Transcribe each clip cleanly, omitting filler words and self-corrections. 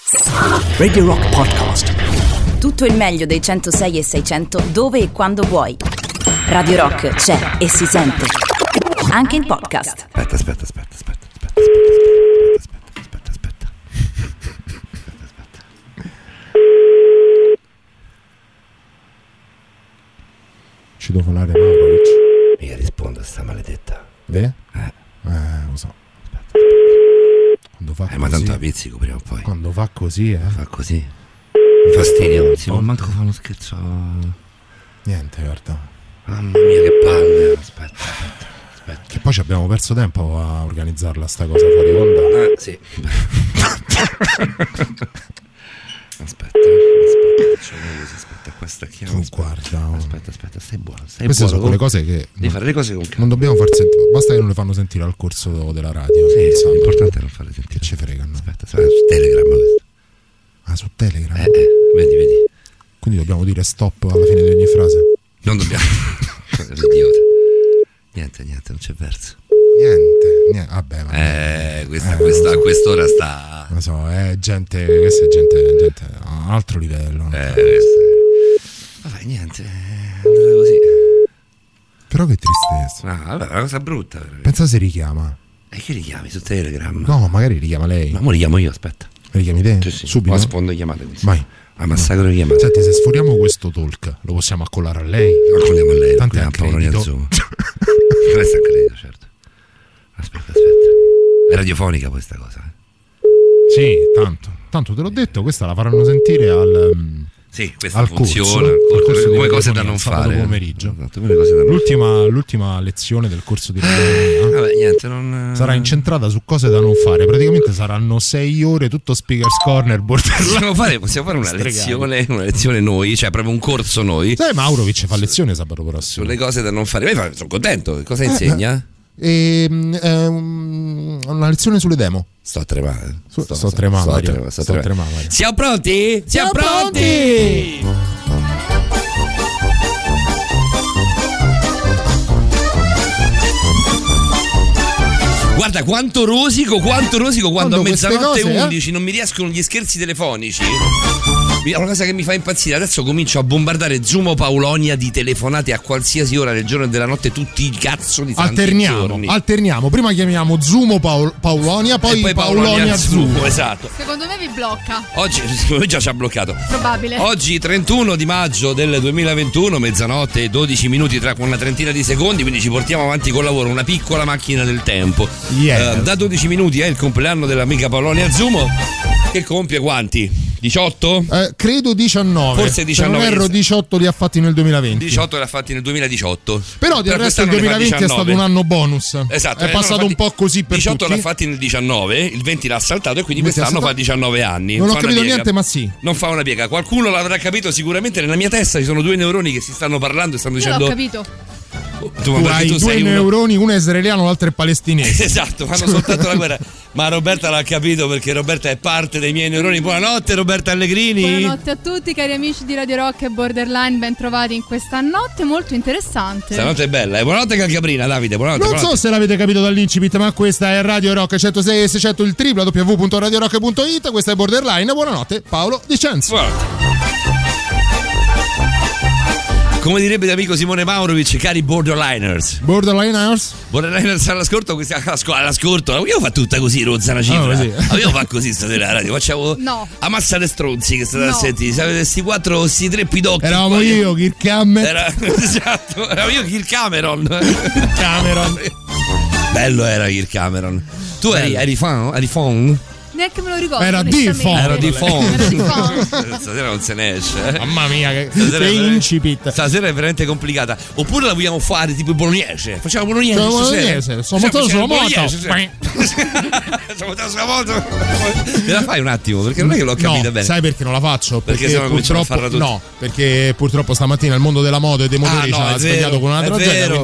Radio Rock Podcast. Tutto il meglio dei 106 e 600 dove e quando vuoi. Radio Rock c'è e si sente anche in podcast. Aspetta. Ci devo parlare Maurovic. Mica rispondo a sta maledetta. Lo so. Quando fa così, ma tanto la pizzico prima o poi. Quando fa così, Fa così. Mi fastidio, non si può manco fare uno scherzo. Niente, guarda. Mamma mia che palle. Aspetta. Che poi ci abbiamo perso tempo a organizzarla sta cosa fuori onda. Sì. Aspetta, questa chiave. Guarda. Aspetta, stai buono. Queste sono quelle cose che devi fare le cose con calma. non dobbiamo far sentire. Basta che non le fanno sentire al corso della radio. Sì, l'importante è non farle sentire. Che ci fregano. Aspetta, su Telegram questo. Su Telegram. Vedi. Quindi dobbiamo dire stop alla fine di ogni frase. Non dobbiamo. Idiota. Niente, non c'è verso. Niente. Vabbè. Questa a quest'ora sta. Non so, questa è gente a un altro livello. Vabbè, niente. È andata così. Però che tristezza. Vabbè, è una cosa brutta. Veramente. Pensa se richiama. E che richiami su Telegram? No, magari richiama lei. Ma mo richiamo io, aspetta. Richiami te? Sì. Subito. Ma rispondo chiamate quindi. Vai. A massacro di chiamate. Senti, se sforiamo questo talk, lo possiamo accollare a lei? Lo accolliamo a lei. Tanto è a Paolonia credito. Zoom. Questo è a credito, certo. Aspetta. È radiofonica questa cosa. Sì, tanto te l'ho detto, questa la faranno sentire al sì, questa al funziona corso come cose da non sabato fare. Pomeriggio. Esatto, come cose da non L'ultima lezione del corso di radiofonia vabbè, niente, non sarà incentrata su cose da non fare. Praticamente saranno 6 ore tutto Speakers Corner possiamo fare una lezione noi, cioè proprio un corso noi. Sai, Maurovic fa lezione sabato prossimo sulle cose da non fare. Sono contento. Cosa insegna? Una lezione sulle demo. Sto tremando. Sto tremando. Siamo pronti? Siamo pronti! Guarda quanto rosico quando a mezzanotte 11 non mi riescono gli scherzi telefonici. È una cosa che mi fa impazzire. Adesso comincio a bombardare Zumo Paolonia di telefonate a qualsiasi ora del giorno e della notte, tutti i cazzo di santi giorni. Alterniamo. Prima chiamiamo Zumo Paolonia, poi Paolonia Zumo. Esatto. Secondo me vi blocca. Oggi già ci ha bloccato. Probabile. Oggi 31 di maggio del 2021, mezzanotte e 12 minuti tra una trentina di secondi, quindi ci portiamo avanti col lavoro, una piccola macchina del tempo. Da 12 minuti è il compleanno dell'amica Paolonia Zumo, che compie quanti? 18? Credo 19. Forse 19. Se non erro, 18 li ha fatti nel 2020. 18 li ha fatti nel 2018. Però del resto il 2020 è stato un anno bonus. Esatto. È passato un po' così per 18 tutti. l'ha fatti nel 19, il 20 l'ha saltato e quindi quest'anno fa 19 anni. Non ho capito niente, ma sì. Non fa una piega. Qualcuno l'avrà capito sicuramente. Nella mia testa ci sono due neuroni che si stanno parlando e stanno dicendo. L'ho capito. Tu hai due neuroni, uno è israeliano, l'altro è palestinese. Esatto, fanno soltanto la guerra. Ma Roberta l'ha capito perché Roberta è parte dei miei neuroni. Buonanotte Roberta Allegrini. Buonanotte a tutti cari amici di Radio Rock e Borderline, ben trovati in questa notte molto interessante. Stanotte è bella. Buonanotte Calcabrina, Davide, buonanotte. Non so se l'avete capito dall'incipit, ma questa è Radio Rock 106 e 600, il www.radiorock.it. Questa è Borderline. Buonanotte Paolo Dicenzo. Buonanotte. Come direbbe l'amico Simone Maurovic, cari Borderliners all'ascolto, io fa tutta così, rozza una cifra. Io fa così stasera la radio, facciamo a massa le stronzi che state a sentire. Sapete, sti tre pidocchi. Eravamo io, Kirk Hammett. Esatto, ero io Kirk Cameron. Bello era Kirk Cameron. Tu eri fan? Neanche me lo ricordo. Era di phone. Stasera non se ne esce. Mamma mia, che incipit. Stasera è veramente complicata. Oppure la vogliamo fare tipo bolognese. Facciamo bolognese. Sono sulla moto. Me la fai un attimo? Perché non è che l'ho capita bene. Sai perché non la faccio? Perché sennò cominciamo a farla tutta. No, perché purtroppo stamattina il mondo della moto e dei motori ci ha svegliato con una tragedia. Quindi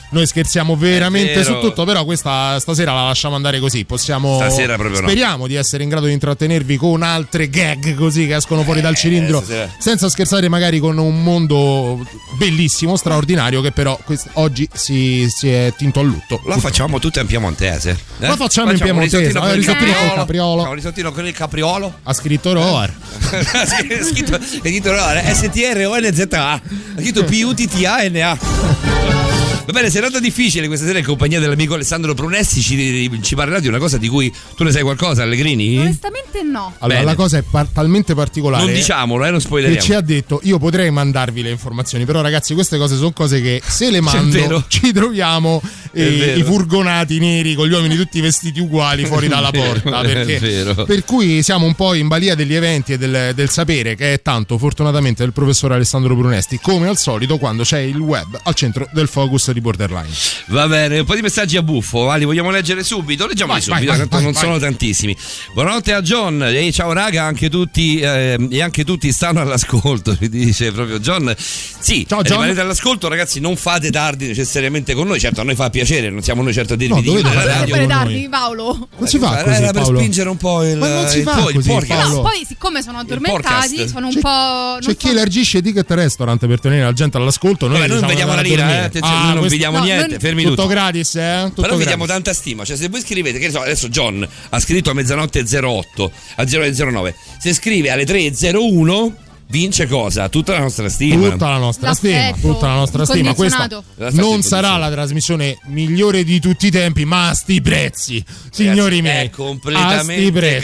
noi scherziamo veramente su tutto, però questa stasera la lasciamo andare così. Possiamo, stasera proprio speriamo di essere in grado di intrattenervi con altre gag così che escono fuori dal cilindro, senza scherzare magari con un mondo bellissimo, straordinario, che però oggi si è tinto a lutto. La facciamo tutta in piemontese. La facciamo in piemontese. Risottino con il capriolo. Un risottino con il capriolo. Ha scritto Roar. Ha scritto Roar, STRONZA. Ha scritto PUTTANA. Va bene, serata difficile questa sera in compagnia dell'amico Alessandro Brunesti. Ci parlerà di una cosa di cui tu ne sai qualcosa, Allegrini? Onestamente no. Allora, la cosa è talmente particolare. Non diciamolo, non spoileriamo. Che ci ha detto, io potrei mandarvi le informazioni, però ragazzi queste cose sono cose che se le mando ci troviamo i furgonati neri con gli uomini tutti vestiti uguali fuori dalla porta. Per cui siamo un po' in balia degli eventi e del sapere, che è tanto fortunatamente del professor Alessandro Brunesti, come al solito quando c'è il web al centro del focus di Borderline. Va bene, un po' di messaggi a buffo, li vogliamo leggere subito? Leggiamoli subito, tanto non sono tantissimi. Buonanotte a John, ciao raga, anche tutti e anche tutti stanno all'ascolto, mi dice proprio John. Sì, ciao John. Rimanete all'ascolto, ragazzi, non fate tardi necessariamente con noi, certo a noi fa piacere, non siamo noi certo a dirvi di chiudere la radio. Fare tardi, Paolo. Non si fa così, era per Paolo. spingere un po' il podcast. No, poi siccome sono addormentati, sono un po'. C'è chi elargisce ticket restaurant per tenere la gente all'ascolto. Noi non vediamo la lira, attenzione, non vediamo niente, fermi tutto tutti. Gratis, tutto però vi gratis. diamo tanta stima, cioè se voi scrivete, che ne so, adesso John ha scritto a mezzanotte 08 a 009, se scrive alle 3:01 vince cosa? Tutta la nostra stima. Tutta la nostra stima. Questa non sarà la trasmissione migliore di tutti i tempi, ma a sti prezzi, signori miei, è completamente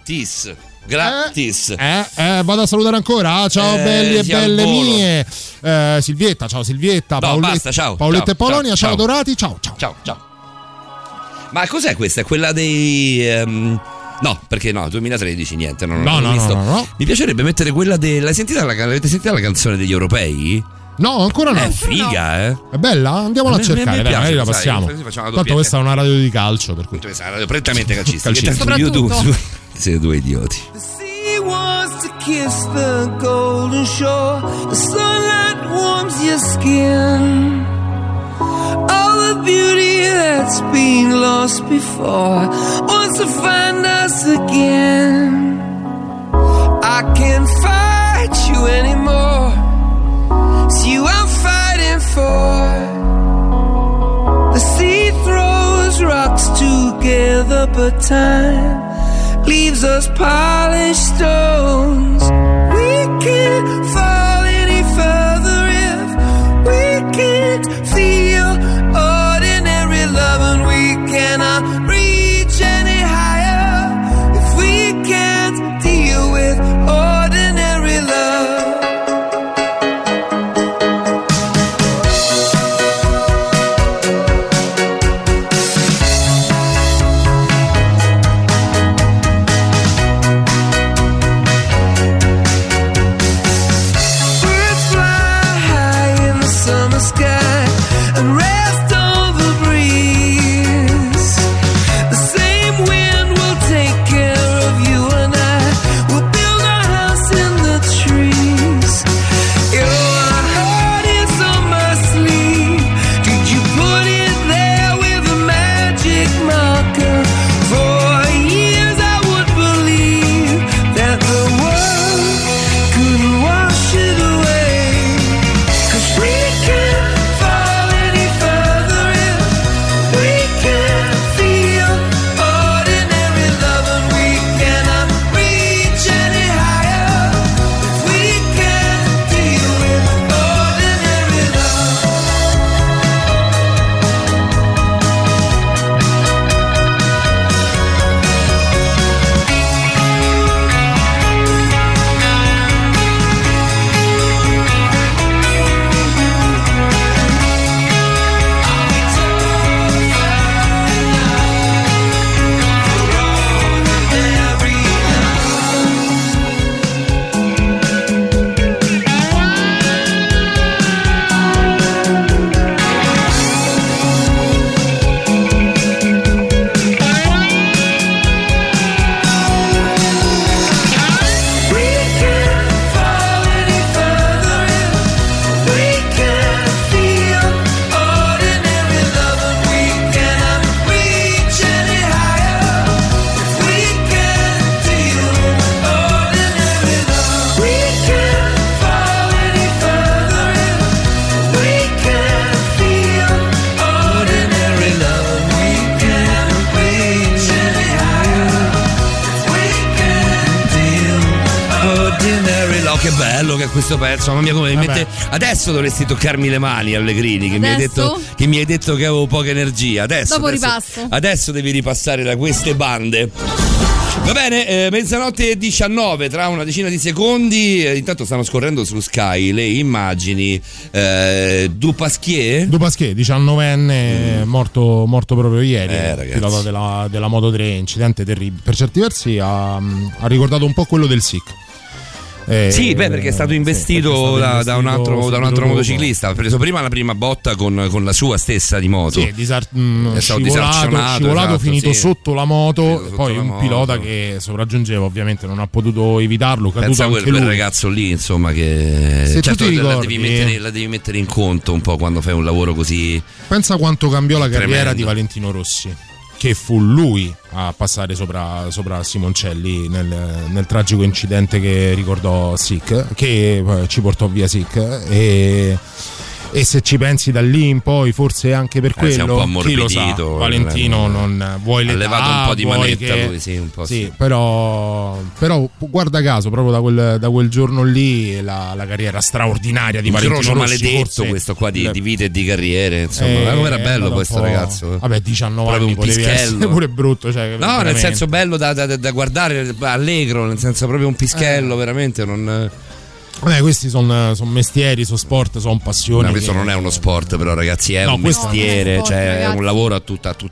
gratis. Vado a salutare ancora. Ciao belli e belle mie. Silvietta, ciao Silvietta. No, basta, ciao. Paoletta e Polonia, ciao Dorati, ciao. Ma cos'è questa? È quella dei no, perché no, 2013 niente, non l'ho visto. No. Mi piacerebbe mettere quella avete sentita la canzone degli europei? No, ancora no. È figa, È bella? Andiamola a cercare, dai, magari la passiamo. Tanto questa è una radio di calcio, per cui questa è una radio prettamente calcistica. Soprattutto. Siete due idioti. The sea wants to kiss the golden shore. The sunlight warms your skin. All the beauty that's been lost before wants to find us again. I can't fight you anymore. It's you I'm fighting for. The sea throws rocks together, but time leaves us polished stones. We can't fall any further if we can't feel ordinary love, and we cannot reach any higher if we can't deal with ordinary love. che bello che è questo pezzo, mamma mia come mi mette. Adesso dovresti toccarmi le mani, Allegrini, che mi hai detto che avevo poca energia. Dopo ripasso. Adesso devi ripassare da queste bande. Va bene, mezzanotte e 19, tra una decina di secondi. Intanto stanno scorrendo su Sky le immagini. Dupasquier, 19enne, morto proprio ieri, pilota della Moto 3, incidente terribile. Per certi versi ha ricordato un po' quello del SIC. Sì, perché è stato investito da un altro motociclista. Ha preso prima la prima botta con la sua stessa di moto. Sì, scivolato, finito sotto la moto. Poi un pilota che sopraggiungeva, ovviamente non ha potuto evitarlo. Pensa quel ragazzo lì, insomma, che certo la devi mettere in conto un po' quando fai un lavoro così. Pensa quanto cambiò la carriera di Valentino Rossi, che fu lui a passare sopra Simoncelli nel tragico incidente che ricordò Sick, che ci portò via Sick, e se ci pensi da lì in poi forse anche per quello chi lo sa, Valentino non vuoi l'età, ha levato un po' di manetta lui, sì, un po', sì. Però guarda caso proprio da quel giorno lì la carriera straordinaria di Valentino Rossi, maledetto questo qua di vita e di carriere, insomma. Era bello questo ragazzo, vabbè, 19 anni potevi essere pure brutto, cioè, no, veramente. Nel senso bello da guardare, allegro, nel senso proprio un pischello, veramente non. Questi sono mestieri, sono sport, sono passioni. No, questo non è uno sport, però, ragazzi, è un mestiere, sport, cioè ragazzi. È un lavoro a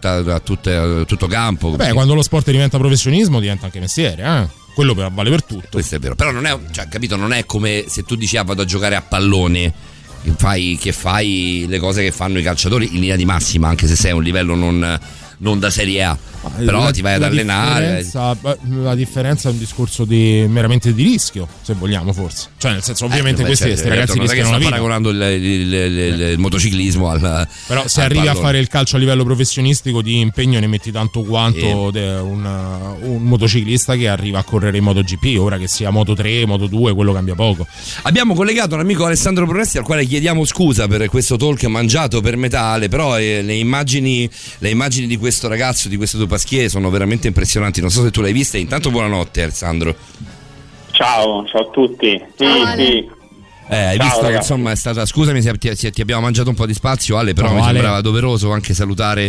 tutto campo. Quando lo sport diventa professionismo, diventa anche mestiere, quello vale per tutto. Questo è vero, però non è, cioè, capito, non è come se tu dici vado a giocare a pallone, che fai le cose che fanno i calciatori in linea di massima, anche se sei a un livello non da Serie A, però ti vai ad allenare. La differenza è un discorso meramente di rischio, se vogliamo, forse. Cioè, nel senso, ovviamente questi ragazzi rischiano la vita. Paragonando il motociclismo però se arrivi a fare il calcio a livello professionistico, di impegno ne metti tanto quanto un motociclista che arriva a correre in MotoGP, ora che sia Moto 3, Moto 2, quello cambia poco. Abbiamo collegato l'amico Alessandro Proresti, al quale chiediamo scusa per questo talk mangiato per metà, però le immagini di questo ragazzo, di questo Dupasquier, sono veramente impressionanti. Non so se tu l'hai vista. Intanto buonanotte, Alessandro. Ciao a tutti. Sì. Hai visto, ragazzi. Insomma, è stata, scusami se ti abbiamo mangiato un po' di spazio, Ale, però mi sembrava doveroso anche salutare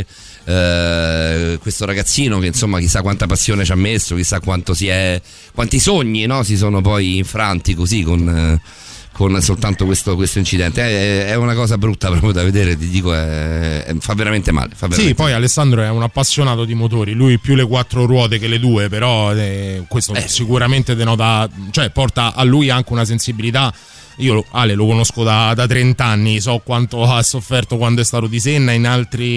questo ragazzino che, insomma, chissà quanta passione ci ha messo, chissà quanti sogni, no, si sono poi infranti così con soltanto questo incidente. È una cosa brutta proprio da vedere, ti dico, fa veramente male. Sì, poi Alessandro è un appassionato di motori, lui più le 4 ruote che le 2, però questo sicuramente denota, cioè porta a lui anche una sensibilità. Io Ale lo conosco da 30 anni, so quanto ha sofferto quando è stato di Senna in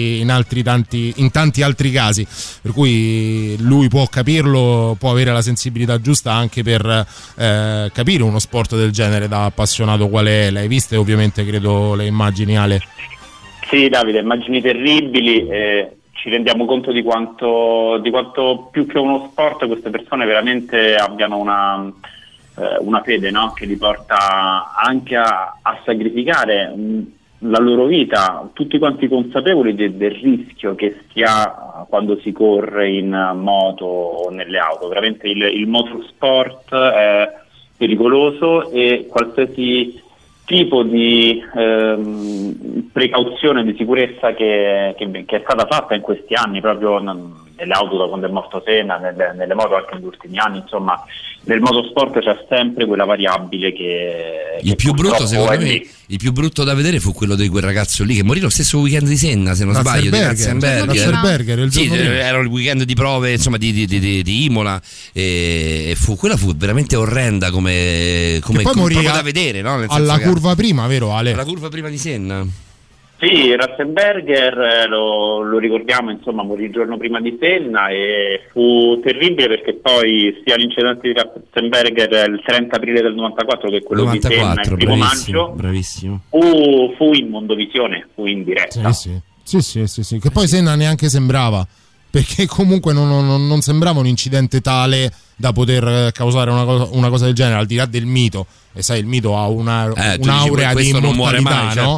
tanti altri casi, per cui lui può capirlo, può avere la sensibilità giusta anche per capire uno sport del genere da appassionato qual è. L'hai viste ovviamente, credo, le immagini, Ale? Sì, Davide, immagini terribili. Ci rendiamo conto di quanto più che uno sport queste persone veramente abbiano una fede, no? Che li porta anche a sacrificare la loro vita, tutti quanti consapevoli del rischio che si ha quando si corre in moto o nelle auto. Veramente il motorsport è pericoloso, e qualsiasi tipo di precauzione di sicurezza che è stata fatta in questi anni, proprio nelle auto da quando è morto Senna, nelle moto anche negli ultimi anni, insomma, nel motorsport c'è sempre quella variabile che il più brutto, secondo me, il più brutto da vedere fu quello di quel ragazzo lì che morì lo stesso weekend di Senna, se non sbaglio, di Ratzenberger. Sì, era il weekend di prove, insomma, di Imola, e quella fu veramente orrenda come proprio da vedere, no? Alla curva prima, vero Ale? Alla curva prima di Senna. Sì, Ratzenberger lo ricordiamo, insomma, morì il giorno prima di Senna, e fu terribile perché poi sia l'incidente di Ratzenberger il 30 aprile del 94 che quello 94, di Senna il 1 maggio, bravissimo. Fu in mondovisione, fu in diretta. Sì, che poi Senna neanche sembrava, perché comunque non sembrava un incidente tale da poter causare una cosa del genere, al di là del mito, e sai, il mito ha un'aurea di immortalità, no?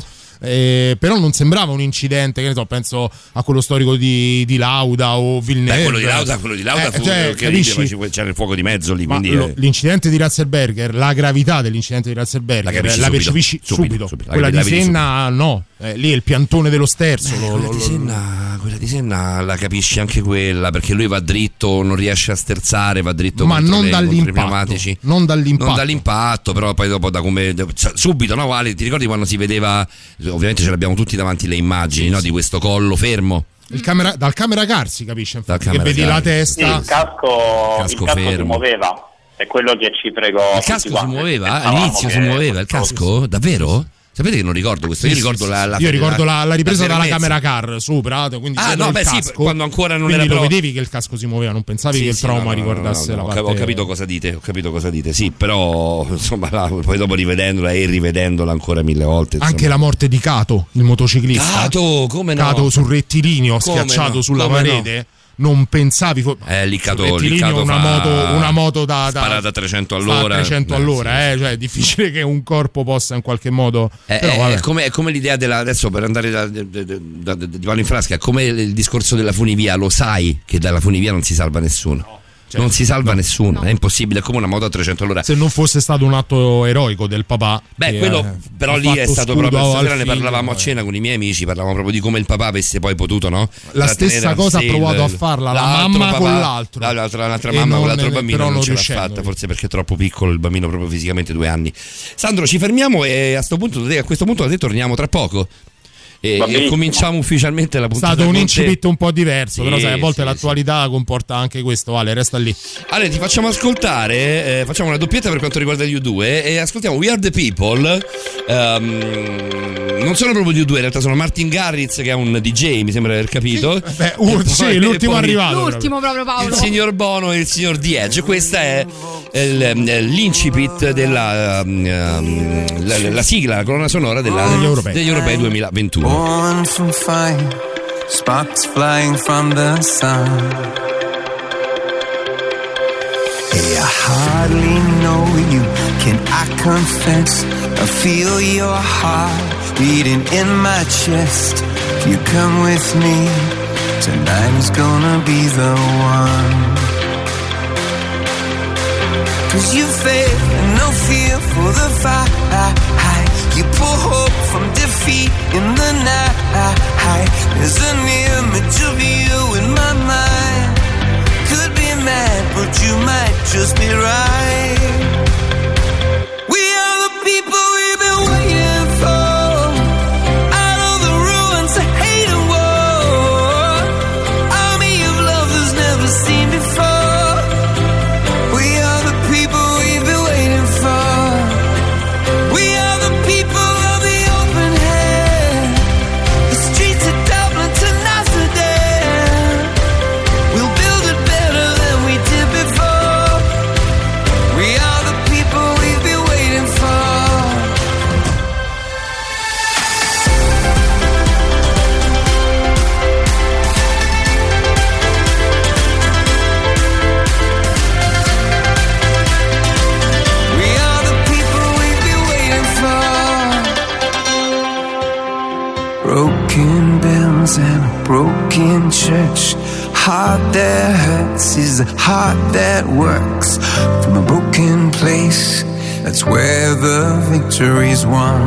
però non sembrava un incidente, che ne so, penso a quello storico di Lauda o Villeneuve. Quello di Lauda fu che c'era il fuoco di mezzo lì, quindi l'incidente di Ratzenberger, la gravità dell'incidente di Ratzenberger la percepisci subito. Quella di Senna no, lì è il piantone dello sterzo. Quella di Senna la capisci anche quella, perché lui va dritto, non riesce a sterzare, va dritto, ma contro non i pneumatici. Non dall'impatto, però poi dopo, da come subito, no, Vale, ti ricordi quando si vedeva, ovviamente ce l'abbiamo tutti davanti le immagini, no, di questo collo fermo. Dal camera car si capisce, infatti, che vedi la testa. Il casco si muoveva, è quello che ci pregò. Il casco si muoveva? All'inizio si muoveva il casco? Davvero? Sapete che non ricordo questo? Io ricordo la ripresa dalla camera car sopra, quindi quando ancora non era, lo vedevi che il casco si muoveva, non pensavi che il trauma riguardasse la parte. Ho capito cosa dite. Sì, però insomma poi dopo rivedendola e rivedendola ancora 1000 volte, insomma. Anche la morte di Cato, il motociclista. Cato sul rettilineo, schiacciato sulla parete. No. Non pensavi lì Cato una moto da sparata a 300 all'ora, cioè è difficile che un corpo possa in qualche modo è come l'idea adesso, per andare di palo in frasca, è come il discorso della funivia. Lo sai che dalla funivia non si salva nessuno. Non si salva nessuno, è impossibile, è come una moto a 300 all'ora. Se non fosse stato un atto eroico del papà. Quello però lì è stato proprio, stasera ne parlavamo a cena con i miei amici, parlavamo proprio di come il papà avesse poi potuto, no? La stessa cosa ha provato a farla la mamma papà, con l'altro. L'altra mamma con l'altro bambino non ce l'ha fatta, forse perché è troppo piccolo il bambino, proprio fisicamente 2 anni. Sandro, ci fermiamo e a questo punto torniamo tra poco. E cominciamo ufficialmente la puntata. È stato un incipit un po' diverso, però sai, a volte l'attualità comporta anche questo. Ale, resta lì. Ale, ti facciamo ascoltare, facciamo una doppietta per quanto riguarda gli U2 e ascoltiamo We Are The People. Non sono proprio gli U2, in realtà sono Martin Garrix, che è un DJ, mi sembra di aver capito. Sì, l'ultimo arrivato. L'ultimo proprio, Paolo. Il signor Bono e il signor The Edge. Questa è l'incipit della la sigla, la colonna sonora degli Europei 2021. Born from fire, sparks flying from the sun. Hey, I hardly know you, can I confess? I feel your heart beating in my chest. If you come with me, tonight is gonna be the one. 'Cause you faith and no fear for the fight. You pull hope from defeat in the night. There's an image of you in my mind. Could be mad, but you might just be right. We are the people we've been waiting for. Out of the ruins of hate and war. Army of love there's never seen before. We are the people we've been waiting for. We are the people of the open hand. The streets of Dublin to Amsterdam. We'll build it better than we did before. We are the people we've been waiting for. We are the people we've been waiting for. Broken bells and a broken church. Heart that hurts is a heart that works. From a broken place, that's where the victory's won.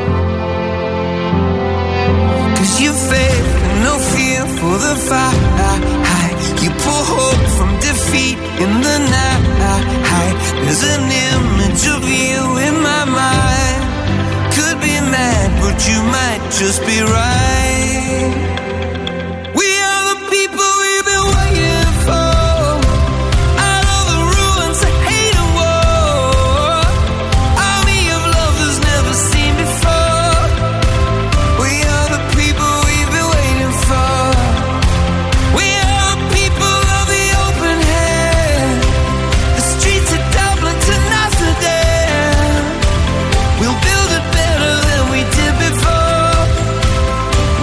'Cause you faith and no fear for the fight. You pull hope from defeat in the night. There's an image of you in my mind. Could be mad, but you might just be right. We are the people we've been waiting for. Out of the ruins of hate and war. Army of love there's never seen before. We are the people we've been waiting for. We are the people of the open hand. The streets of Dublin to Amsterdam. We'll build it better than we did before.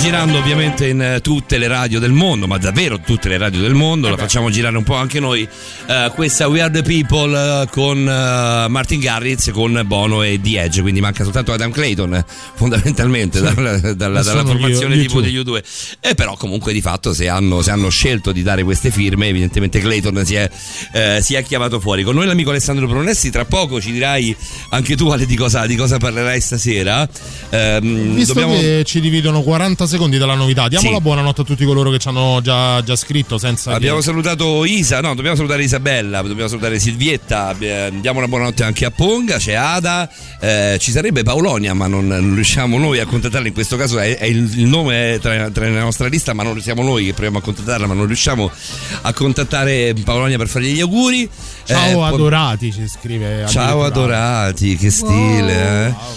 girando ovviamente in tutte le radio del mondo, ma davvero tutte le radio del mondo, la facciamo girare un po' anche noi, questa We Are The People con Martin Garrix, con Bono e The Edge, quindi manca soltanto Adam Clayton fondamentalmente dalla formazione tipo degli U2, e però comunque di fatto se hanno scelto di dare queste firme, evidentemente Clayton si è chiamato fuori. Con noi l'amico Alessandro Brunesti, tra poco ci dirai anche tu, Ale, di cosa parlerai stasera. Visto che ci dividono 40 secondi dalla novità, diamo la buonanotte a tutti coloro che ci hanno già scritto abbiamo salutato Isa, no, dobbiamo salutare Isabella, dobbiamo salutare Silvietta, diamo una buonanotte anche a Ponga, c'è Ada, ci sarebbe Paolonia, ma non riusciamo noi a contattarla, in questo caso è il nome tra la nostra lista, ma non siamo noi che proviamo a contattarla, ma non riusciamo a contattare Paolonia per fargli gli auguri. Ciao adorati, ci scrive. Ciao adorati, che stile. Wow.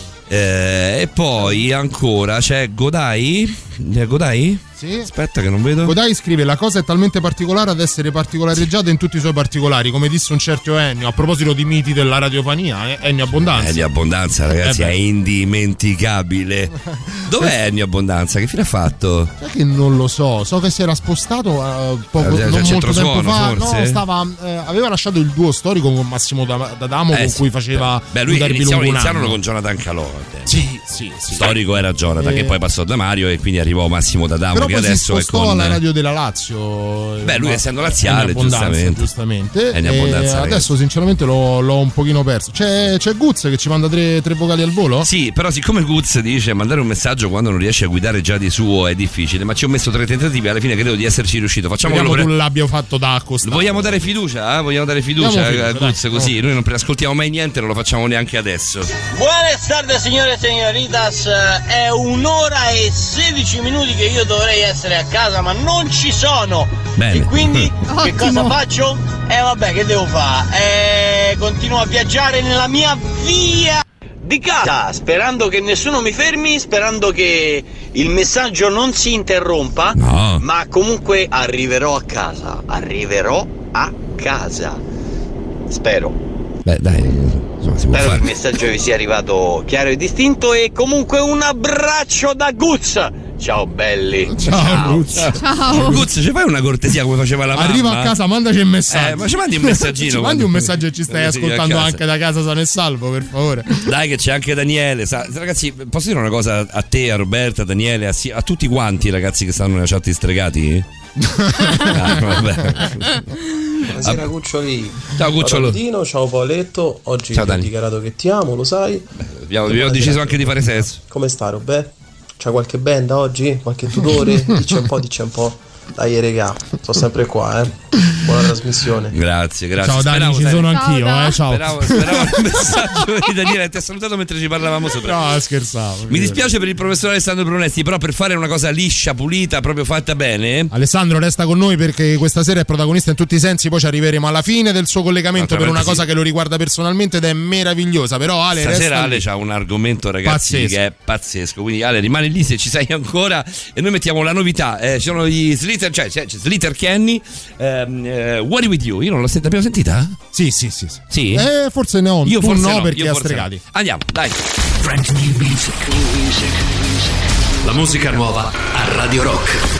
E poi ancora c'è Godai? Sì. Aspetta che non vedo. Godai scrive: la cosa è talmente particolare ad essere particolareggiata in tutti i suoi particolari, come disse un certo Ennio a proposito di miti della radiofania. Ennio Abbondanza. Ennio Abbondanza, ragazzi, è indimenticabile. Dov'è Ennio Abbondanza? Che fine ha fatto? Sai che non lo so che si era spostato non molto tempo fa. Forse? No, aveva lasciato il duo storico con Massimo D'Adamo, con cui faceva lui iniziarono con Jonathan Calò. Sì. Storico era Jonathan, che poi passò da Mario e quindi arrivò Massimo D'Adamo, che adesso si spostò alla radio della Lazio. Lui essendo laziale, giustamente. Adesso sinceramente l'ho un pochino perso. C'è Guz che ci manda tre vocali al volo? Sì, però siccome Guz dice mandare un messaggio quando non riesce a guidare già di suo è difficile, ma ci ho messo 3 tentativi, alla fine credo di esserci riuscito. Facciamolo. Tu l'abbia fatto da accostare. Vogliamo dare fiducia? A Guz, così noi non preascoltiamo mai niente, non lo facciamo neanche adesso. Buonasera signore e signoritas, è 1 ora e 16 minuti che io dovrei essere a casa, ma non ci sono. Bene. E quindi che cosa faccio? Vabbè, che devo fare? Continuo a viaggiare nella mia via di casa, sperando che nessuno mi fermi, sperando che il messaggio non si interrompa, no. Ma comunque arriverò a casa. Spero. Beh, dai. Spero che il messaggio vi sia arrivato chiaro e distinto, e comunque un abbraccio da Guz. Ciao belli. Ciao Guz. Ciao. Guz, ci fai una cortesia come faceva la mamma? Arriva a casa, mandaci un messaggio. Ma ci mandi un messaggino. Ci mandi un messaggio e ci stai ascoltando anche da casa sano e salvo, per favore. Dai, che c'è anche Daniele. Ragazzi, posso dire una cosa a te, a Roberta, a Daniele, a tutti quanti i ragazzi che stanno nella chat di Stregati? Vabbè. Buonasera Cuccioli. Ciao Cucciolo. Ciao Paoletto. Oggi ti ho dichiarato che ti amo, lo sai. Abbiamo deciso anche di fare sesso. Come sta Robè? C'hai qualche band oggi? Qualche tutore? Dici un po'. Dai regà, sto sempre qua, buona trasmissione. Grazie. Ciao Dani, ci sono anch'io, ciao. Speravo il messaggio di Daniele, ti ha salutato mentre ci parlavamo sopra. No, scherzavo. Mi dispiace per il professor Alessandro Brunesti, però per fare una cosa liscia, pulita, proprio fatta bene. Alessandro resta con noi perché questa sera è protagonista in tutti i sensi, poi ci arriveremo alla fine del suo collegamento per una cosa che lo riguarda personalmente ed è meravigliosa. Però Ale stasera Ale c'ha un argomento, ragazzi, che è pazzesco. Quindi Ale rimani lì se ci sei ancora e noi mettiamo la novità. Ci sono gli Slither, c'è Slither Kenny, What With You. Io non l'ho sentita, abbiamo sentita? Sì. Sì? Forse no. Io forse no, perché ha Stregati. Andiamo, dai. Brand new music. La musica nuova a Radio Rock.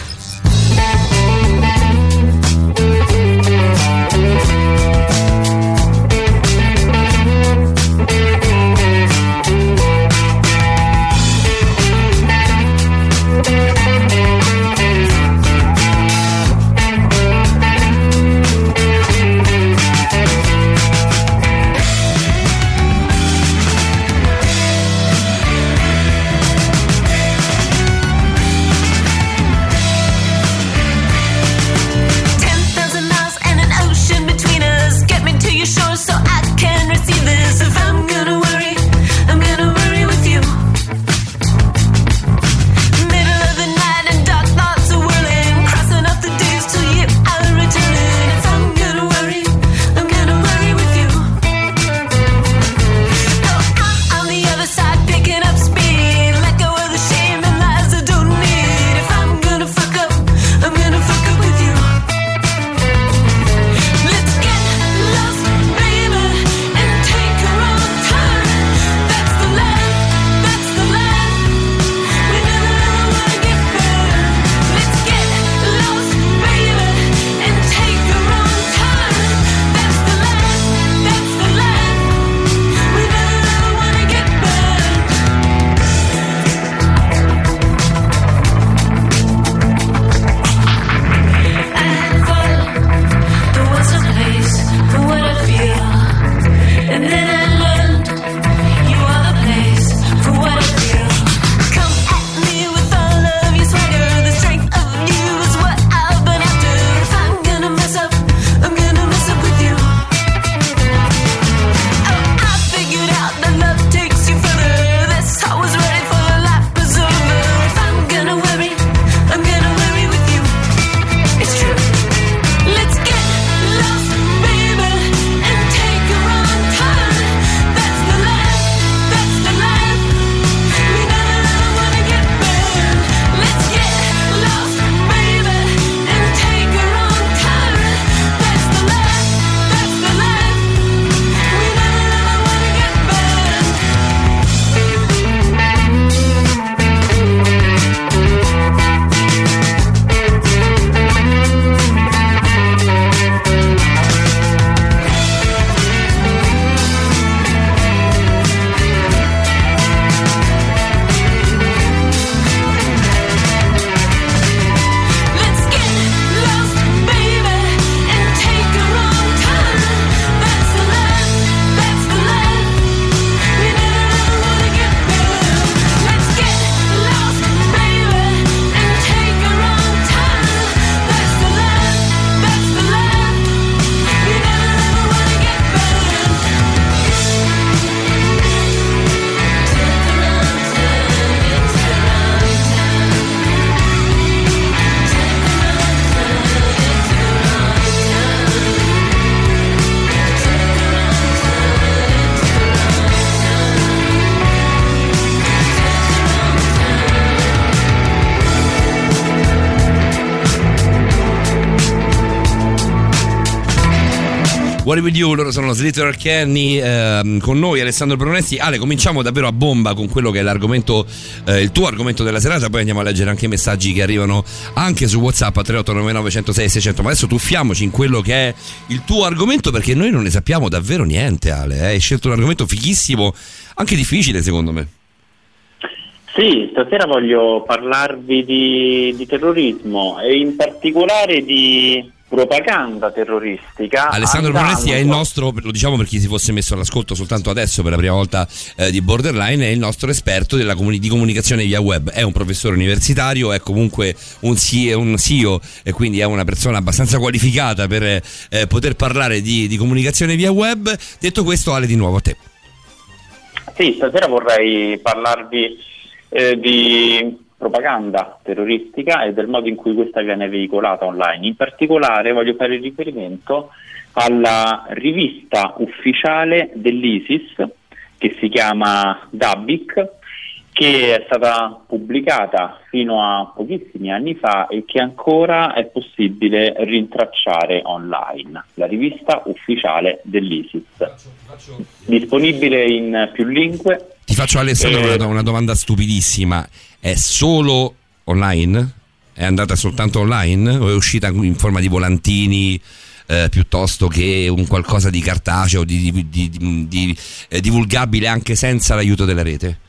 What With You, loro sono Slater Kenny, con noi Alessandro Brunesti. Ale, cominciamo davvero a bomba con quello che è l'argomento, il tuo argomento della serata, poi andiamo a leggere anche i messaggi che arrivano anche su WhatsApp a 3899 106 600. Ma adesso tuffiamoci in quello che è il tuo argomento, perché noi non ne sappiamo davvero niente, Ale. Hai scelto un argomento fighissimo, anche difficile secondo me. Sì, stasera voglio parlarvi di terrorismo e in particolare di propaganda terroristica. Alessandro Brunesti è il nostro, lo diciamo per chi si fosse messo all'ascolto soltanto adesso per la prima volta di Borderline, è il nostro esperto di comunicazione via web. È un professore universitario, è comunque un CEO e quindi è una persona abbastanza qualificata per poter parlare di comunicazione via web. Detto questo, Ale, di nuovo a te. Sì, stasera vorrei parlarvi di propaganda terroristica e del modo in cui questa viene veicolata online. In particolare voglio fare riferimento alla rivista ufficiale dell'ISIS che si chiama Dabiq, che è stata pubblicata fino a pochissimi anni fa e che ancora è possibile rintracciare online. La rivista ufficiale dell'ISIS, disponibile in più lingue. Ti faccio, Alessandro, una domanda stupidissima. È solo online? È andata soltanto online? O è uscita in forma di volantini piuttosto che un qualcosa di cartaceo, divulgabile anche senza l'aiuto della rete?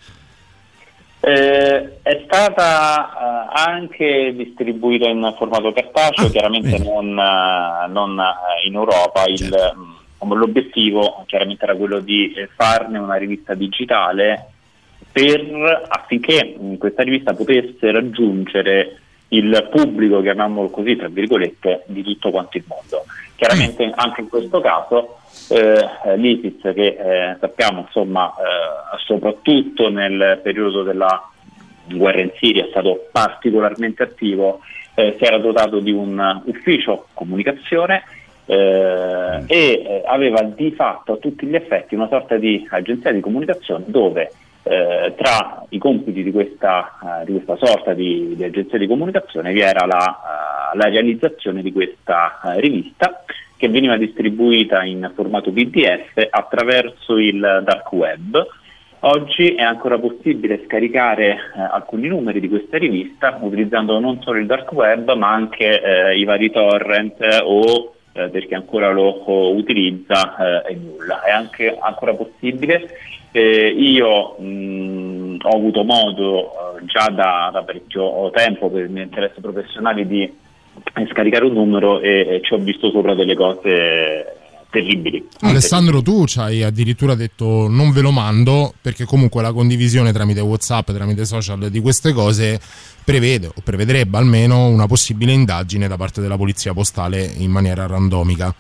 È stata anche distribuita in formato cartaceo, chiaramente non in Europa. Certo. L'obiettivo chiaramente era quello di farne una rivista digitale affinché questa rivista potesse raggiungere il pubblico, chiamiamolo così, tra virgolette, di tutto quanto il mondo. Chiaramente anche in questo caso l'ISIS, che sappiamo insomma soprattutto nel periodo della guerra in Siria è stato particolarmente attivo, si era dotato di un ufficio comunicazione e aveva di fatto a tutti gli effetti una sorta di agenzia di comunicazione dove tra i compiti di questa sorta di agenzia di comunicazione vi era la realizzazione di questa rivista, che veniva distribuita in formato PDF attraverso il dark web. Oggi è ancora possibile scaricare alcuni numeri di questa rivista utilizzando non solo il dark web ma anche i vari torrent o per chi ancora lo utilizza e nulla. È anche ancora possibile. Io ho avuto modo già da parecchio tempo per i miei interessi professionali di scaricare un numero e ci ho visto sopra delle cose terribili. Alessandro, tu ci hai addirittura detto non ve lo mando perché comunque la condivisione tramite WhatsApp, tramite social di queste cose prevede o prevedrebbe almeno una possibile indagine da parte della polizia postale in maniera randomica.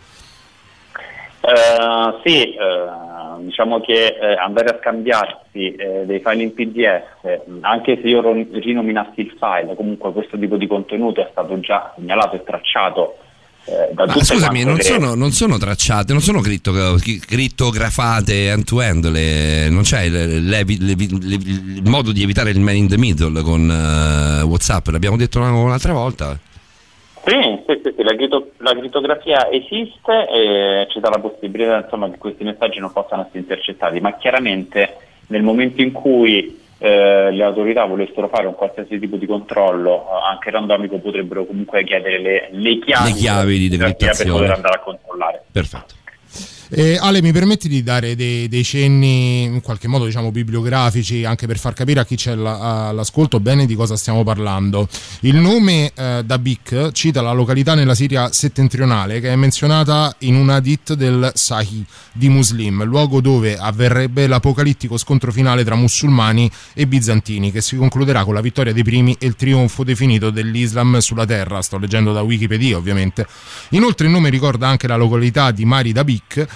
Sì, diciamo che andare a scambiarsi dei file in PDF, anche se io rinominassi il file, comunque questo tipo di contenuto è stato già segnalato e tracciato da tutte. Scusami, non sono tracciate, non sono crittografate end-to-end, non c'è il modo di evitare il man in the middle con WhatsApp, l'abbiamo detto un'altra volta. Sì, la crittografia esiste e ci dà la possibilità insomma che questi messaggi non possano essere intercettati, ma chiaramente nel momento in cui le autorità volessero fare un qualsiasi tipo di controllo anche randomico potrebbero comunque chiedere le chiavi di decriptazione per poter andare a controllare. Perfetto. Ale, mi permetti di dare dei cenni in qualche modo diciamo bibliografici anche per far capire a chi c'è all'ascolto bene di cosa stiamo parlando. Il nome Dabiq cita la località nella Siria settentrionale che è menzionata in un hadith del Sahih di Muslim, luogo dove avverrebbe l'apocalittico scontro finale tra musulmani e bizantini che si concluderà con la vittoria dei primi e il trionfo definito dell'Islam sulla terra. Sto leggendo da Wikipedia ovviamente. Inoltre il nome ricorda anche la località di Mari Dabiq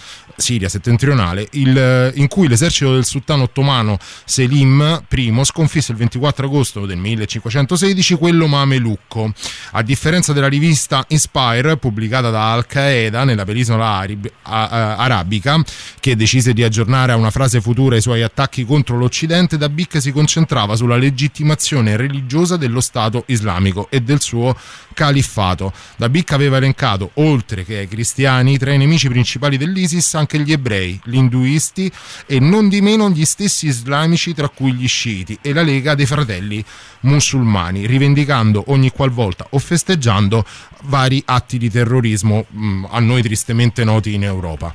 Siria settentrionale, in cui l'esercito del sultano ottomano Selim I sconfisse il 24 agosto del 1516 quello mamelucco. A differenza della rivista Inspire, pubblicata da Al-Qaeda nella penisola arabica, che decise di aggiornare a una frase futura i suoi attacchi contro l'Occidente, Dabiq si concentrava sulla legittimazione religiosa dello Stato islamico e del suo califfato. Dabiq aveva elencato, oltre che ai cristiani, tra i nemici principali dell'ISIS anche gli ebrei, gli induisti e non di meno gli stessi islamici, tra cui gli sciiti e la Lega dei Fratelli Musulmani, rivendicando ogni qualvolta o festeggiando vari atti di terrorismo a noi tristemente noti in Europa.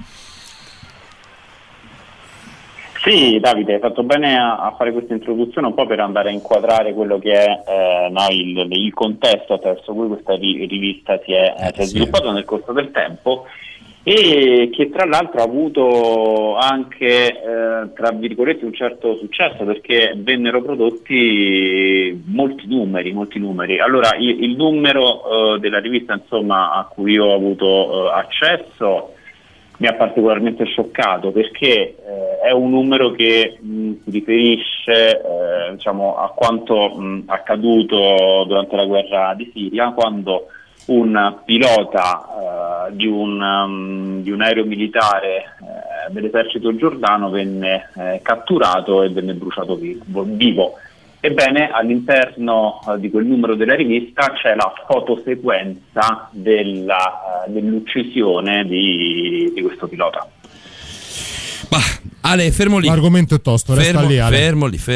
Sì, Davide, hai fatto bene a fare questa introduzione un po' per andare a inquadrare quello che è il contesto attraverso cui questa rivista si è sviluppata nel corso del tempo, e che tra l'altro ha avuto anche, tra virgolette, un certo successo, perché vennero prodotti molti numeri. Allora, il numero della rivista, insomma, a cui io ho avuto accesso mi ha particolarmente scioccato, perché è un numero che si riferisce a quanto accaduto durante la guerra di Siria, quando un pilota di un aereo militare dell'esercito giordano venne catturato e venne bruciato vivo. Ebbene, all'interno di quel numero della rivista c'è la fotosequenza dell'uccisione di questo pilota. Ma Ale, fermo lì. L'argomento è tosto, resta lì, Ale. Fermo lì.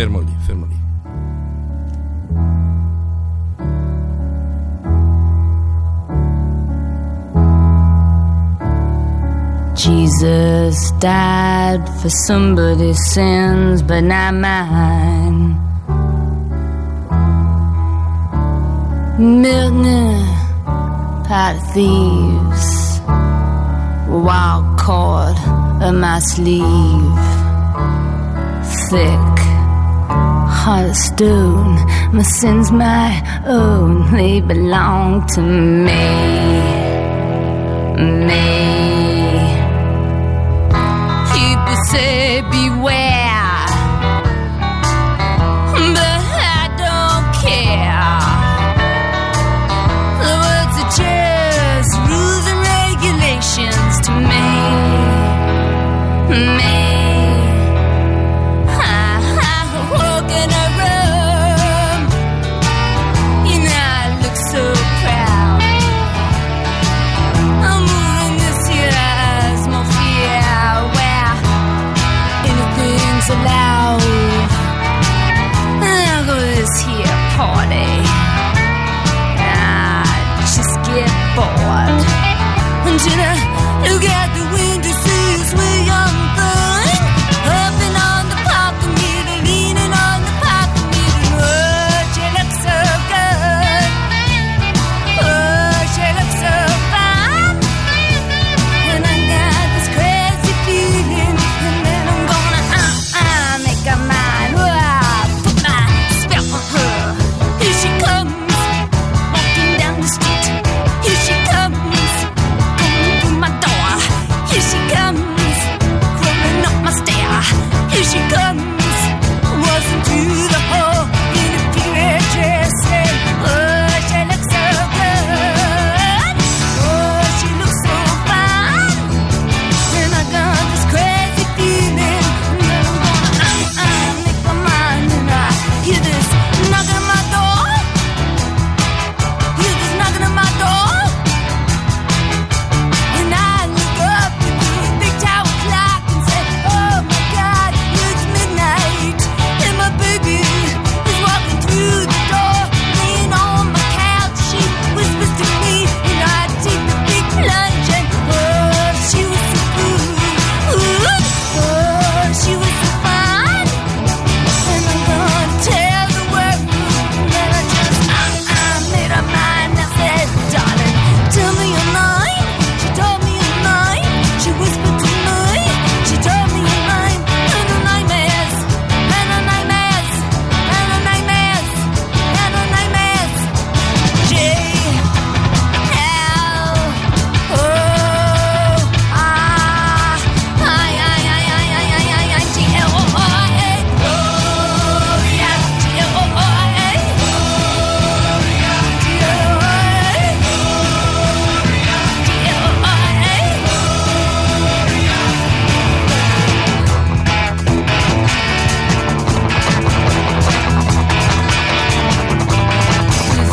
Jesus died for somebody's sins, but not mine. Milton, pot of thieves, wild cord of my sleeve, thick, heart of stone, my sins my own, they belong to me. People say beware, but I don't care. The words are just rules and regulations to me. I walk in a room, you know I look so proud. I'm moving this here more fear, where anything's allowed. I'll go to this here party, just get bored until I look out the window, see a sweet young thing hopping on the parking meter, leaning on the parking meter. Oh, she looks so good. Oh, she looks so fine. And I got this crazy feeling, and then I'm gonna make her mine. Oh, put my spell on her. Here she comes, walking down the street. Here she comes, coming through my door. Here she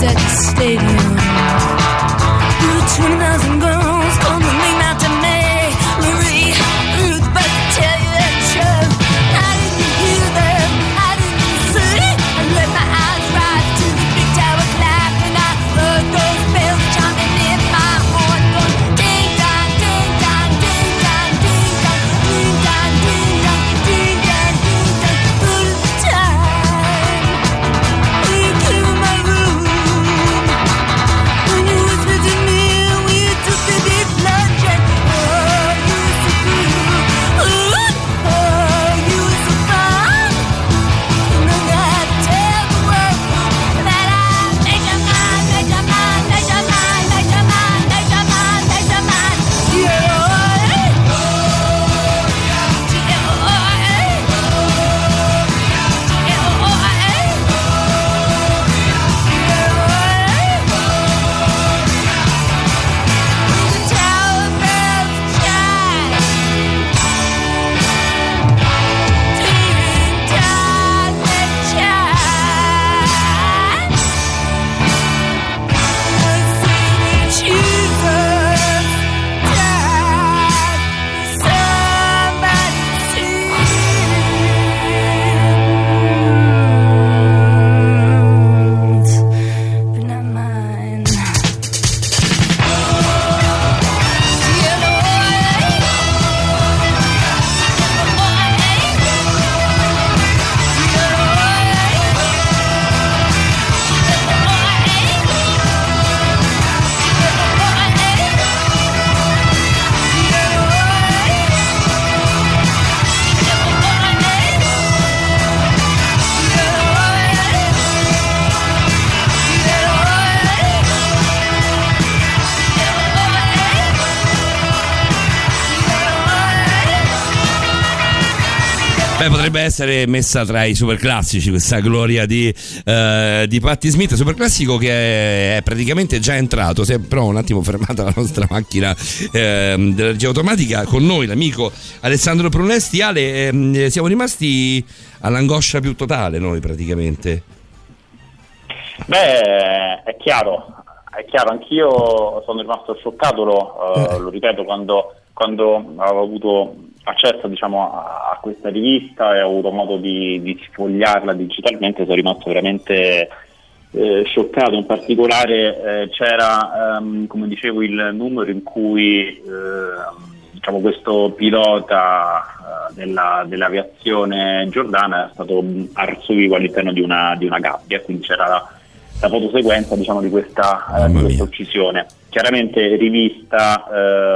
at the stadium. 20,000 girls come running out to me. Marie, Ruth, but to tell you the truth, I didn't hear them, I didn't see. I let my eyes rise to the big tower clock, and I heard those bells chiming in my horn, going ding dong, ding dong, ding dong, ding dong, ding dong, ding dong, ding dong, ding dong. All the time, when you came in my room, when you whispered to me, when you took the big lunch, and oh, you were so cool, oh, you were so fun. And I gotta tell the world that I make your mind, make your mind, make your mind, make your mind, make your mind, make your mind. The tower bells chime, ding dong, they chime. I see Jesus died, somebody sings, but not mine. Beh, potrebbe essere messa tra i super classici questa gloria di Patti Smith, super classico che è praticamente già entrato. Si è però un attimo fermata la nostra macchina della regia automatica. Con noi l'amico Alessandro Prunesti. Ale, siamo rimasti all'angoscia più totale noi praticamente. Beh, è chiaro, anch'io sono rimasto scioccato, lo ripeto, quando avevo avuto accesso, diciamo, a questa rivista e ho avuto modo di sfogliarla digitalmente, sono rimasto veramente scioccato. In particolare c'era, come dicevo, il numero in cui diciamo, questo pilota dell'aviazione giordana è stato arso vivo all'interno di una gabbia, quindi c'era la fotosequenza, diciamo, di questa uccisione. Chiaramente rivista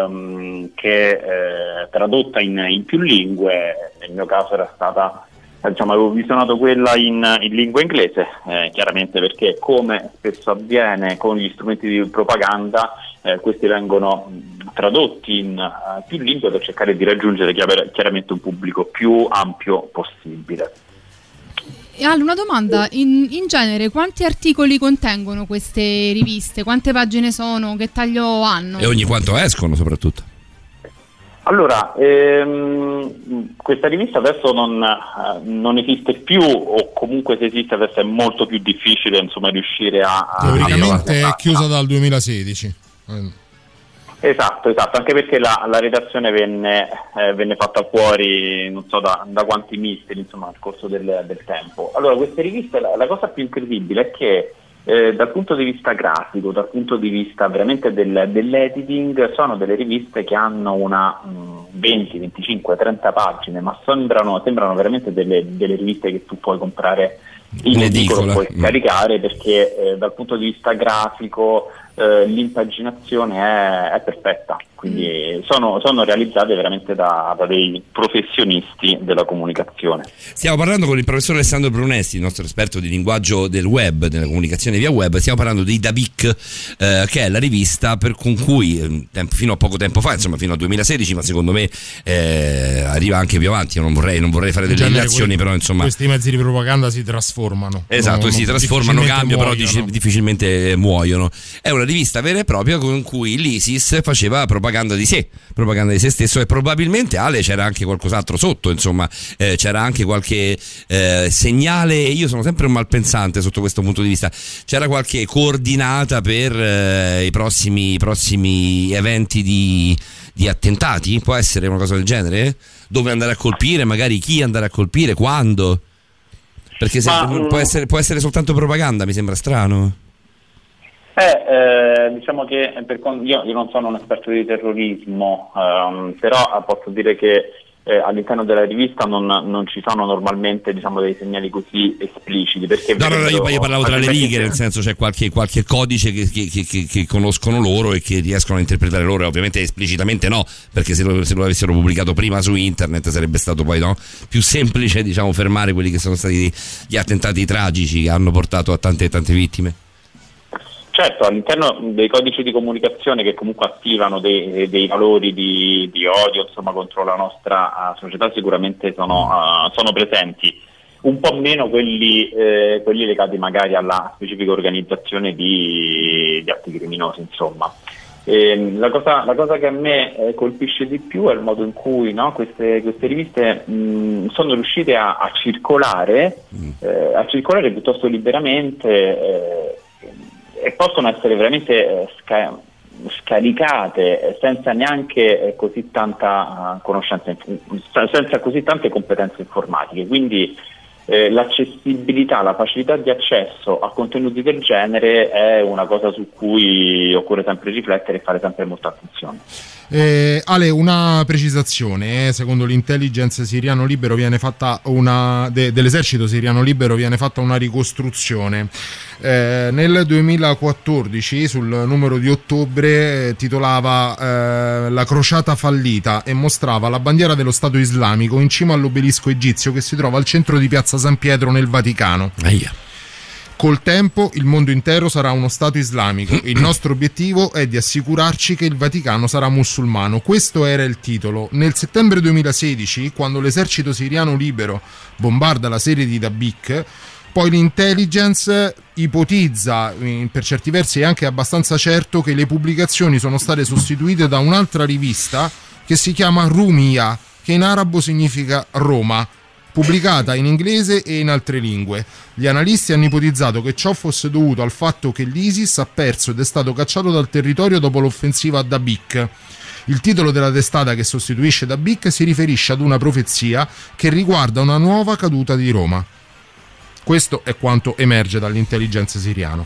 che tradotta in più lingue, nel mio caso era stata, diciamo, avevo visionato quella in lingua inglese, chiaramente perché, come spesso avviene con gli strumenti di propaganda, questi vengono tradotti in più lingue per cercare di raggiungere chiaramente un pubblico più ampio possibile. Una domanda, in genere quanti articoli contengono queste riviste? Quante pagine sono? Che taglio hanno? E ogni quanto escono soprattutto? Allora, questa rivista adesso non esiste più, o comunque se esiste adesso è molto più difficile, insomma, riuscire a... Teoricamente è chiusa dal 2016. Esatto, anche perché la redazione venne fatta fuori non so da quanti misteri, insomma, nel corso del tempo. Allora, queste riviste, la cosa più incredibile è che dal punto di vista grafico, dal punto di vista veramente dell'editing, sono delle riviste che hanno una 20, 25, 30 pagine, ma sembrano veramente delle riviste che tu puoi comprare in edicola, puoi caricare, perché dal punto di vista grafico l'impaginazione è perfetta, quindi sono realizzate veramente da dei professionisti della comunicazione. Stiamo parlando con il professor Alessandro Prunesti, il nostro esperto di linguaggio del web, della comunicazione via web. Stiamo parlando di Dabic, che è la rivista con cui fino a poco tempo fa, insomma fino al 2016, ma secondo me arriva anche più avanti. Io non vorrei fare delle dilazioni, però insomma questi mezzi di propaganda si trasformano. Esatto, si trasformano, cambiano, però difficilmente muoiono. È una rivista vera e propria con cui l'ISIS faceva propaganda di sé stesso, e probabilmente, Ale, c'era anche qualcos'altro sotto, insomma, c'era anche qualche segnale. Io sono sempre un malpensante sotto questo punto di vista. C'era qualche coordinata per i prossimi eventi di attentati? Può essere una cosa del genere? Dove andare a colpire, magari chi andare a colpire, quando? Perché può essere soltanto propaganda, mi sembra strano. Diciamo che io non sono un esperto di terrorismo, però posso dire che all'interno della rivista non ci sono normalmente, diciamo, dei segnali così espliciti, perché io parlavo tra le righe, nel senso c'è qualche codice che conoscono loro e che riescono a interpretare loro, e ovviamente esplicitamente no, perché se lo avessero pubblicato prima su internet sarebbe stato poi più semplice, diciamo, fermare quelli che sono stati gli attentati tragici che hanno portato a tante vittime. Certo, all'interno dei codici di comunicazione che comunque attivano dei valori di odio, insomma, contro la nostra società, sicuramente sono presenti, un po' meno quelli legati magari alla specifica organizzazione di atti criminosi, insomma. La cosa che a me colpisce di più è il modo in cui, no, queste riviste sono riuscite a circolare piuttosto liberamente, e possono essere veramente scaricate senza neanche così tanta conoscenza, senza così tante competenze informatiche. Quindi l'accessibilità, la facilità di accesso a contenuti del genere è una cosa su cui occorre sempre riflettere e fare sempre molta attenzione. Ale, una precisazione: secondo l'intelligence siriano libero viene fatta dell'esercito siriano libero viene fatta una ricostruzione. Nel 2014, sul numero di ottobre, titolava La crociata fallita, e mostrava la bandiera dello Stato islamico in cima all'obelisco egizio che si trova al centro di piazza San Pietro nel Vaticano. Col tempo il mondo intero sarà uno Stato islamico. Il nostro obiettivo è di assicurarci che il Vaticano sarà musulmano. Questo era il titolo. Nel settembre 2016, quando l'esercito siriano libero bombarda la sede di Dabiq, poi l'intelligence ipotizza, per certi versi è anche abbastanza certo, che le pubblicazioni sono state sostituite da un'altra rivista che si chiama Rumia, che in arabo significa Roma, pubblicata in inglese e in altre lingue. Gli analisti hanno ipotizzato che ciò fosse dovuto al fatto che l'ISIS ha perso ed è stato cacciato dal territorio dopo l'offensiva a Dabiq. Il titolo della testata che sostituisce Dabiq si riferisce ad una profezia che riguarda una nuova caduta di Roma. Questo è quanto emerge dall'intelligence siriano.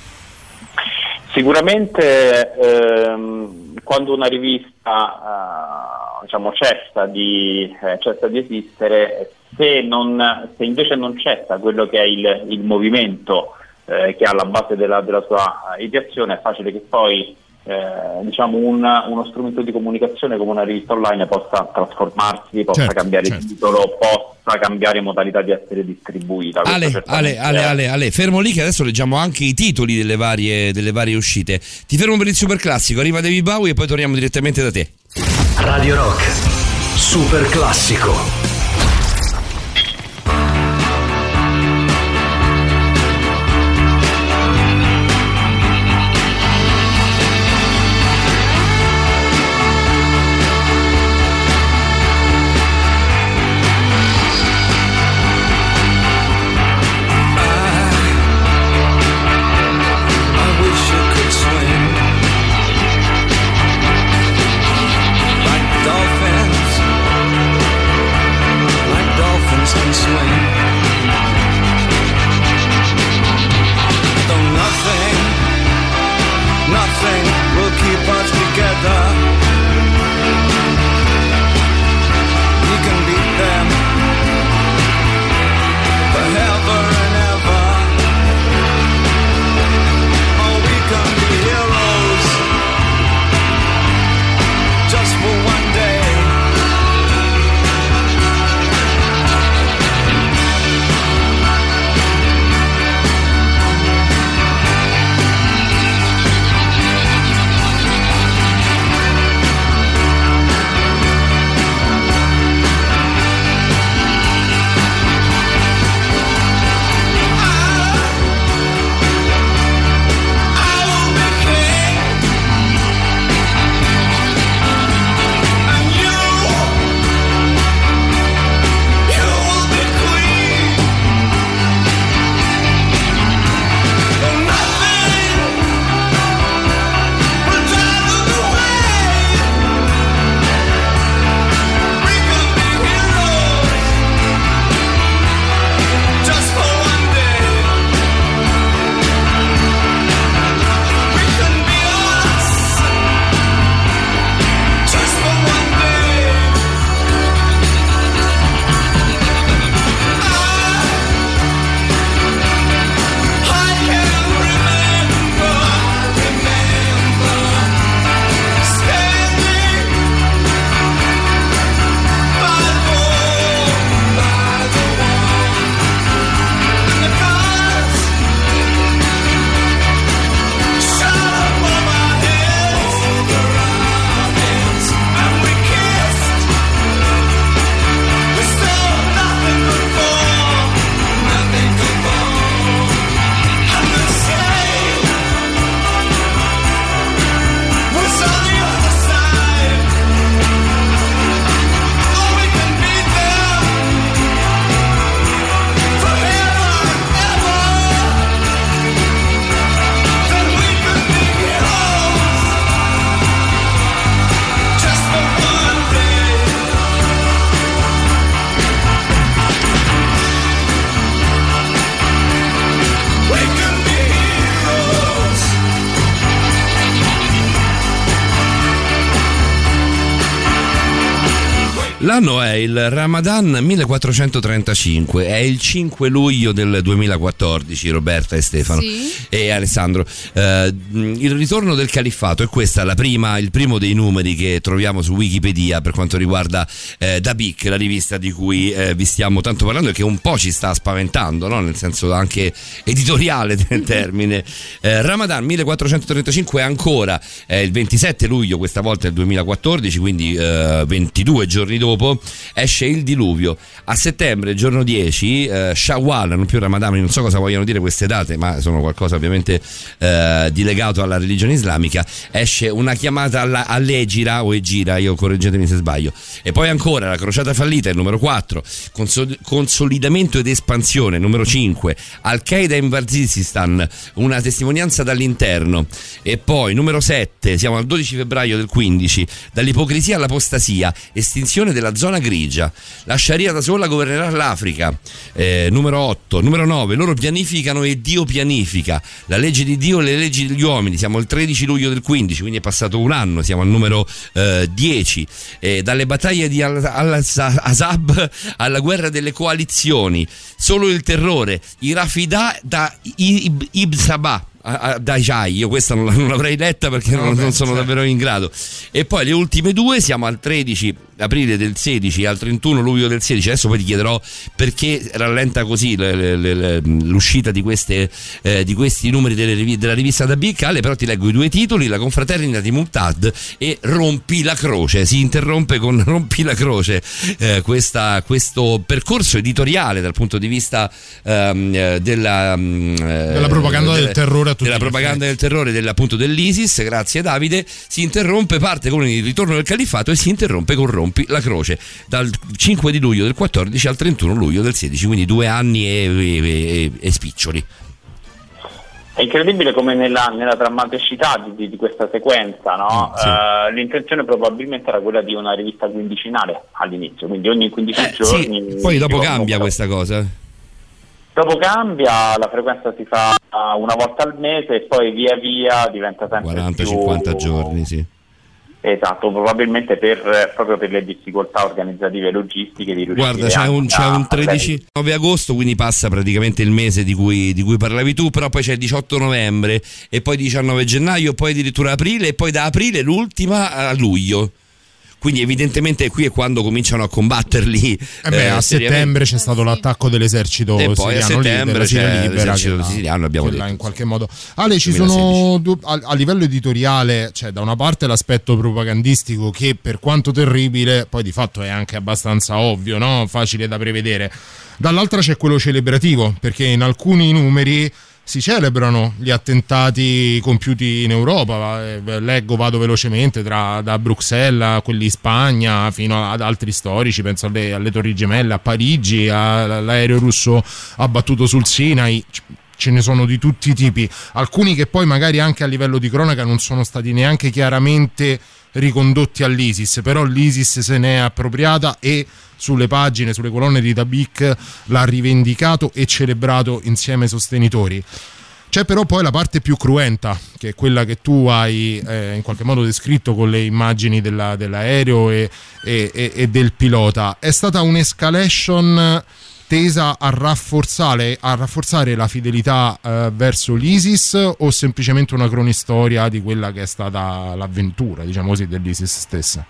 Sicuramente quando una rivista cessa di esistere, se invece non cessa quello che è il movimento che è alla base della sua ideazione, è facile che poi uno strumento di comunicazione come una rivista online possa trasformarsi, possa cambiare titolo, possa cambiare modalità di essere distribuita. Ale, fermo lì che adesso leggiamo anche i titoli delle varie uscite. Ti fermo per il super classico, arriva David Bowie e poi torniamo direttamente da te. Radio Rock, super classico. Dolphins L'anno è il Ramadan 1435, è il 5 luglio del 2014, Roberta e Stefano e Alessandro. Il ritorno del califfato, è questa il primo dei numeri che troviamo su Wikipedia per quanto riguarda Dabiq, la rivista di cui vi stiamo tanto parlando e che un po' ci sta spaventando, no? Nel senso anche editoriale del termine. Ramadan 1435 è ancora il 27 luglio, questa volta è il 2014, quindi 22 giorni dopo esce il diluvio. A settembre, giorno 10, Shawwal, non più Ramadan, non so cosa vogliono dire queste date, ma sono qualcosa ovviamente di legato alla religione islamica, esce una chiamata all'Egira o Egira, io correggetemi se sbaglio. E poi ancora la crociata fallita, il numero 4, consolidamento ed espansione, numero 5, Al-Qaeda in Waziristan, una testimonianza dall'interno. E poi numero 7, siamo al 12 febbraio del 15, dall'ipocrisia all'apostasia, estinzione della zona grigia, la Sharia da sola governerà l'Africa. Numero 8, numero 9, loro pianificano e Dio pianifica, la legge di Dio e le leggi degli uomini, siamo al 13 luglio del 15, quindi è passato un anno, siamo al numero 10, dalle battaglie di Al-Azab alla guerra delle coalizioni, solo il terrore, i Rafida da Ibn Sabah Dajjal, io questa non l'avrei letta perché non sono davvero in grado. E poi le ultime due, siamo al 13 aprile del 16 e al 31 luglio del 16. Adesso poi ti chiederò perché rallenta così l'uscita di questi numeri della rivista Dabiq, però ti leggo i due titoli: La confraternita di Muqtad e Rompi la croce. Si interrompe con Rompi la croce questo percorso editoriale dal punto di vista della propaganda del terrore, della propaganda del terrore appunto dell'ISIS. Grazie Davide. Si interrompe, parte con il ritorno del califfato e si interrompe con Rompi la croce, dal 5 di luglio del 14 al 31 luglio del 16, quindi 2 anni e spiccioli. È incredibile come nella drammaticità di questa sequenza, no? Sì. L'intenzione probabilmente era quella di una rivista quindicinale all'inizio, quindi ogni 15 giorni. Sì. Poi dopo cambia questa cosa. Dopo cambia, la frequenza si fa una volta al mese e poi via via diventa sempre 40-50 giorni, sì. Esatto, probabilmente proprio per le difficoltà organizzative e logistiche di riuscire. Guarda, c'è un 13 9 agosto, quindi passa praticamente il mese di cui parlavi tu, però poi c'è il 18 novembre e poi 19 gennaio, poi addirittura aprile e poi da aprile l'ultima a luglio. Quindi evidentemente qui è quando cominciano a combatterli. A settembre c'è stato l'attacco dell'esercito siriano, e poi a settembre c'è l'esercito siriano, abbiamo detto. In qualche modo. Ale, ci sono a livello editoriale, cioè da una parte l'aspetto propagandistico che per quanto terribile, poi di fatto è anche abbastanza ovvio, no? Facile da prevedere. Dall'altra c'è quello celebrativo, perché in alcuni numeri si celebrano gli attentati compiuti in Europa. Vado velocemente da Bruxelles a quelli in Spagna fino ad altri storici, penso alle Torri Gemelle a Parigi, all'aereo russo abbattuto sul Sinai. Ce ne sono di tutti i tipi, alcuni che poi magari anche a livello di cronaca non sono stati neanche chiaramente ricondotti all'ISIS, però l'ISIS se ne è appropriata e sulle pagine, sulle colonne di Dabiq l'ha rivendicato e celebrato insieme ai sostenitori. C'è però poi la parte più cruenta, che è quella che tu hai in qualche modo descritto con le immagini dell'aereo e del pilota. È stata un'escalation tesa a rafforzare la fidelità verso l'ISIS, o semplicemente una cronistoria di quella che è stata l'avventura, diciamo così, dell'ISIS stessa?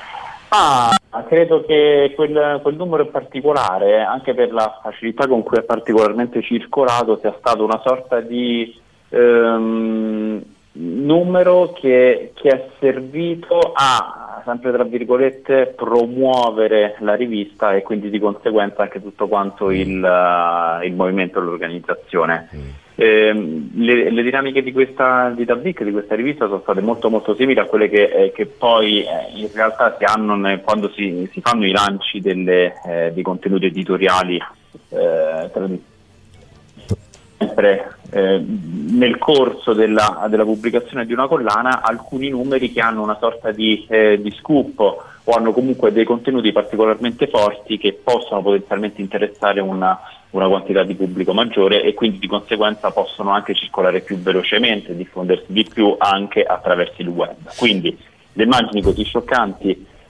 Credo che quel numero in particolare, anche per la facilità con cui è particolarmente circolato, sia stato una sorta di numero che è servito a, sempre tra virgolette, promuovere la rivista e quindi di conseguenza anche tutto quanto il movimento e l'organizzazione. Le dinamiche di Dabiq, di questa rivista, sono state molto molto simili a quelle che poi in realtà si hanno quando si fanno i lanci dei contenuti editoriali sempre nel corso della pubblicazione di una collana, alcuni numeri che hanno una sorta di scoop o hanno comunque dei contenuti particolarmente forti che possono potenzialmente interessare una quantità di pubblico maggiore e quindi di conseguenza possono anche circolare più velocemente, diffondersi di più anche attraverso il web. Quindi le immagini così scioccanti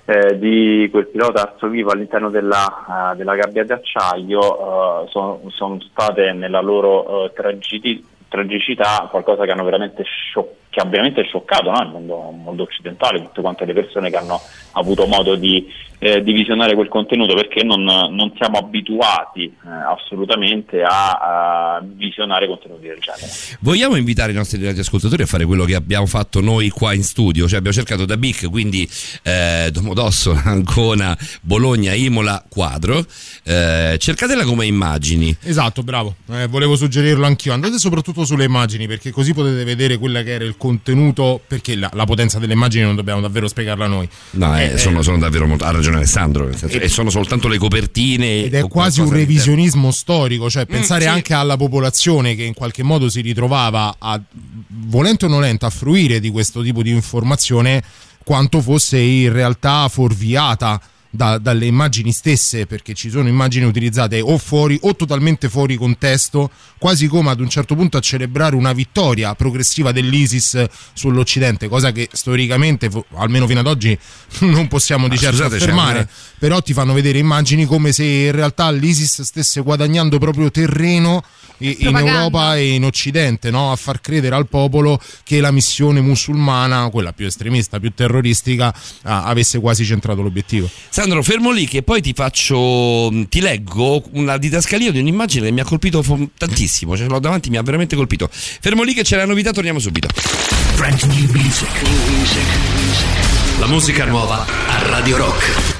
di quel pilota arso vivo all'interno della gabbia d'acciaio sono state nella loro tragicità qualcosa che che ha veramente scioccato, no? Il mondo occidentale, tutte quante le persone che hanno avuto modo di visionare quel contenuto, perché non siamo abituati assolutamente a visionare contenuti del genere. Vogliamo invitare i nostri radioascoltatori a fare quello che abbiamo fatto noi qua in studio, cioè abbiamo cercato da BIC, quindi Domodossola, Ancona, Bologna, Imola, Quadro, cercatela come immagini. Esatto, bravo, volevo suggerirlo anch'io, andate soprattutto sulle immagini, perché così potete vedere quella che era il contenuto, perché la potenza delle immagini non dobbiamo davvero spiegarla noi. No, sono davvero molto, ha ragione Alessandro, nel senso, e sono soltanto le copertine ed è quasi un revisionismo storico, cioè pensare anche alla popolazione che in qualche modo si ritrovava volente o nolente a fruire di questo tipo di informazione, quanto fosse in realtà fuorviata dalle immagini stesse, perché ci sono immagini utilizzate o fuori o totalmente fuori contesto, quasi come ad un certo punto a celebrare una vittoria progressiva dell'ISIS sull'Occidente, cosa che storicamente, almeno fino ad oggi, non possiamo di certo affermare, però ti fanno vedere immagini come se in realtà l'ISIS stesse guadagnando proprio terreno in Europa e in Occidente, no? A far credere al popolo che la missione musulmana, quella più estremista, più terroristica, avesse quasi centrato l'obiettivo. Sandro, fermo lì che poi ti leggo una didascalia di un'immagine che mi ha colpito tantissimo, ce l'ho davanti, mi ha veramente colpito. Fermo lì che c'è la novità, torniamo subito. La musica nuova a Radio Rock.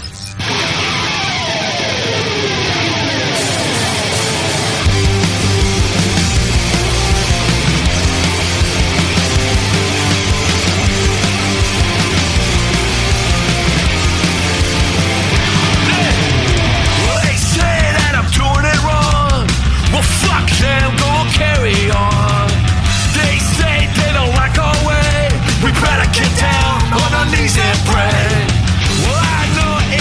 Get down on our knees and pray. Well, I know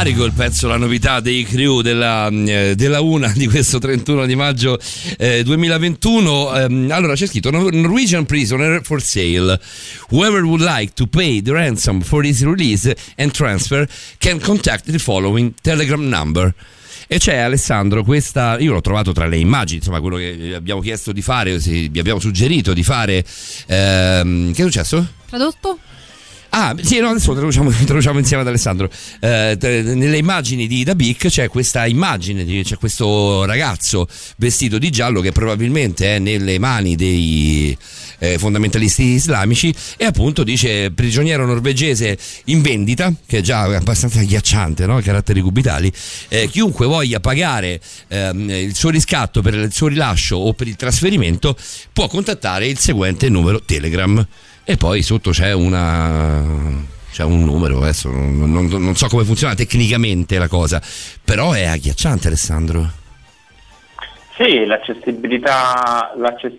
carico, il pezzo, la novità dei Crew della una di questo 31 di maggio 2021. Allora c'è scritto: Norwegian prisoner for sale. Whoever would like to pay the ransom for his release and transfer can contact the following Telegram number. E c'è, Alessandro, questa, io l'ho trovato tra le immagini, insomma, quello che abbiamo chiesto di fare, vi abbiamo suggerito di fare. Che è successo? Tradotto? Ah, sì, no, adesso lo traduciamo insieme ad Alessandro. Nelle immagini di Dabiq c'è questa immagine, c'è questo ragazzo vestito di giallo che probabilmente è nelle mani dei fondamentalisti islamici, e appunto dice prigioniero norvegese in vendita, che è già abbastanza agghiacciante, no? Caratteri cubitali. Chiunque voglia pagare il suo riscatto per il suo rilascio o per il trasferimento può contattare il seguente numero Telegram. E poi sotto c'è un numero, adesso non so come funziona tecnicamente la cosa, però è agghiacciante, Alessandro. Sì, l'accessibilità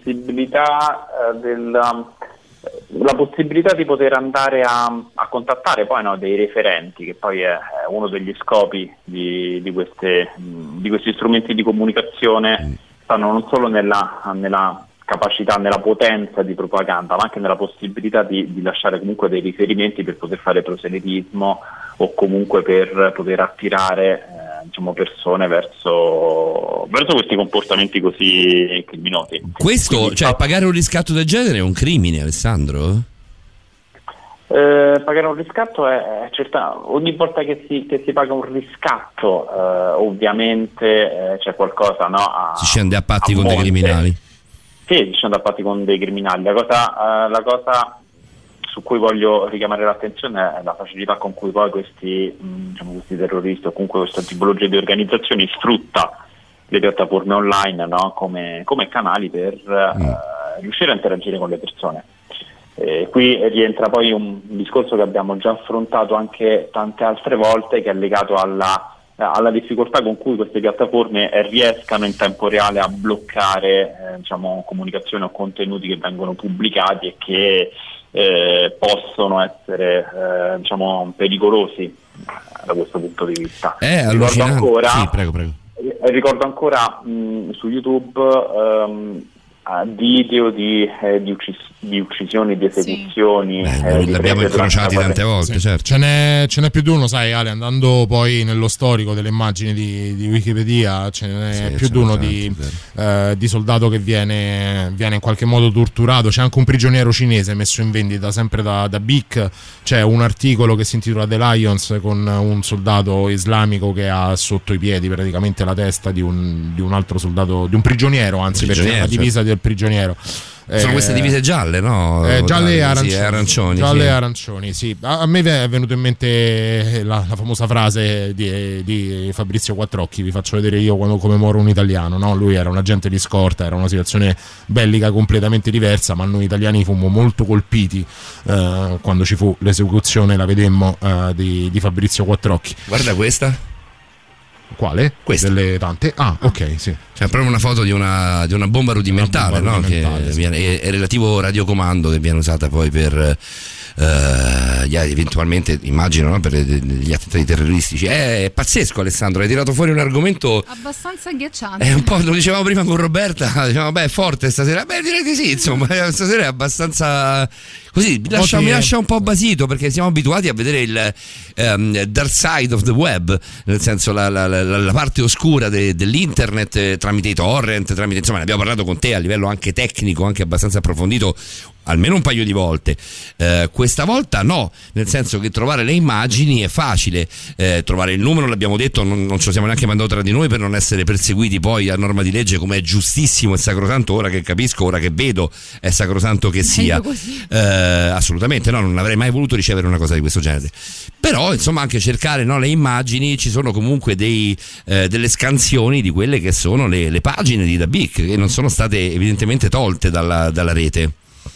la possibilità di poter andare a contattare poi dei referenti, che poi è uno degli scopi di questi strumenti di comunicazione, stanno non solo nella capacità, nella potenza di propaganda, ma anche nella possibilità di lasciare comunque dei riferimenti per poter fare proselitismo o comunque per poter attirare persone verso questi comportamenti così criminosi. Questo, quindi, cioè pagare un riscatto del genere è un crimine, Alessandro? Pagare un riscatto è ogni volta che si paga un riscatto ovviamente c'è qualcosa, no? Si scende a patti con dei criminali. Sì, si scende a patti con dei criminali. La cosa su cui voglio richiamare l'attenzione è la facilità con cui poi questi terroristi o comunque questa tipologia di organizzazioni sfrutta le piattaforme online, no? come canali per riuscire a interagire con le persone. Qui rientra poi un discorso che abbiamo già affrontato anche tante altre volte, che è legato alla difficoltà con cui queste piattaforme riescano in tempo reale a bloccare comunicazioni o contenuti che vengono pubblicati e che possono essere pericolosi da questo punto di vista. Ricordo ancora su YouTube video di uccisioni, di esecuzioni. Li abbiamo incrociati tante volte, sì. Certo. Ce n'è più di uno, sai, Ale, andando poi nello storico delle immagini di Wikipedia, ce n'è più di uno di soldato che viene in qualche modo torturato. C'è anche un prigioniero cinese messo in vendita sempre da Bic. C'è un articolo che si intitola The Lions, con un soldato islamico che ha sotto i piedi praticamente la testa di un altro soldato, di un prigioniero, anzi, perché è la divisa del prigioniero. Sono queste divise gialle, no? Gialle e arancioni. Sì, arancioni. Gialle e arancioni, sì. A me è venuto in mente la famosa frase di Fabrizio Quattrocchi: vi faccio vedere io come muore un italiano, no? Lui era un agente di scorta, era una situazione bellica completamente diversa, ma noi italiani fummo molto colpiti quando ci fu l'esecuzione, la vedemmo, di Fabrizio Quattrocchi. Guarda questa. Quale? Questa. Delle tante. Ah, ok, sì. C'è proprio una foto di una bomba rudimentale, no? Che sì. è relativo radiocomando, che viene usata poi per eventualmente, immagino, no? Per gli attentati terroristici. È pazzesco, Alessandro, hai tirato fuori un argomento abbastanza agghiacciante. È un po', lo dicevamo prima con Roberta, dicevamo, beh, è forte stasera. Beh, direi di sì, insomma, stasera è abbastanza così, mi lascia un po' basito, perché siamo abituati a vedere il dark side of the web, nel senso la parte oscura dell'internet, tramite i torrent, insomma, ne abbiamo parlato con te a livello anche tecnico, anche abbastanza approfondito, almeno un paio di volte. Questa volta no, nel senso che trovare le immagini è facile, trovare il numero, l'abbiamo detto, non ce lo siamo neanche mandato tra di noi per non essere perseguiti poi a norma di legge, come è giustissimo e sacrosanto, ora che capisco, ora che vedo, è sacrosanto che sia. Assolutamente no, non avrei mai voluto ricevere una cosa di questo genere. Però insomma anche cercare, no, le immagini, ci sono comunque delle scansioni di quelle che sono le pagine di Dabiq, che non sono state evidentemente tolte dalla rete.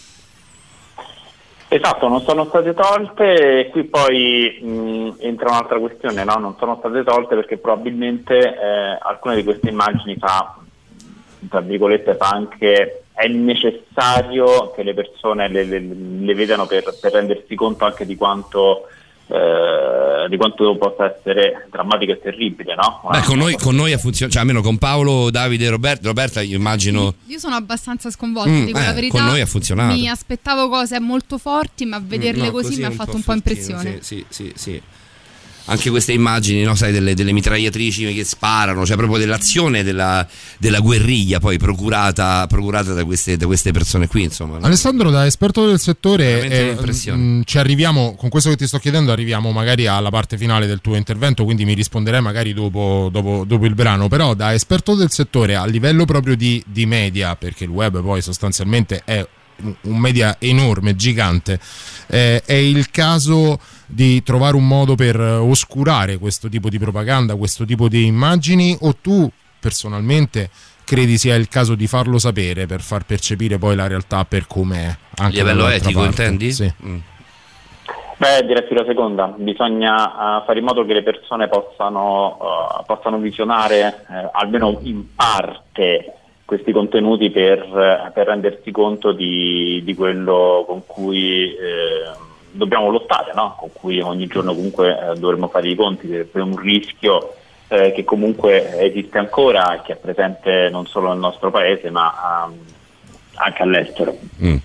Esatto, non sono state tolte, e qui poi entra un'altra questione, no? Non sono state tolte perché probabilmente alcune di queste immagini tra virgolette, è necessario che le persone le vedano per rendersi conto anche di quanto possa essere drammatico e terribile, no? Con noi ha funzionato, cioè almeno con Paolo, Davide e Roberta, io immagino. Io sono abbastanza sconvolta, dico la verità. Con noi ha funzionato. Mi aspettavo cose molto forti, ma vederle così mi ha fatto un po' impressione. Sì. Anche queste immagini, no, sai, delle mitragliatrici che sparano, cioè proprio dell'azione della guerriglia poi procurata da queste persone qui, insomma. Alessandro, da esperto del settore, ci arriviamo, con questo che ti sto chiedendo arriviamo magari alla parte finale del tuo intervento, quindi mi risponderai magari dopo il brano, però da esperto del settore a livello proprio di media, perché il web poi sostanzialmente è un media enorme, gigante, è il caso di trovare un modo per oscurare questo tipo di propaganda, questo tipo di immagini, o tu personalmente credi sia il caso di farlo sapere per far percepire poi la realtà per com'è, anche a livello etico, parte. Intendi? Sì. Direi più la seconda, bisogna fare in modo che le persone possano visionare almeno in parte questi contenuti per rendersi conto di quello con cui dobbiamo lottare, no? Con cui ogni giorno comunque dovremmo fare i conti per un rischio che comunque esiste ancora e che è presente non solo nel nostro paese ma anche all'estero.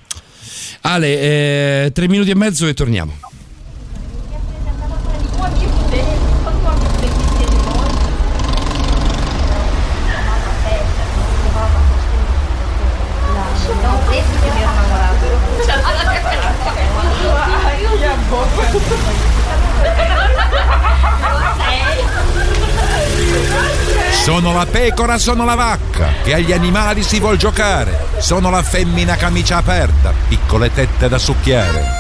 Ale, 3 minuti e mezzo e torniamo. Sono la pecora, sono la vacca, che agli animali si vuol giocare. Sono la femmina camicia aperta, piccole tette da succhiare.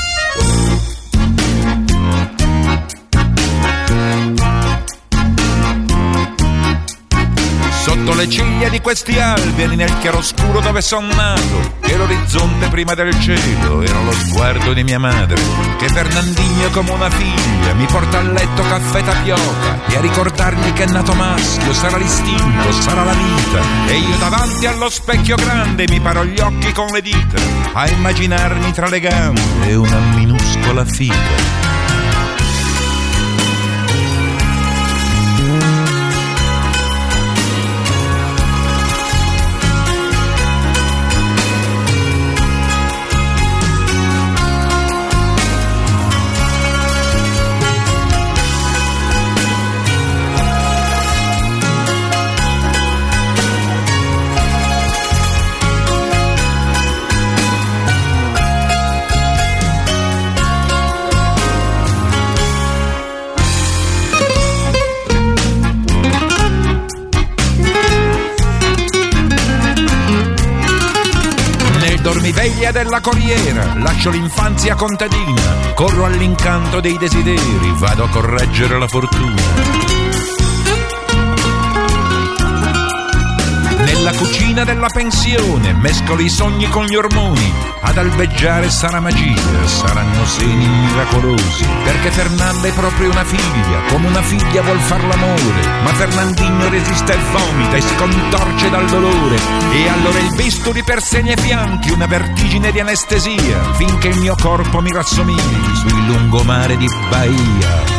Sotto le ciglia di questi alberi, nel chiaroscuro dove son nato, che l'orizzonte prima del cielo era lo sguardo di mia madre, che Fernandinho come una figlia mi porta a letto caffè tapioca, e a ricordarmi che è nato maschio sarà l'istinto, sarà la vita, e io davanti allo specchio grande mi paro gli occhi con le dita, a immaginarmi tra le gambe una minuscola figa. Dormiveglia della corriera, lascio l'infanzia contadina, corro all'incanto dei desideri, vado a correggere la fortuna. Nella cucina della pensione mescolo i sogni con gli ormoni, ad albeggiare sarà magia, saranno seni miracolosi, perché Fernanda è proprio una figlia, come una figlia vuol far l'amore, ma Fernandinho resiste e vomita e si contorce dal dolore, e allora il bisturi per seni e fianchi, una vertigine di anestesia, finché il mio corpo mi rassomigli sul lungomare di Bahia.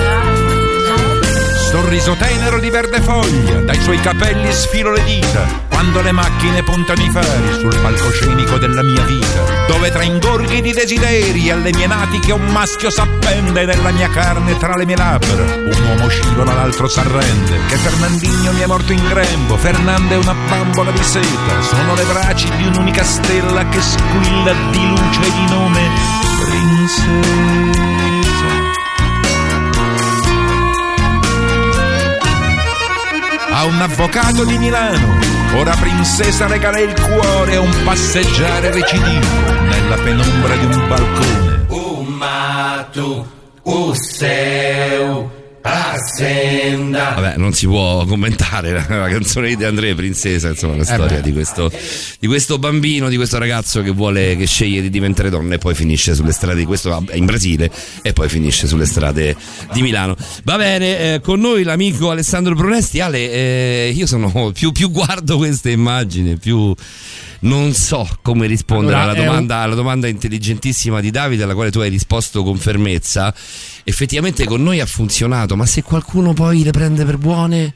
Tenero di verde foglia, dai suoi capelli sfilo le dita, quando le macchine puntano i fari sul palcoscenico della mia vita, dove tra ingorghi di desideri alle mie natiche un maschio s'appende nella mia carne tra le mie labbra, un uomo scivola, l'altro s'arrende, che Fernandinho mi è morto in grembo, Fernanda è una bambola di seta, sono le braci di un'unica stella che squilla di luce e di nome princesa. A un avvocato di Milano, ora princesa regala il cuore a un passeggiare recidivo nella penombra di un balcone. Umatu, Usseu, Assenda. Vabbè, non si può commentare la canzone di De André, Princesa, insomma, la storia di questo bambino, di questo ragazzo che sceglie di diventare donna e poi finisce sulle strade di questo in Brasile e poi finisce sulle strade di Milano. Va bene, con noi l'amico Alessandro Brunesti. Ale, io sono più guardo queste immagini, più non so come rispondere alla domanda intelligentissima di Davide, alla quale tu hai risposto con fermezza. Effettivamente con noi ha funzionato, ma se qualcuno poi le prende per buone,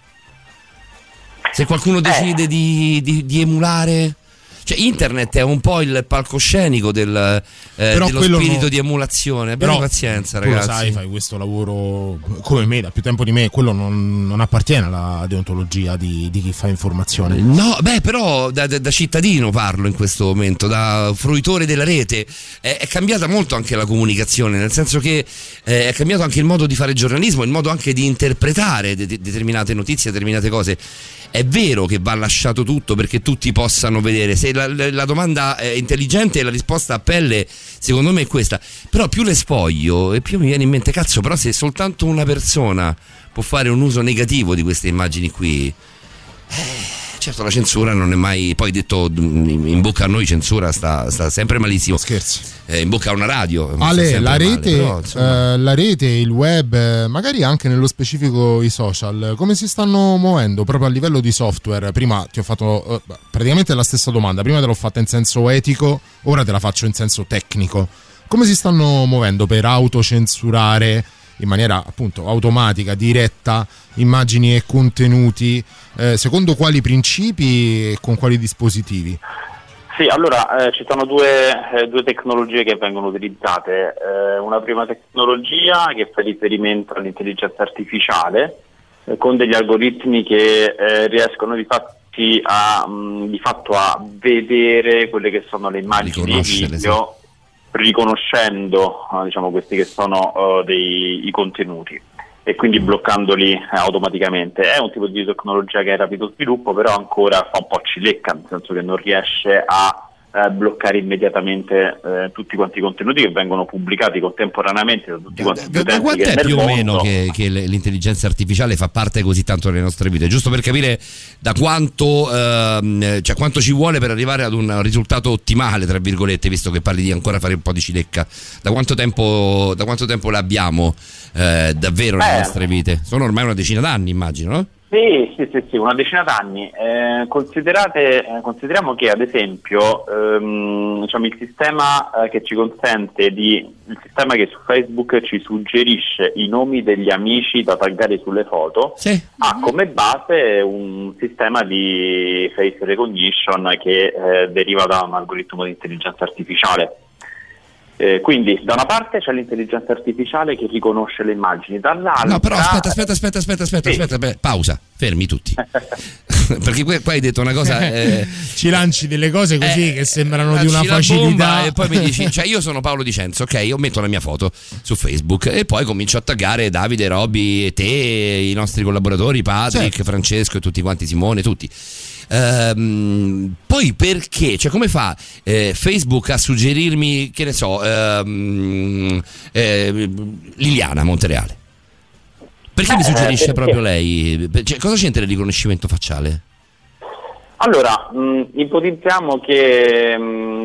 se qualcuno decide di emulare, cioè internet è un po' il palcoscenico dello spirito di emulazione. Abbiamo pazienza, ragazzi. Tu lo sai, fai questo lavoro come me da più tempo di me, quello non appartiene alla deontologia di chi fa informazione. No, però da cittadino parlo in questo momento, da fruitore della rete. È cambiata molto anche la comunicazione, nel senso che è cambiato anche il modo di fare giornalismo, il modo anche di interpretare determinate notizie, determinate cose. È vero che va lasciato tutto perché tutti possano vedere. Se la domanda è intelligente e la risposta a pelle, secondo me è questa. Però più le sfoglio e più mi viene in mente, cazzo, però se soltanto una persona può fare un uso negativo di queste immagini qui, certo la censura non è mai, poi detto in bocca a noi censura sta sempre malissimo. Scherzi. In bocca a una radio. Ale, la rete, il web, magari anche nello specifico i social, come si stanno muovendo proprio a livello di software? Prima ti ho fatto praticamente la stessa domanda, prima te l'ho fatta in senso etico, ora te la faccio in senso tecnico. Come si stanno muovendo per autocensurare in maniera appunto automatica, diretta, immagini e contenuti, secondo quali principi e con quali dispositivi? Sì, allora ci sono due tecnologie che vengono utilizzate. Una prima tecnologia che fa riferimento all'intelligenza artificiale, con degli algoritmi che riescono di fatto a vedere quelle che sono le immagini di video, riconoscendo diciamo questi che sono i contenuti e quindi bloccandoli automaticamente. È un tipo di tecnologia che è in rapido sviluppo, però ancora fa un po' cilecca, nel senso che non riesce a bloccare immediatamente tutti quanti i contenuti che vengono pubblicati contemporaneamente da tutti quanti gli utenti. Da quanto è più o meno mondo. che l'intelligenza artificiale fa parte così tanto delle nostre vite? Giusto per capire da quanto quanto ci vuole per arrivare ad un risultato ottimale, tra virgolette, visto che parli di ancora fare un po' di cilecca. Da quanto tempo l'abbiamo davvero nelle nostre vite? Sono ormai una decina d'anni, immagino, no? Sì, una decina d'anni. Consideriamo che ad esempio il sistema che ci consente il sistema che su Facebook ci suggerisce i nomi degli amici da taggare sulle foto, sì, ha come base un sistema di face recognition che deriva da un algoritmo di intelligenza artificiale. Quindi da una parte c'è l'intelligenza artificiale che riconosce le immagini, dall'altra... No, però aspetta, pausa, fermi tutti. Perché qua hai detto una cosa... ci lanci delle cose così che sembrano di una facilità e poi mi dici, cioè io sono Paolo Dicenzo, ok, io metto la mia foto su Facebook e poi comincio a taggare Davide, Robby, te, i nostri collaboratori, Patrick, certo, Francesco e tutti quanti, Simone, tutti. Poi perché? Cioè come fa Facebook a suggerirmi, che ne so, Liliana Montereale? Perché mi suggerisce proprio lei? Cioè, cosa c'entra il riconoscimento facciale? Allora, ipotizziamo che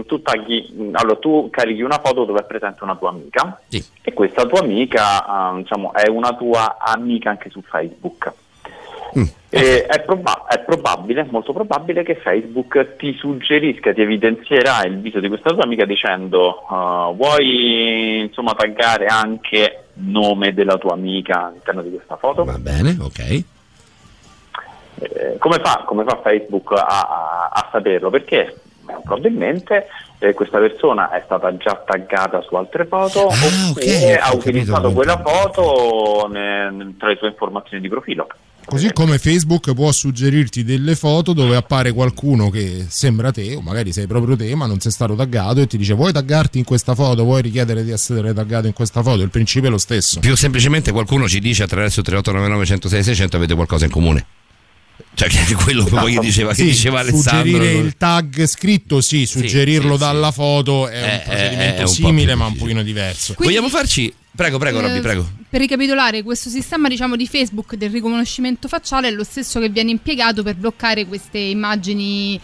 tu carichi una foto dove è presente una tua amica, sì, e questa tua amica è una tua amica anche su Facebook. È probabile, molto probabile che Facebook ti suggerisca, ti evidenzierà il viso di questa tua amica dicendo vuoi taggare anche nome della tua amica all'interno di questa foto? Va bene, ok. Come fa Facebook a a saperlo, perché probabilmente questa persona è stata già taggata su altre foto oppure ha utilizzato quella foto tra le sue informazioni di profilo. Così come Facebook può suggerirti delle foto dove appare qualcuno che sembra te, o magari sei proprio te, ma non sei stato taggato, e ti dice: vuoi taggarti in questa foto, vuoi richiedere di essere taggato in questa foto? Il principio è lo stesso. Più semplicemente qualcuno ci dice attraverso 3899 106 600 avete qualcosa in comune. Cioè, che è quello che diceva Alessandro. Suggerire il tag scritto, suggerirlo dalla foto è un procedimento simile ma un pochino diverso. Quindi, vogliamo farci... Prego, Robby, prego. Per ricapitolare, questo sistema di Facebook del riconoscimento facciale è lo stesso che viene impiegato per bloccare queste immagini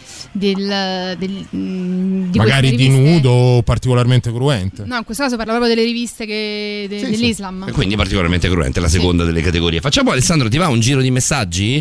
magari di nudo particolarmente cruente. No, in questo caso parla proprio delle riviste dell'Islam. E quindi particolarmente cruente, la seconda delle categorie. Facciamo, Alessandro, ti va un giro di messaggi?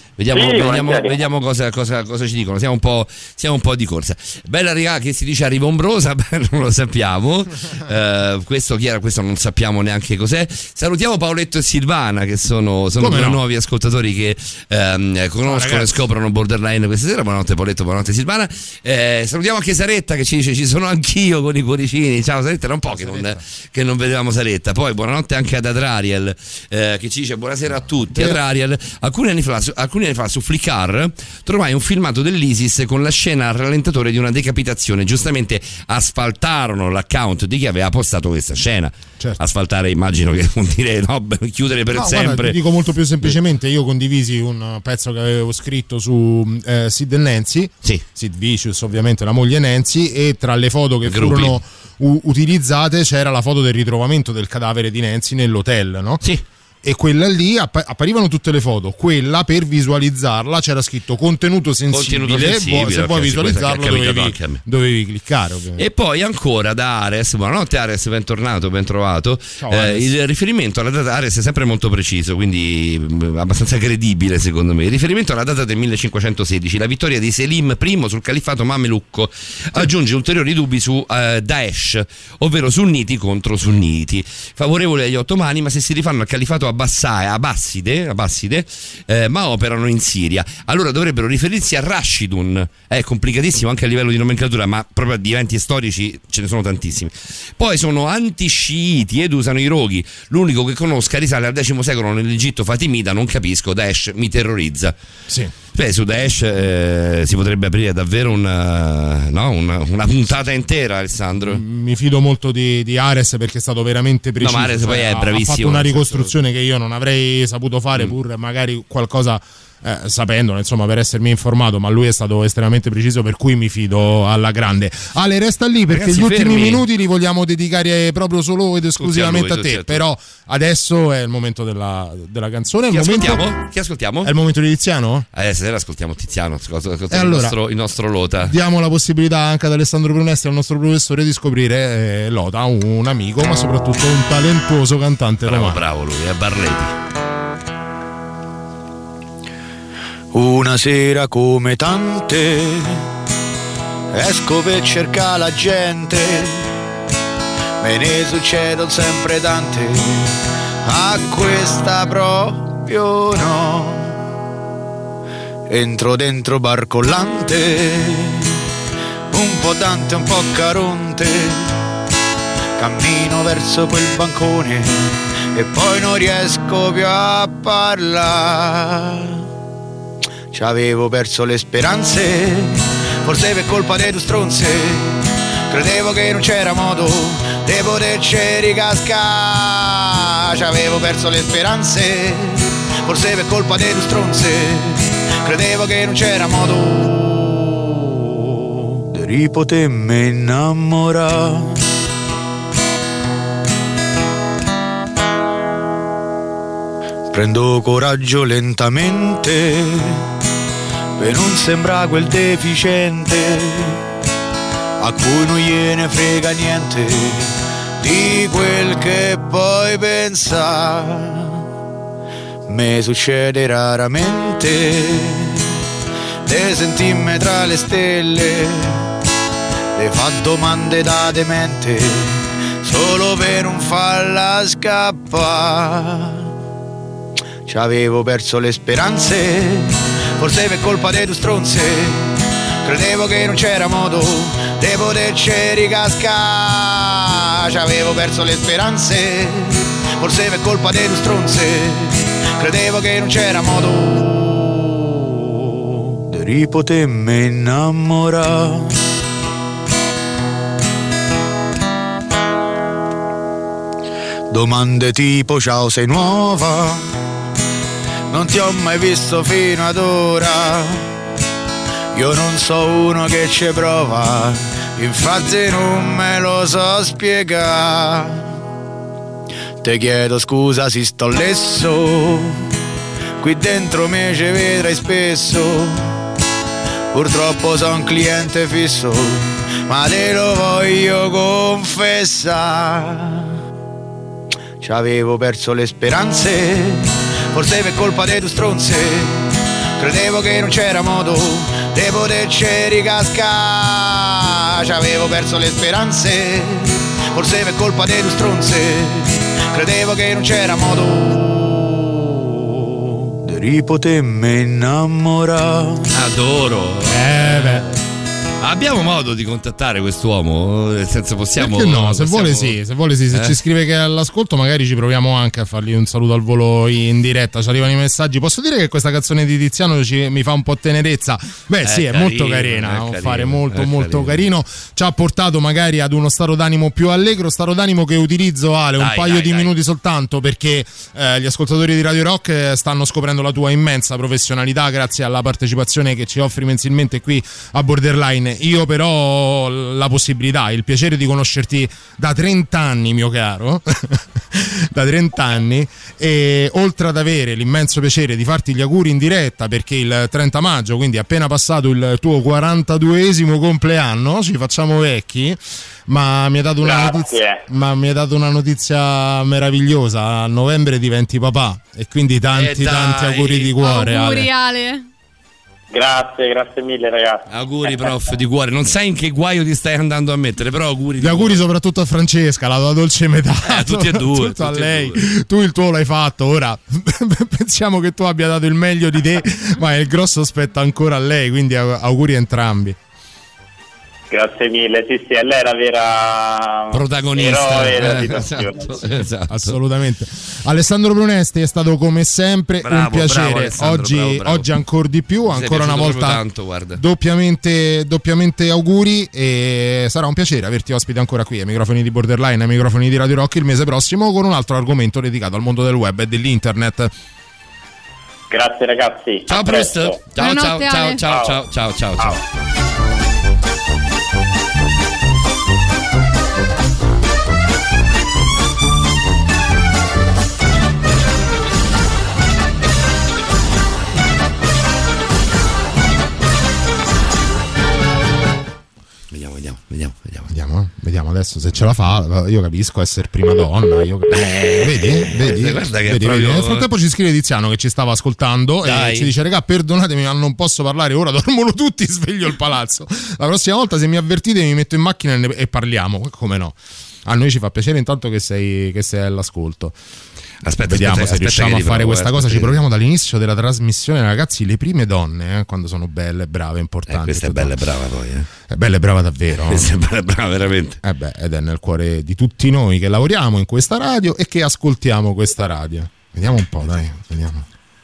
Vediamo cosa ci dicono. Siamo un po' di corsa. Bella raga che si dice arriva Ombrosa, non lo sappiamo. Questo non sappiamo neanche cos'è. Salutiamo Paoletto e Silvana, che sono due nuovi ascoltatori che conoscono e scoprono Borderline questa sera. Buonanotte Paoletto, buonanotte Silvana. Salutiamo anche Saretta che ci dice: ci sono anch'io con i cuoricini. Ciao Saretta, era un po' che non vedevamo Saretta. Poi buonanotte anche ad Adrariel, che ci dice: buonasera a tutti. Adrariel, alcuni anni fa su Flickr trovai un filmato dell'ISIS con la scena al rallentatore di una decapitazione. Giustamente asfaltarono l'account di chi aveva postato questa scena. Certo. Asfaltare immagino che vuol dire chiudere per sempre. Guarda, ti dico molto più semplicemente, io condivisi un pezzo che avevo scritto su Sid e Nancy, Sid Vicious ovviamente, la moglie Nancy, e tra le foto che furono utilizzate c'era la foto del ritrovamento del cadavere di Nancy nell'hotel, no? Sì. E quella lì apparivano tutte le foto, quella per visualizzarla c'era scritto contenuto sensibile, se vuoi visualizzarlo dovevi cliccare ovviamente. E poi ancora da Ares, buonanotte Ares, bentornato, ben trovato. Il riferimento alla data Ares è sempre molto preciso, quindi abbastanza credibile secondo me. Il riferimento alla data del 1516, la vittoria di Selim I sul califfato mamelucco, aggiunge ulteriori dubbi su Daesh, ovvero sunniti contro sunniti, favorevoli agli ottomani, ma se si rifanno al califfato Abbaside, ma operano in Siria. Allora dovrebbero riferirsi a Rashidun. È complicatissimo anche a livello di nomenclatura, ma proprio di eventi storici ce ne sono tantissimi. Poi sono anti-sciiti ed usano i roghi. L'unico che conosca risale al X secolo nell'Egitto fatimida. Non capisco, Daesh mi terrorizza. Sì. Beh, su Daesh si potrebbe aprire davvero una puntata intera, Alessandro. Mi fido molto di Ares perché è stato veramente preciso. No, ma Ares poi è bravissimo. Ha fatto una ricostruzione che io non avrei saputo fare, pur magari qualcosa sapendolo, insomma, per essermi informato, ma lui è stato estremamente preciso, per cui mi fido alla grande. Ale, resta lì perché ragazzi, gli ultimi minuti li vogliamo dedicare proprio solo ed esclusivamente a te, certo. Però adesso è il momento della canzone. Chi ascoltiamo? È il momento di Tiziano? Stasera ascoltiamo Tiziano, allora, il nostro Lota. Diamo la possibilità anche ad Alessandro Brunesti, al nostro professore, di scoprire Lota, un amico ma soprattutto un talentuoso cantante romano. Bravo lui, è Barleti. Una sera come tante esco per cercare la gente, me ne succedono sempre tante, a questa proprio no. Entro dentro barcollante, un po' Dante, un po' Caronte, cammino verso quel bancone e poi non riesco più a parlare. C'avevo perso le speranze, forse per colpa dei due stronze, credevo che non c'era modo di poterci ricascare. C'avevo perso le speranze, forse per colpa dei due stronze, credevo che non c'era modo di ripotermi innamorare. Prendo coraggio lentamente per non sembrare quel deficiente a cui non gliene frega niente di quel che poi pensa. Me succede raramente di sentirmi tra le stelle, di fa domande da demente solo per non farla scappare. C'avevo perso le speranze, forse per colpa dei due stronze, credevo che non c'era modo di poterci ricascare. C'avevo perso le speranze, forse per colpa dei due stronze, credevo che non c'era modo di ripotermi innamorare. Domande tipo ciao sei nuova, non ti ho mai visto fino ad ora, io non so uno che ci prova, infatti non me lo so spiegare. Te chiedo scusa se sto lesso, qui dentro me ci vedrai spesso, purtroppo sono un cliente fisso, ma te lo voglio confessare. C'avevo perso le speranze, forse per colpa dei due stronze, credevo che non c'era modo di poterci ricascare. C'avevo perso le speranze, forse per colpa dei due stronze, credevo che non c'era modo di ripotermi innamorare. Adoro. Beh. Abbiamo modo di contattare quest'uomo? Nel senso possiamo... Perché no? Se vuole sì. Se ci scrive che è all'ascolto magari ci proviamo anche a fargli un saluto al volo in diretta. Ci arrivano i messaggi. Posso dire che questa canzone di Tiziano mi fa un po' tenerezza? Beh sì, è carino, molto carina, un fare molto carino. Ci ha portato magari ad uno stato d'animo più allegro, stato d'animo che utilizzo Ale un paio di minuti soltanto, perché gli ascoltatori di Radio Rock stanno scoprendo la tua immensa professionalità grazie alla partecipazione che ci offri mensilmente qui a Borderline. Io però ho la possibilità, il piacere di conoscerti da 30 anni, mio caro, da 30 anni, e oltre ad avere l'immenso piacere di farti gli auguri in diretta, perché il 30 maggio, quindi appena passato il tuo 42esimo compleanno, ci facciamo vecchi, ma mi hai dato una notizia meravigliosa: a novembre diventi papà, e quindi tanti auguri di cuore. Auguri Ale. Grazie mille ragazzi. Auguri prof di cuore. Non sai in che guaio ti stai andando a mettere, però auguri. Gli auguri soprattutto a Francesca, la tua dolce metà. Tutti e due. Tutto a lei. Tu il tuo l'hai fatto, ora pensiamo che tu abbia dato il meglio di te, ma il grosso spetta ancora a lei, quindi auguri a entrambi. Grazie mille, sì, è lei la vera protagonista della situazione. Esatto. Assolutamente. Alessandro Brunesti, è stato come sempre un piacere. Bravo, oggi ancora di più, ancora una volta tanto, doppiamente auguri, e sarà un piacere averti ospite ancora qui ai microfoni di Borderline, ai microfoni di Radio Rock il mese prossimo, con un altro argomento dedicato al mondo del web e dell'internet. Grazie ragazzi. Ciao, presto. Ciao. Vediamo adesso se ce la fa. Io capisco essere prima donna. Vedi? Guarda che proprio... Nel frattempo ci scrive Tiziano che ci stava ascoltando e ci dice: regà, perdonatemi ma non posso parlare ora, dormono tutti, sveglio il palazzo. La prossima volta se mi avvertite mi metto in macchina e parliamo. Come no? A noi ci fa piacere intanto che sei all'ascolto. Vediamo se riusciamo a fare questa cosa. Ci proviamo dall'inizio della trasmissione, ragazzi. Le prime donne, quando sono belle, brave, importanti. Questa è bella e brava poi. È bella e brava davvero. Questa è bella e brava veramente. Ed è nel cuore di tutti noi che lavoriamo in questa radio e che ascoltiamo questa radio. Vediamo un po', dai, vediamo.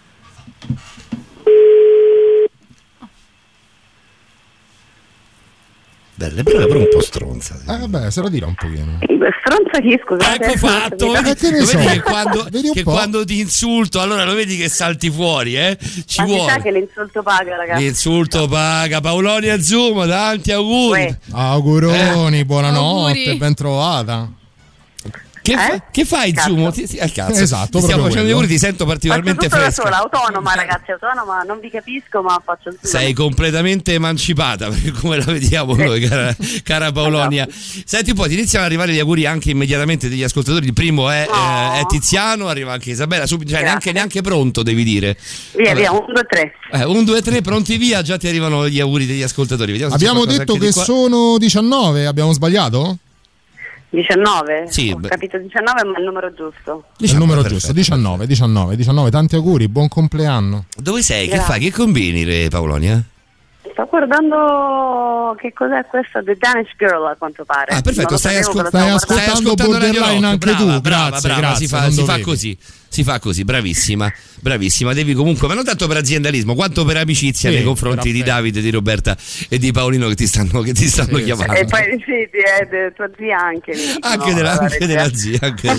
Belle, però un po' stronza. Se la dirà un pochino. Stronza chi, scusa? Ecco fatto. Vedi che quando ti insulto, allora lo vedi che salti fuori, Ci ma vuole. Sa che l'insulto paga, ragazzi. L'insulto paga. Paolonia Zuma, tanti auguri. Auguroni, buonanotte, auguri. Ben trovata. Che fai, Zumo? Cazzo. Esatto, stiamo facendo gli auguri, ti sento particolarmente fresca. Da sola, autonoma, ragazzi, autonoma, non vi capisco, ma faccio il suo. Sei completamente emancipata, perché come la vediamo noi, cara Paolonia. Senti un po', ti iniziano ad arrivare gli auguri anche immediatamente degli ascoltatori. Il primo è Tiziano, arriva anche Isabella, neanche pronto, devi dire. Via, 1, 2, 3. 1, 2, 3, pronti via, già ti arrivano gli auguri degli ascoltatori. Vediamo abbiamo detto che sono 19, abbiamo sbagliato? 19? Sì, ho capito 19, ma è il numero giusto. Il numero giusto, 19, tanti auguri, buon compleanno. Dove sei? Grazie. Che fai? Che combini, Paolonia? sto guardando che cos'è questo, The Danish Girl a quanto pare. Ah, perfetto, stai ascoltando Borderline anche tu. Grazie. Si fa così, bravissima. Devi comunque, ma non tanto per aziendalismo quanto per amicizia nei confronti di Davide, di Roberta e di Paolino che ti stanno chiamando. E poi sì, tua zia anche. Anche della zia.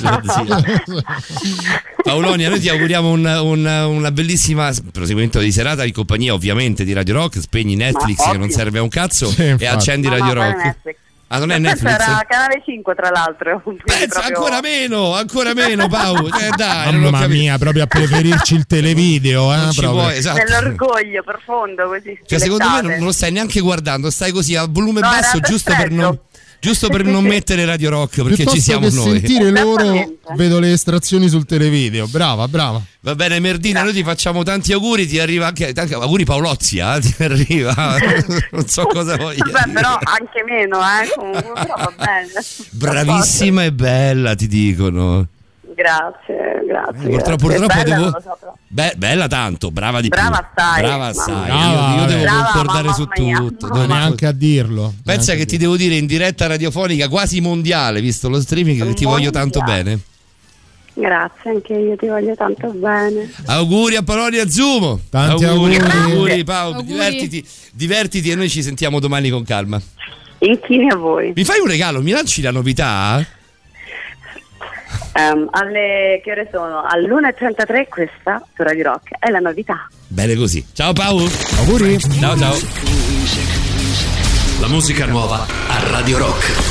Paolonia, noi ti auguriamo una bellissima proseguimento di serata in compagnia ovviamente di Radio Rock. Spegni Netflix che non serve a un cazzo e accendi Radio Rock. Ah, non è Netflix? Era Canale 5 tra l'altro. Pensa, proprio... ancora meno Paolo. Dai, mamma mia, proprio a preferirci il televideo, non ci vuoi, esatto. Nell'orgoglio profondo così. Cioè, secondo me non lo stai neanche guardando, stai così a volume basso giusto per non mettere Radio Rock, perché piuttosto ci siamo che noi. Sentire loro, vedo le estrazioni sul televideo. Brava. Va bene, Merdina, noi ti facciamo tanti auguri, ti arriva anche auguri Paolozia, ti arriva. Non so cosa voglia. Vabbè, però anche meno, comunque, però va bene. Bravissima e bella, ti dicono. Grazie. Purtroppo bella, devo. Non lo so, però. Bella tanto, brava di brava più. Brava stai. Io devo concordare su tutto. Non neanche a dirlo. Pensa che ti devo dire in diretta radiofonica quasi mondiale, visto lo streaming, che ti voglio tanto bene. Grazie, anche io ti voglio tanto bene. Auguri a Polonia Zumo. Tanti auguri Paolo, divertiti e noi ci sentiamo domani con calma. Inchini a voi. Mi fai un regalo, mi lanci la novità? Che ore sono? all'1:33 questa su Radio Rock è la novità. Bene così. Ciao Paolo. Auguri. Ciao. La musica nuova a Radio Rock.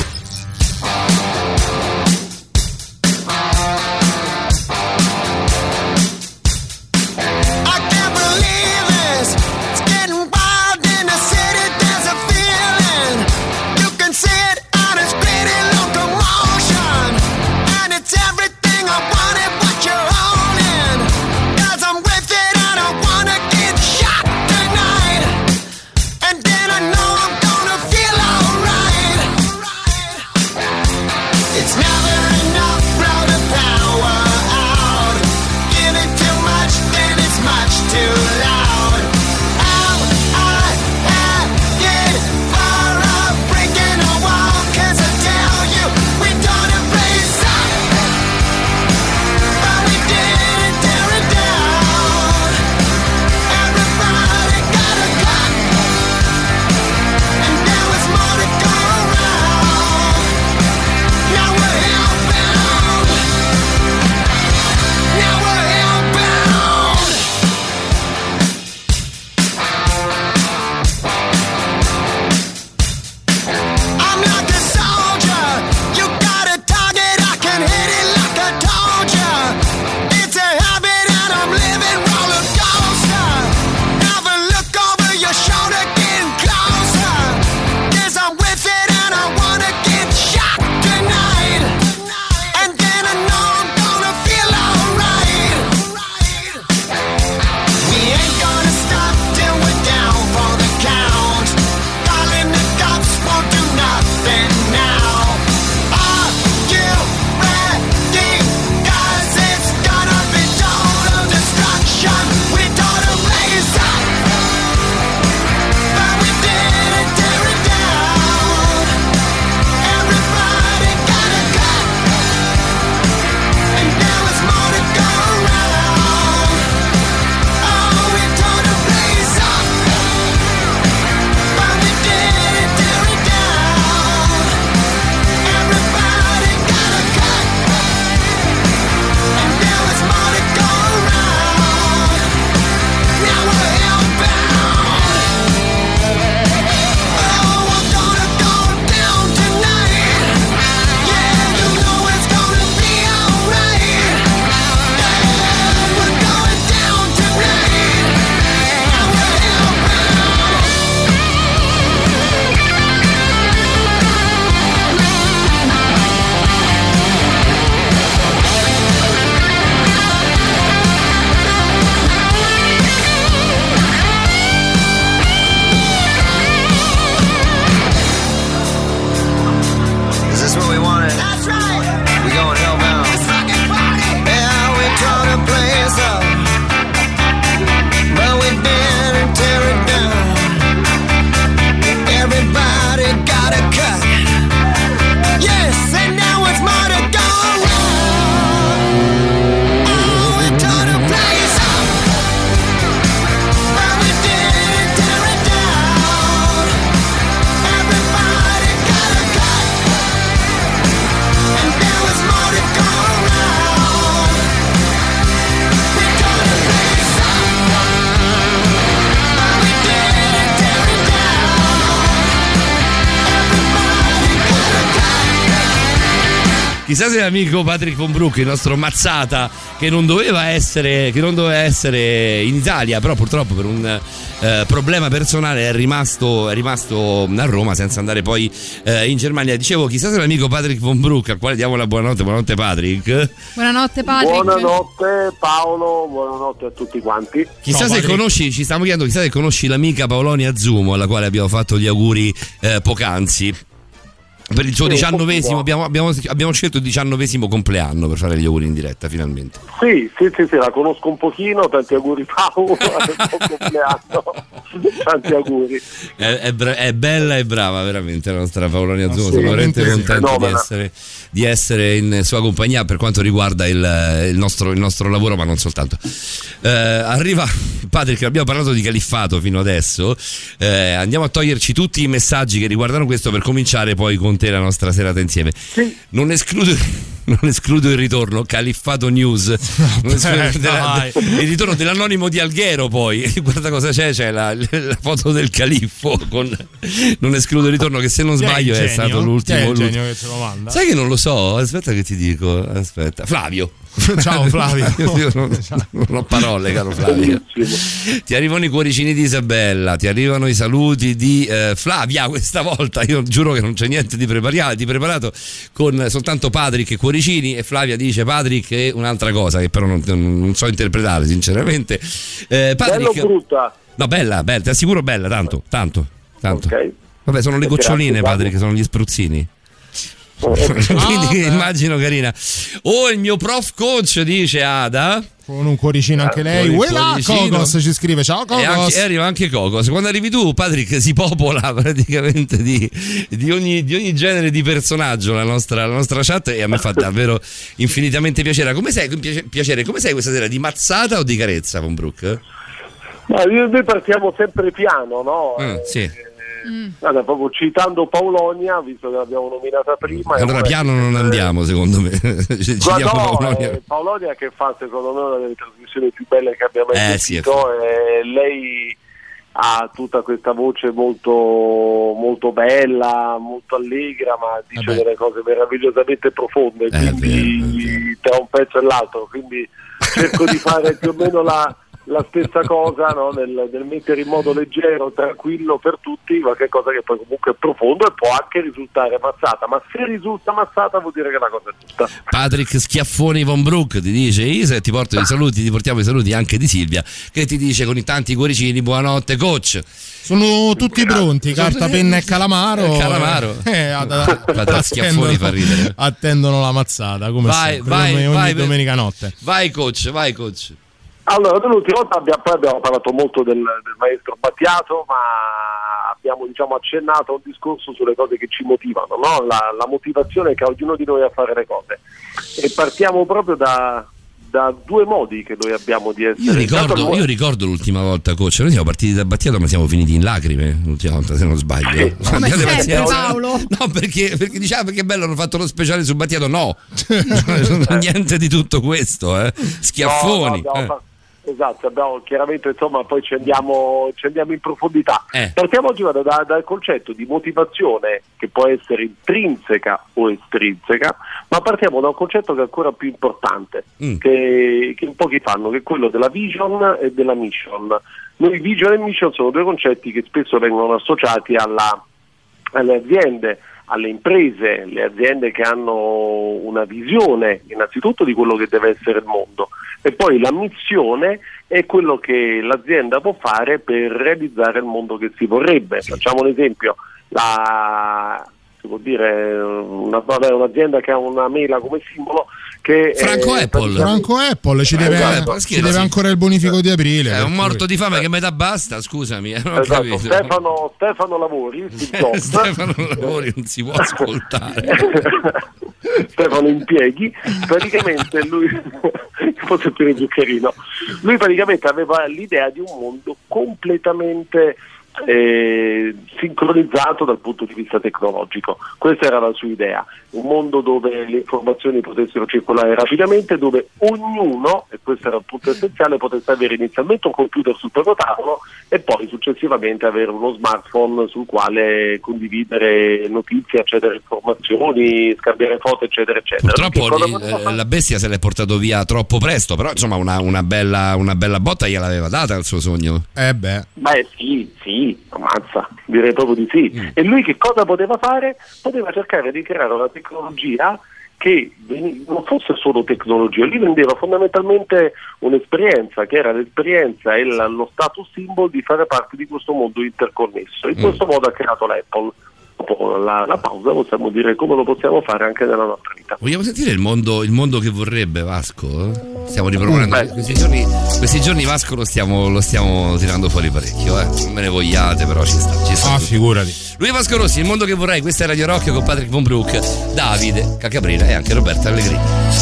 Chissà se l'amico Patrick Von Broek, il nostro Mazzata, che non doveva essere in Italia, però purtroppo per un problema personale è rimasto a Roma senza andare poi in Germania. Dicevo, chissà se l'amico Patrick Von Broek, al quale diamo la buonanotte Patrick. Buonanotte Patrick. Buonanotte Paolo, buonanotte a tutti quanti. Chissà se conosci, ci stiamo chiedendo, chissà se conosci l'amica Paolonia Zumo, alla quale abbiamo fatto gli auguri poc'anzi. Per il suo 19esimo abbiamo scelto il 19esimo compleanno per fare gli auguri in diretta finalmente. Sì, la conosco un pochino, tanti auguri Paolo, buon compleanno, tanti auguri. È bella e brava veramente la nostra Paolonia Zumo, sono veramente contento di essere in sua compagnia per quanto riguarda il nostro lavoro, ma non soltanto. Arriva Patrick, abbiamo parlato di califfato fino adesso, andiamo a toglierci tutti i messaggi che riguardano questo per cominciare poi con te la nostra serata insieme. Sì. Non escludo il ritorno Califfato News, il ritorno dell'anonimo di Alghero. Poi guarda cosa c'è la foto del califfo non escludo il ritorno, che se non sbaglio è stato l'ultimo. Chi è il genio che ce lo manda? Sai che non lo so, aspetta che ti dico, Flavio. Ciao Flavio. Io non ho parole, caro Flavio. Ti arrivano i cuoricini di Isabella, ti arrivano i saluti di Flavia questa volta. Io giuro che non c'è niente di preparato, con soltanto Patrick e cuoricini, e Flavia dice Patrick e un'altra cosa che però non so interpretare sinceramente. Patrick, bella o brutta? No, bella, ti assicuro bella, tanto. Okay. Vabbè, sono le goccioline, Patrick, sono gli spruzzini. Quindi immagino carina. Il mio prof coach, dice Ada, con un cuoricino anche lei. Uela, Cocos ci scrive, ciao Cocos. E arriva anche Cocos. Quando arrivi tu, Patrick, si popola praticamente di ogni genere di personaggio la nostra chat, e a me fa davvero infinitamente piacere. Come sei questa sera, di mazzata o di carezza, Von Broek? Noi partiamo sempre piano, no? Sì. Guarda, proprio citando Paolonia, visto che l'abbiamo nominata prima. Allora piano non andiamo, secondo me. Paolonia che fa secondo me una delle trasmissioni più belle che abbiamo mai sentito, e lei ha tutta questa voce molto, molto bella, molto allegra, ma dice delle cose meravigliosamente profonde, quindi tra un pezzo e l'altro, quindi cerco di fare più o meno la stessa cosa, no? nel mettere in modo leggero, tranquillo per tutti, qualche cosa che poi comunque è profondo e può anche risultare mazzata, ma se risulta mazzata vuol dire che la cosa è giusta. Patrick Schiaffoni Von Broek ti dice Isa, e ti porto i saluti, ti portiamo i saluti anche di Silvia, che ti dice con i tanti cuoricini buonanotte coach. Sono tutti pronti, carta, penna e calamaro. Schiaffoni fa ridere. Attendono la mazzata, come sempre, ogni domenica notte. Vai coach. Allora, l'ultima volta abbiamo parlato molto del maestro Battiato, ma abbiamo accennato a un discorso sulle cose che ci motivano, no? La motivazione che ha ognuno di noi a fare le cose, e partiamo proprio da due modi che noi abbiamo di essere. Io ricordo l'ultima volta, coach, noi siamo partiti da Battiato ma siamo finiti in lacrime l'ultima volta, se non sbaglio. Come sempre, Paolo. No, perché diciamo che bello, hanno fatto lo speciale su Battiato, no. Niente di tutto questo, Schiaffoni. Esatto, chiaramente poi ci andiamo in profondità. Partiamo oggi dal concetto di motivazione, che può essere intrinseca o estrinseca, ma partiamo da un concetto che è ancora più importante, che in pochi fanno, che è quello della vision e della mission. Noi vision e mission sono due concetti che spesso vengono associati alle aziende, alle imprese, le aziende che hanno una visione innanzitutto di quello che deve essere il mondo, e poi la missione è quello che l'azienda può fare per realizzare il mondo che si vorrebbe. Facciamo un esempio, si può dire un'azienda che ha una mela come simbolo, che Franco Apple ci deve ancora il bonifico di aprile. È un morto di fame che metà basta, scusami. Esatto, Stefano Lavori, Stefano Lavori non si può ascoltare. Stefano Impieghi, praticamente lui forse più zuccherino, lui praticamente aveva l'idea di un mondo completamente sincronizzato dal punto di vista tecnologico. Questa era la sua idea, un mondo dove le informazioni potessero circolare rapidamente, dove ognuno, e questo era il punto essenziale, potesse avere inizialmente un computer sul proprio tavolo e poi successivamente avere uno smartphone sul quale condividere notizie, accedere a informazioni, scambiare foto, eccetera eccetera. Purtroppo la bestia se l'è portato via troppo presto, però insomma una bella botta gliel'aveva data al suo sogno. Beh sì, ammazza, direi proprio di sì. E lui che cosa poteva fare? Poteva cercare di creare una tecnologia che non fosse solo tecnologia, lui vendeva fondamentalmente un'esperienza, che era l'esperienza e lo status symbol di fare parte di questo mondo interconnesso. In questo modo ha creato l'Apple. Dopo la pausa possiamo dire come lo possiamo fare anche nella nostra vita. Vogliamo sentire il mondo che vorrebbe Vasco? Stiamo riproponendo questi giorni Vasco lo stiamo tirando fuori parecchio, non me ne vogliate, però ci sta. Figurati. Lui è Vasco Rossi, il mondo che vorrei. Questa è Radio Rock con Patrick Von Broek, Davide Caccabrina e anche Roberta Allegrini.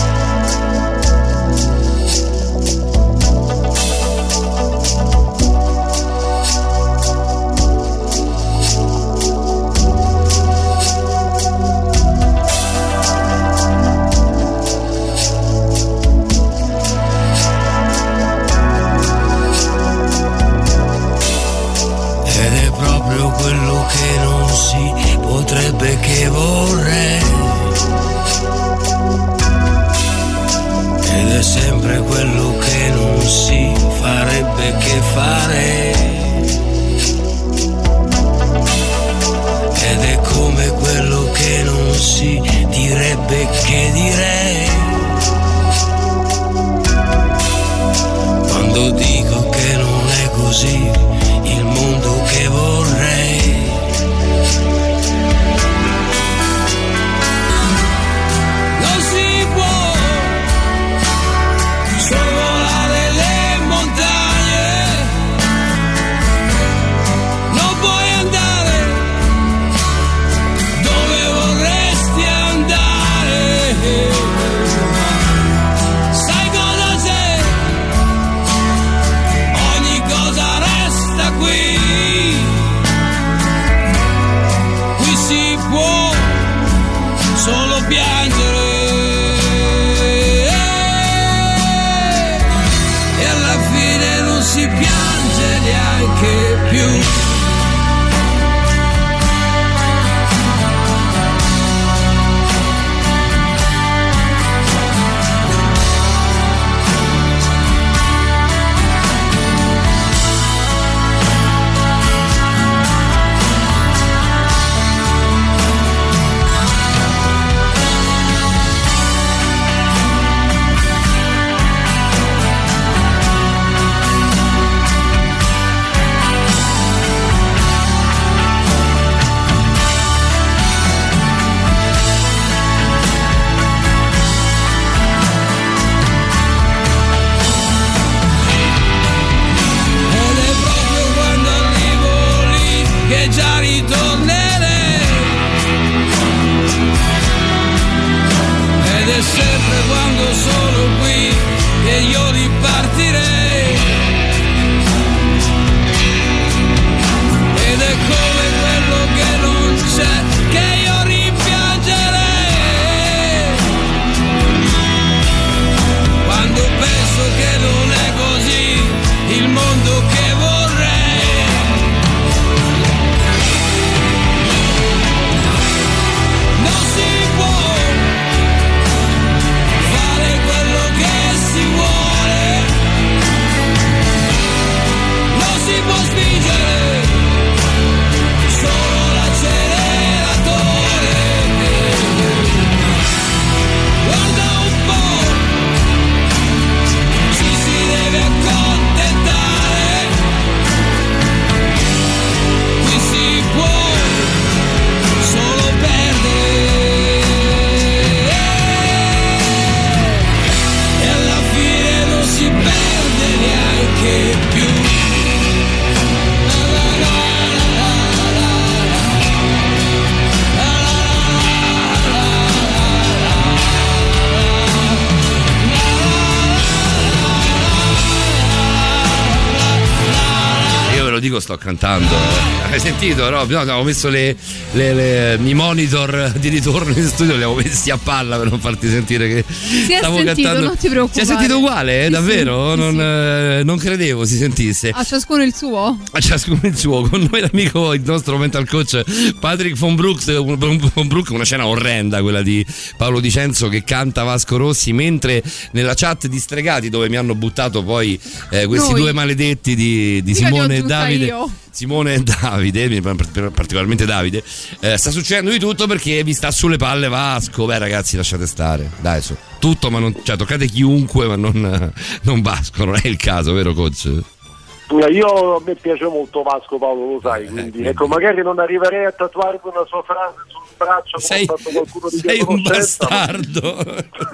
Quello che non si potrebbe, che vorrei, ed è sempre quello che non si farebbe, che farei, ed è come quello che non si direbbe, che direi, quando dico che non è così il mondo che vorrei. Non si può sorvolare le montagne, non puoi andare dove vorresti andare. Sai cosa c'è? Ogni cosa resta qui. Qui si può solo piangere e alla fine non si piange neanche più. dico sto cantando. Hai sentito? No, avevo messo i monitor di ritorno in studio, li avevo messi a palla per non farti sentire che stavo cantando. Non ti preoccupare. Si è sentito uguale, davvero? Sì. Non credevo si sentisse. A ciascuno il suo? A ciascuno il suo. Con noi l'amico, il nostro mental coach Patrick von Broek, una scena orrenda quella di Paolo Dicenzo che canta Vasco Rossi, mentre nella chat di Stregati, dove mi hanno buttato poi questi due maledetti di Simone e Davide. Simone e Davide, particolarmente Davide, sta succedendo di tutto perché vi sta sulle palle Vasco. Beh ragazzi, lasciate stare, dai, tutto, ma non, cioè toccate chiunque, ma non Vasco, non è il caso, vero coach? Io, a me piace molto Vasco, Paolo, lo sai, quindi ecco, magari non arriverei a tatuarmi una sua frase sul braccio come ha fatto qualcuno di sei un bastardo.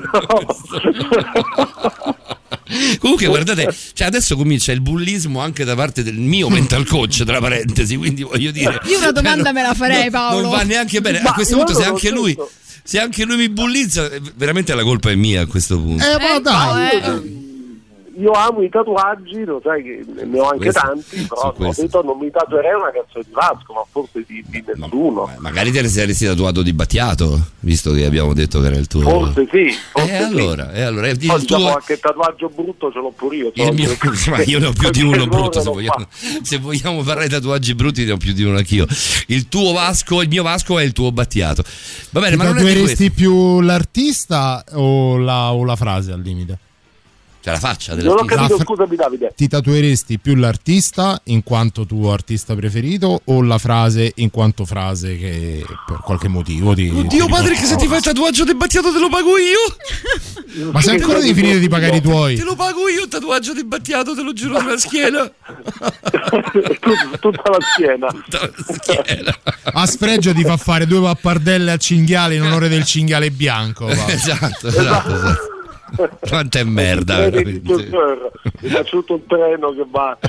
Comunque guardate, cioè adesso comincia il bullismo anche da parte del mio mental coach, tra parentesi, quindi voglio dire, io una domanda me la farei, Paolo. Non va neanche bene. A questo punto, se anche lui mi bullizza, veramente la colpa è mia a questo punto. Ma dai, io amo i tatuaggi, lo sai che ne ho anche tanti, però non mi tatuerei una canzone di Vasco, ma forse di nessuno. No, magari te ne saresti tatuato di Battiato, visto che abbiamo detto che era il tuo. Forse sì. Allora, il tuo... qualche tatuaggio brutto ce l'ho pure io. Ma io ne ho più di uno brutto, se vogliamo parlare di tatuaggi brutti ne ho più di uno anch'io. Il tuo Vasco, il mio Vasco è il tuo Battiato. Va bene, ma non è tatueresti più l'artista o la frase al limite? Cioè la faccia dell'artista. Non ho capito, scusami Davide. Ti tatueresti più l'artista in quanto tuo artista preferito o la frase in quanto frase che per qualche motivo Oddio Patrick, se ti fai il tatuaggio del Battiato te lo pago io. Ma se ancora devi finire di pagare i tuoi. Te lo pago io il tatuaggio del Battiato, te lo giuro, sulla schiena. Tutta la schiena. A sfregio ti fa fare 2 pappardelle al cinghiale in onore del cinghiale bianco. Esatto. Quanta è merda, veramente. Mi faccio tutto il treno che va.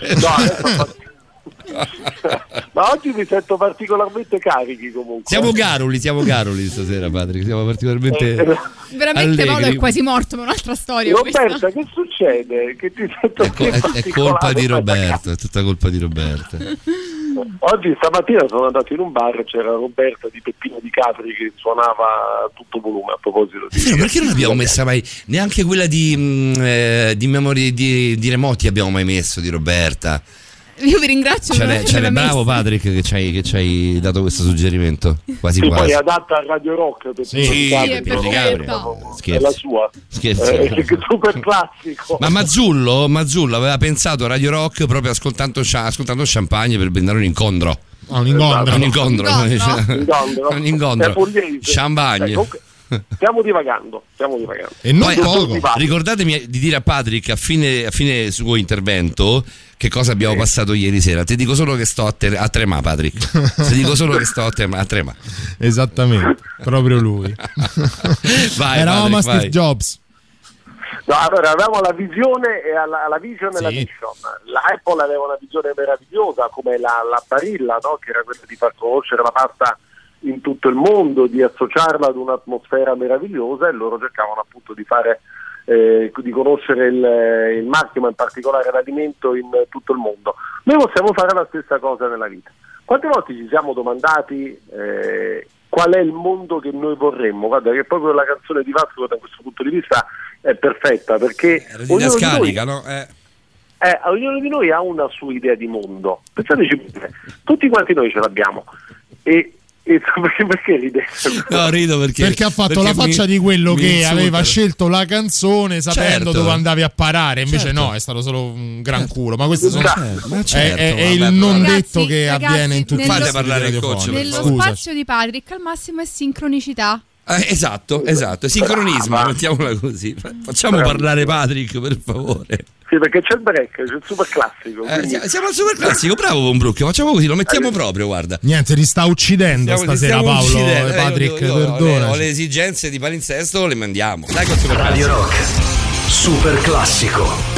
Ma oggi mi sento particolarmente carichi comunque. Siamo garuli stasera, Patrick. Siamo particolarmente veramente allegri. Paolo è quasi morto, ma un'altra storia. Roberta, che succede? Che ti sento è colpa di Roberto, è tutta colpa di Roberta. Oggi stamattina sono andato in un bar, c'era Roberta di Peppino di Capri che suonava a tutto volume. A proposito di perché non abbiamo messa mai neanche quella di memorie di remoti abbiamo mai messo di Roberta? Io vi ringrazio. Bravo Patrick che ci hai dato questo suggerimento. Quasi quasi. Poi è adatta a Radio Rock. Sì, è la sua. È super classico. Ma Mazzullo aveva pensato a Radio Rock proprio ascoltando champagne per brindare un incontro. Un incontro. Champagne. Stiamo divagando. E non poco. Ricordatemi di dire a Patrick a fine suo intervento che cosa abbiamo passato ieri sera. Ti dico solo che sto a trema, Patrick. Ti dico solo che sto a trema. Esattamente, proprio lui. Eravamo a Steve Jobs. No, allora avevamo la visione e la vision e la mission. La Apple aveva una visione meravigliosa come la Barilla, no? Che era quella di far conoscere la pasta in tutto il mondo, di associarla ad un'atmosfera meravigliosa, e loro cercavano appunto di fare di conoscere il marchio, ma in particolare l'alimento, in tutto il mondo. Noi possiamo fare la stessa cosa nella vita. Quante volte ci siamo domandati qual è il mondo che noi vorremmo? Guarda che proprio la canzone di Vasco da questo punto di vista è perfetta, perché ognuno di noi ha una sua idea di mondo. Pensateci, tutti quanti noi ce l'abbiamo. E perché ride? No, rido perché ha fatto la faccia di quello che aveva scelto la canzone sapendo dove andavi a parare, invece no, è stato solo un gran culo. Ma questo è il non detto che avviene in tutti i fate parlare il coach. Nello spazio di Patrick al massimo è sincronicità. Esatto, è sincronismo, mettiamola così. Facciamo parlare Patrick, per favore. Sì, perché c'è il break, c'è il super classico. Siamo al super classico, bravo Von Broek, facciamo così, lo mettiamo proprio, guarda. Niente, ti sta uccidendo stasera Paolo e Patrick, perdona. Ho le esigenze di palinsesto, le mandiamo. Dai con super Radio Rock, super classico.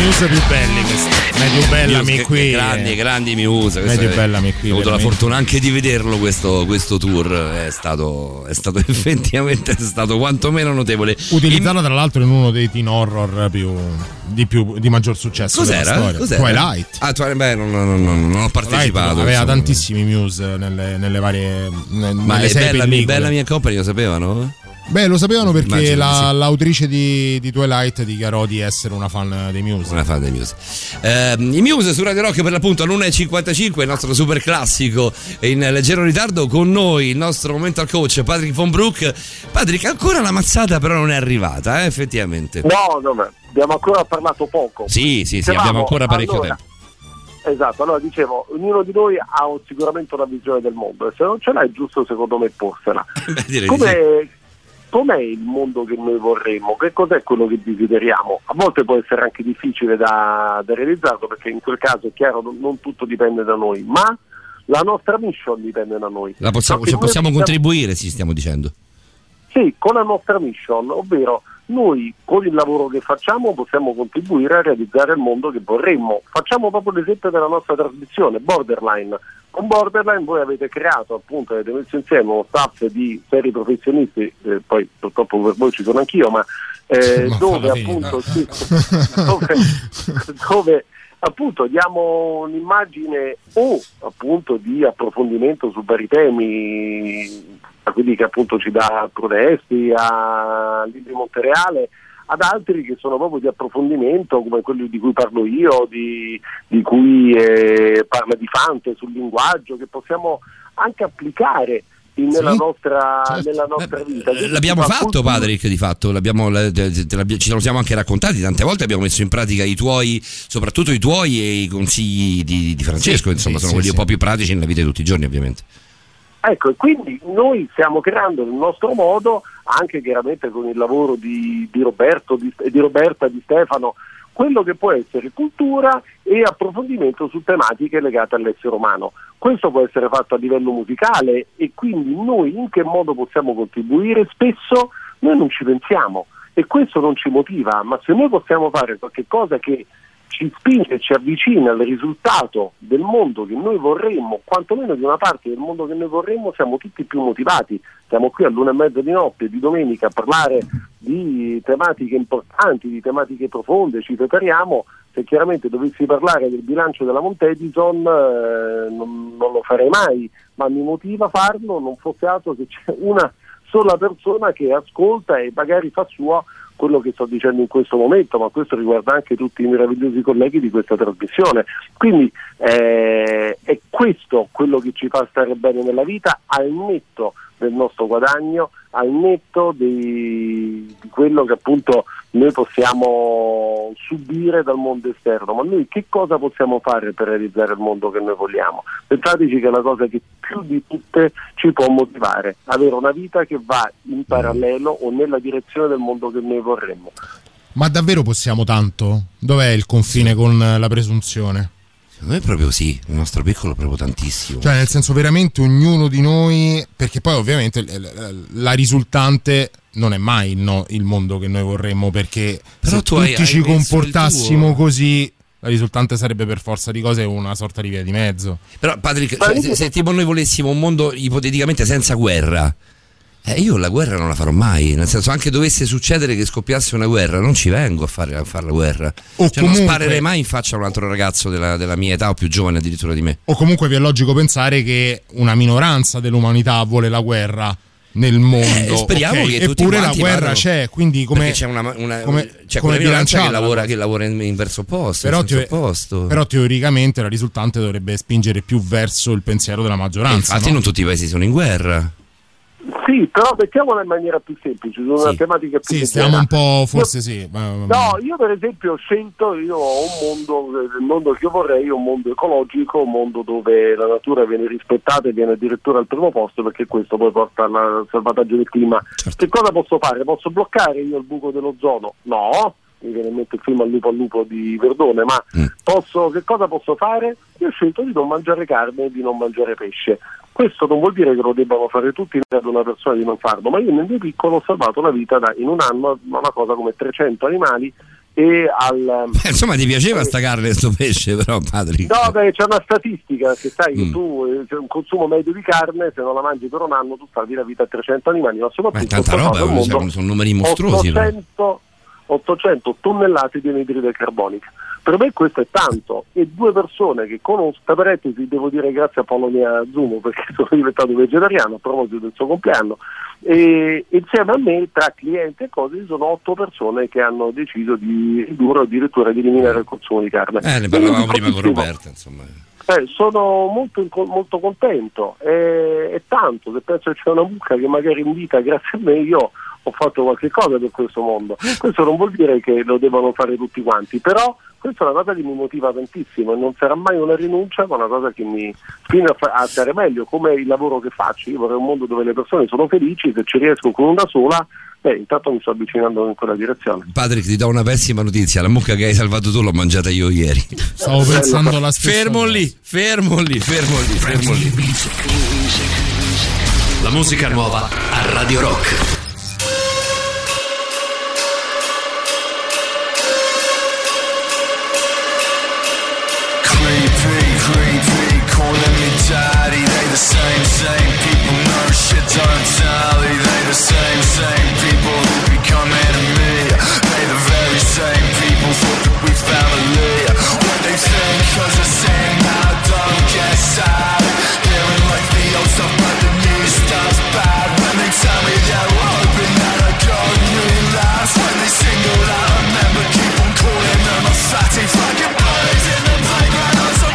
Muse più belli questi. Medio Bellamy qui. Grandi Muse. Medio Bellamy qui. Ho avuto la fortuna anche di vederlo questo tour. È stato effettivamente quantomeno notevole. Utilizzato tra l'altro in uno dei teen horror di maggior successo. Cos'era? Twilight. Non ho partecipato. Aveva tantissimi Muse nelle varie. Ma le Bella Mia Company lo sapevano? Beh, lo sapevano perché l'autrice di Twilight dichiarò di essere una fan dei Muse. I Muse su Radio Rock per l'appunto all'1.55, il nostro super classico in leggero ritardo. Con noi il nostro momental coach Patrick Von Broek. Patrick, ancora la mazzata però non è arrivata, effettivamente. No, abbiamo ancora parlato poco. Sì, abbiamo ancora parecchio tempo. Esatto, allora dicevo, ognuno di noi ha sicuramente una visione del mondo e se non ce l'ha è giusto secondo me porsela. Com'è il mondo che noi vorremmo? Che cos'è quello che desideriamo? A volte può essere anche difficile da realizzarlo perché in quel caso è chiaro non tutto dipende da noi, ma la nostra mission dipende da noi. Possiamo contribuire, stiamo dicendo. Sì, con la nostra mission, ovvero noi con il lavoro che facciamo possiamo contribuire a realizzare il mondo che vorremmo. Facciamo proprio l'esempio della nostra trasmissione, Borderline. Con Borderline voi avete creato, appunto, avete messo insieme uno staff di seri professionisti, poi purtroppo per voi ci sono anch'io, ma dove appunto diamo un'immagine appunto di approfondimento su vari temi, quindi che appunto ci dà Protesti, a Libri Montereale, ad altri che sono proprio di approfondimento come quelli di cui parlo io, di cui parla di Fante sul linguaggio, che possiamo anche applicare nella nostra vita. L'abbiamo fatto, Patrick, di fatto ce lo siamo anche raccontati tante volte, abbiamo messo in pratica soprattutto i tuoi e i consigli di Francesco, sono quelli un po' più pratici nella vita di tutti i giorni, ovviamente. Ecco, e quindi noi stiamo creando il nostro modo, anche chiaramente con il lavoro di Roberta, di Stefano, quello che può essere cultura e approfondimento su tematiche legate all'essere umano. Questo può essere fatto a livello musicale e quindi noi in che modo possiamo contribuire? Spesso noi non ci pensiamo e questo non ci motiva, ma se noi possiamo fare qualche cosa che ci spinge e ci avvicina al risultato del mondo che noi vorremmo, quantomeno di una parte del mondo che noi vorremmo, siamo tutti più motivati. Siamo qui all'1:30 di notte di domenica a parlare di tematiche importanti, di tematiche profonde, ci prepariamo. Se chiaramente dovessi parlare del bilancio della Montedison non lo farei mai, ma mi motiva a farlo, non fosse altro che c'è una sola persona che ascolta e magari fa sua quello che sto dicendo in questo momento, ma questo riguarda anche tutti i meravigliosi colleghi di questa trasmissione. Quindi è questo quello che ci fa stare bene nella vita, al netto del nostro guadagno, al netto di quello che appunto noi possiamo subire dal mondo esterno. Ma noi che cosa possiamo fare per realizzare il mondo che noi vogliamo? Pensateci che è la cosa che più di tutte ci può motivare, avere una vita che va in parallelo o nella direzione del mondo che noi vorremmo. Ma davvero possiamo tanto? Dov'è il confine con la presunzione? Secondo me proprio sì, il nostro piccolo proprio tantissimo. Cioè nel senso veramente ognuno di noi, perché poi ovviamente la risultante non è mai il mondo che noi vorremmo, perché però se tutti ci comportassimo così la risultante sarebbe per forza di cose una sorta di via di mezzo. Però Patrick, se tipo noi volessimo un mondo ipoteticamente senza guerra, io la guerra non la farò mai, nel senso, anche dovesse succedere che scoppiasse una guerra, non ci vengo a fare la guerra, comunque, non sparerei mai in faccia a un altro ragazzo della mia età o più giovane addirittura di me. O comunque vi è logico pensare che una minoranza dell'umanità vuole la guerra nel mondo, speriamo che tutti eppure la guerra c'è, quindi come c'è una minoranza che lavora in verso opposto, però teoricamente la risultante dovrebbe spingere più verso il pensiero della maggioranza. Infatti non tutti i paesi sono in guerra. Sì, però mettiamola in maniera più semplice, su una tematica più stiamo un po', forse io per esempio ho scelto, io ho il mondo che io vorrei è un mondo ecologico, un mondo dove la natura viene rispettata e viene addirittura al primo posto, perché questo poi porta al salvataggio del clima. Certo. Che cosa posso fare? Posso bloccare io il buco dell'ozono? No, mi viene in mente il film Al lupo di Verdone, ma che cosa posso fare? Io ho scelto di non mangiare carne e di non mangiare pesce. Questo non vuol dire che lo debbano fare tutti ad una persona di non farlo, ma io nel mio piccolo ho salvato la vita in un anno una cosa come 300 animali e insomma ti piaceva sta carne, sto pesce, però Patrick? No, beh, c'è una statistica che sai che tu c'è un consumo medio di carne, se non la mangi per un anno tu salvi la vita a 300 animali, ma soprattutto tanta roba, sono numeri mostruosi. 800 tonnellate di anidride carbonica. Per me questo è tanto, e due persone che conosco, tra parentesi devo dire grazie a Polonia Zumo perché sono diventato vegetariano a proposito del suo compleanno, e insieme a me tra clienti e cose sono 8 persone che hanno deciso di ridurre o addirittura di eliminare il consumo di carne. Ne parlavamo prima con Roberta, insomma. Sono molto contento, è tanto, se penso che c'è una mucca che magari invita grazie a me, io ho fatto qualche cosa per questo mondo. Questo non vuol dire che lo devono fare tutti quanti, però questa è una cosa che mi motiva tantissimo e non sarà mai una rinuncia, ma una cosa che mi spinge a stare meglio, come il lavoro che faccio. Io vorrei un mondo dove le persone sono felici, se ci riesco con una sola, intanto mi sto avvicinando in quella direzione. Patrick, ti do una pessima notizia, la mucca che hai salvato tu l'ho mangiata io ieri. Stavo pensando la stessa. Fermo lì. La musica nuova a Radio Rock. Creepy, calling me daddy. They the same people, no shit don't tally. They the same people who become enemy. They the very same people thought that we family. What they think, cause they're saying now, don't get sad. Hearing like the old stuff, but the new stuff's bad. When they tell me they're hoping that I don't relapse. When they single out, remember keep on calling them a fatty fucking boys in the playground.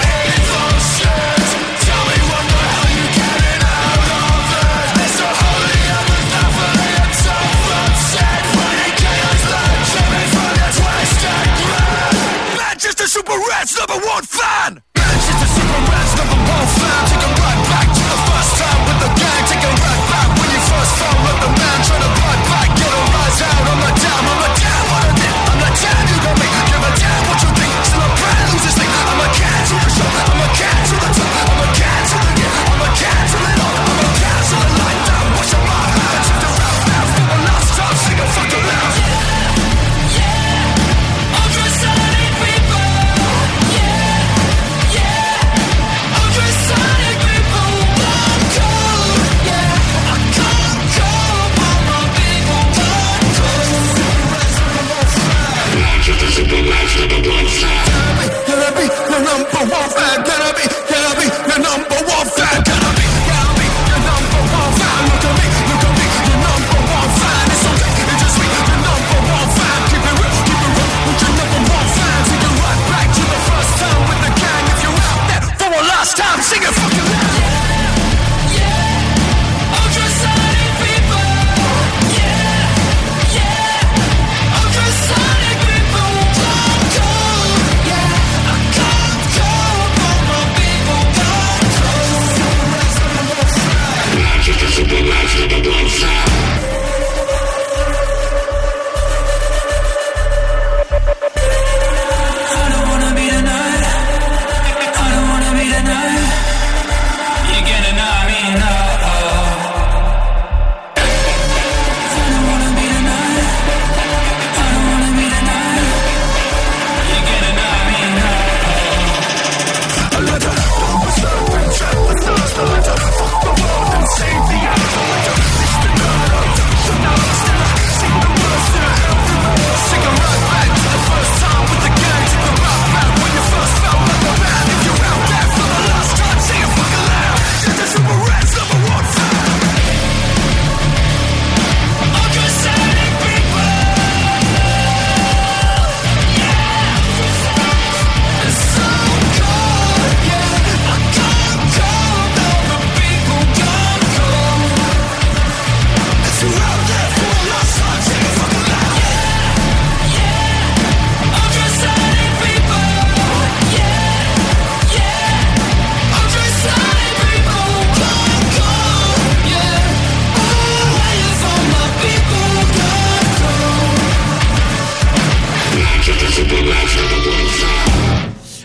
Super Rats #1 fan! Manchester Super Rats #1 fan. Take a ride back to the first time with the gang. Take a ride back when you first fell with the man. Try to ride back, get a rise out. I'm not down what I did. I'm not down, you got me. Give a damn what you think. Still a brand lose this thing. I'm a cancel the show. I'm a cancel the top. I'm a cancel the game. I'm a cancel it all. I'm a cancel it like that. Watch your mouth. Check the rap now. For the last time, sing a fuck around. Ultrasonic people. Ultrasonic people.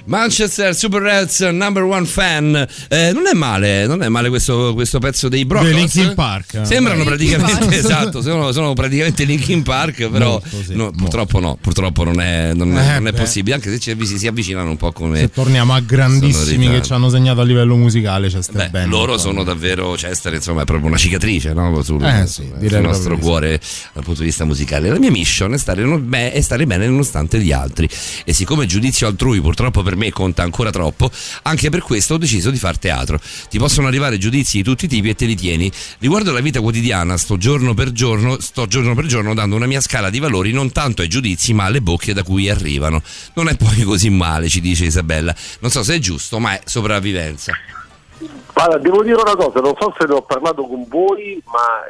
Manchester Super Reds number one fan. Non è male questo pezzo dei Broncos. Linkin Park. Sembrano praticamente esatto, sono praticamente Linkin Park, però purtroppo non è possibile, anche se si avvicinano un po' come. Se torniamo a grandissimi che ci hanno segnato a livello musicale, Chester Bennington. Loro sono davvero, Chester insomma è proprio una cicatrice, no? sul nostro cuore dal punto di vista musicale. La mia mission è stare bene nonostante gli altri, e siccome il giudizio altrui purtroppo per me conta ancora troppo, anche per questo ho deciso di far teatro. Ti possono arrivare giudizi di tutti i tipi e te li tieni. Riguardo alla vita quotidiana sto giorno per giorno dando una mia scala di valori non tanto ai giudizi ma alle bocche da cui arrivano. Non è poi così male, ci dice Isabella. Non so se è giusto, ma è sopravvivenza. Guarda, devo dire una cosa, non so se ne ho parlato con voi, ma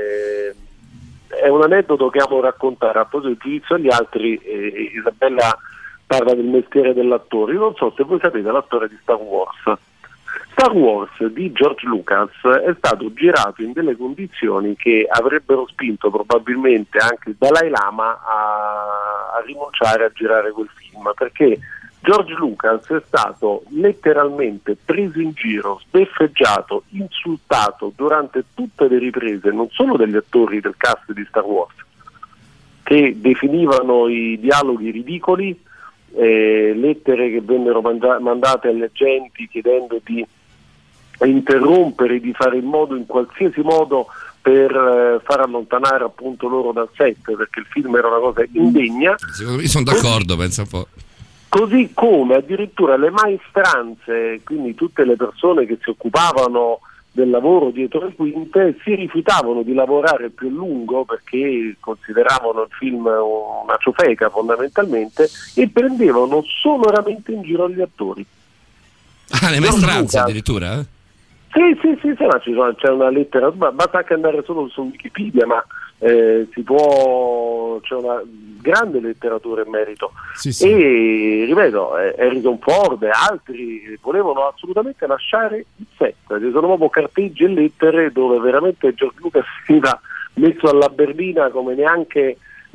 è un aneddoto che amo raccontare a proposito del giudizio agli altri. Isabella parla del mestiere dell'attore. Io non so se voi sapete l'attore di Star Wars. Star Wars di George Lucas è stato girato in delle condizioni che avrebbero spinto probabilmente anche il Dalai Lama a rinunciare a girare quel film, perché George Lucas è stato letteralmente preso in giro, sbeffeggiato, insultato durante tutte le riprese, non solo degli attori del cast di Star Wars, che definivano i dialoghi ridicoli, lettere che vennero mandate agli agenti chiedendo di interrompere, di fare in modo, in qualsiasi modo, per far allontanare appunto loro dal set, perché il film era una cosa indegna. Secondo me sono d'accordo, pensa un po'. Così come addirittura le maestranze, quindi tutte le persone che si occupavano del lavoro dietro le quinte, si rifiutavano di lavorare più a lungo perché consideravano il film una ciofeca fondamentalmente, e prendevano sonoramente in giro gli attori. Le maestranze addirittura? Sì, ma c'è una lettera, basta anche andare solo su Wikipedia, ma c'è una grande letteratura in merito. Sì. E ripeto, Harrison Ford e altri volevano assolutamente lasciare il set. Ci sono proprio carteggi e lettere dove veramente George Lucas veniva messo alla berlina come neanche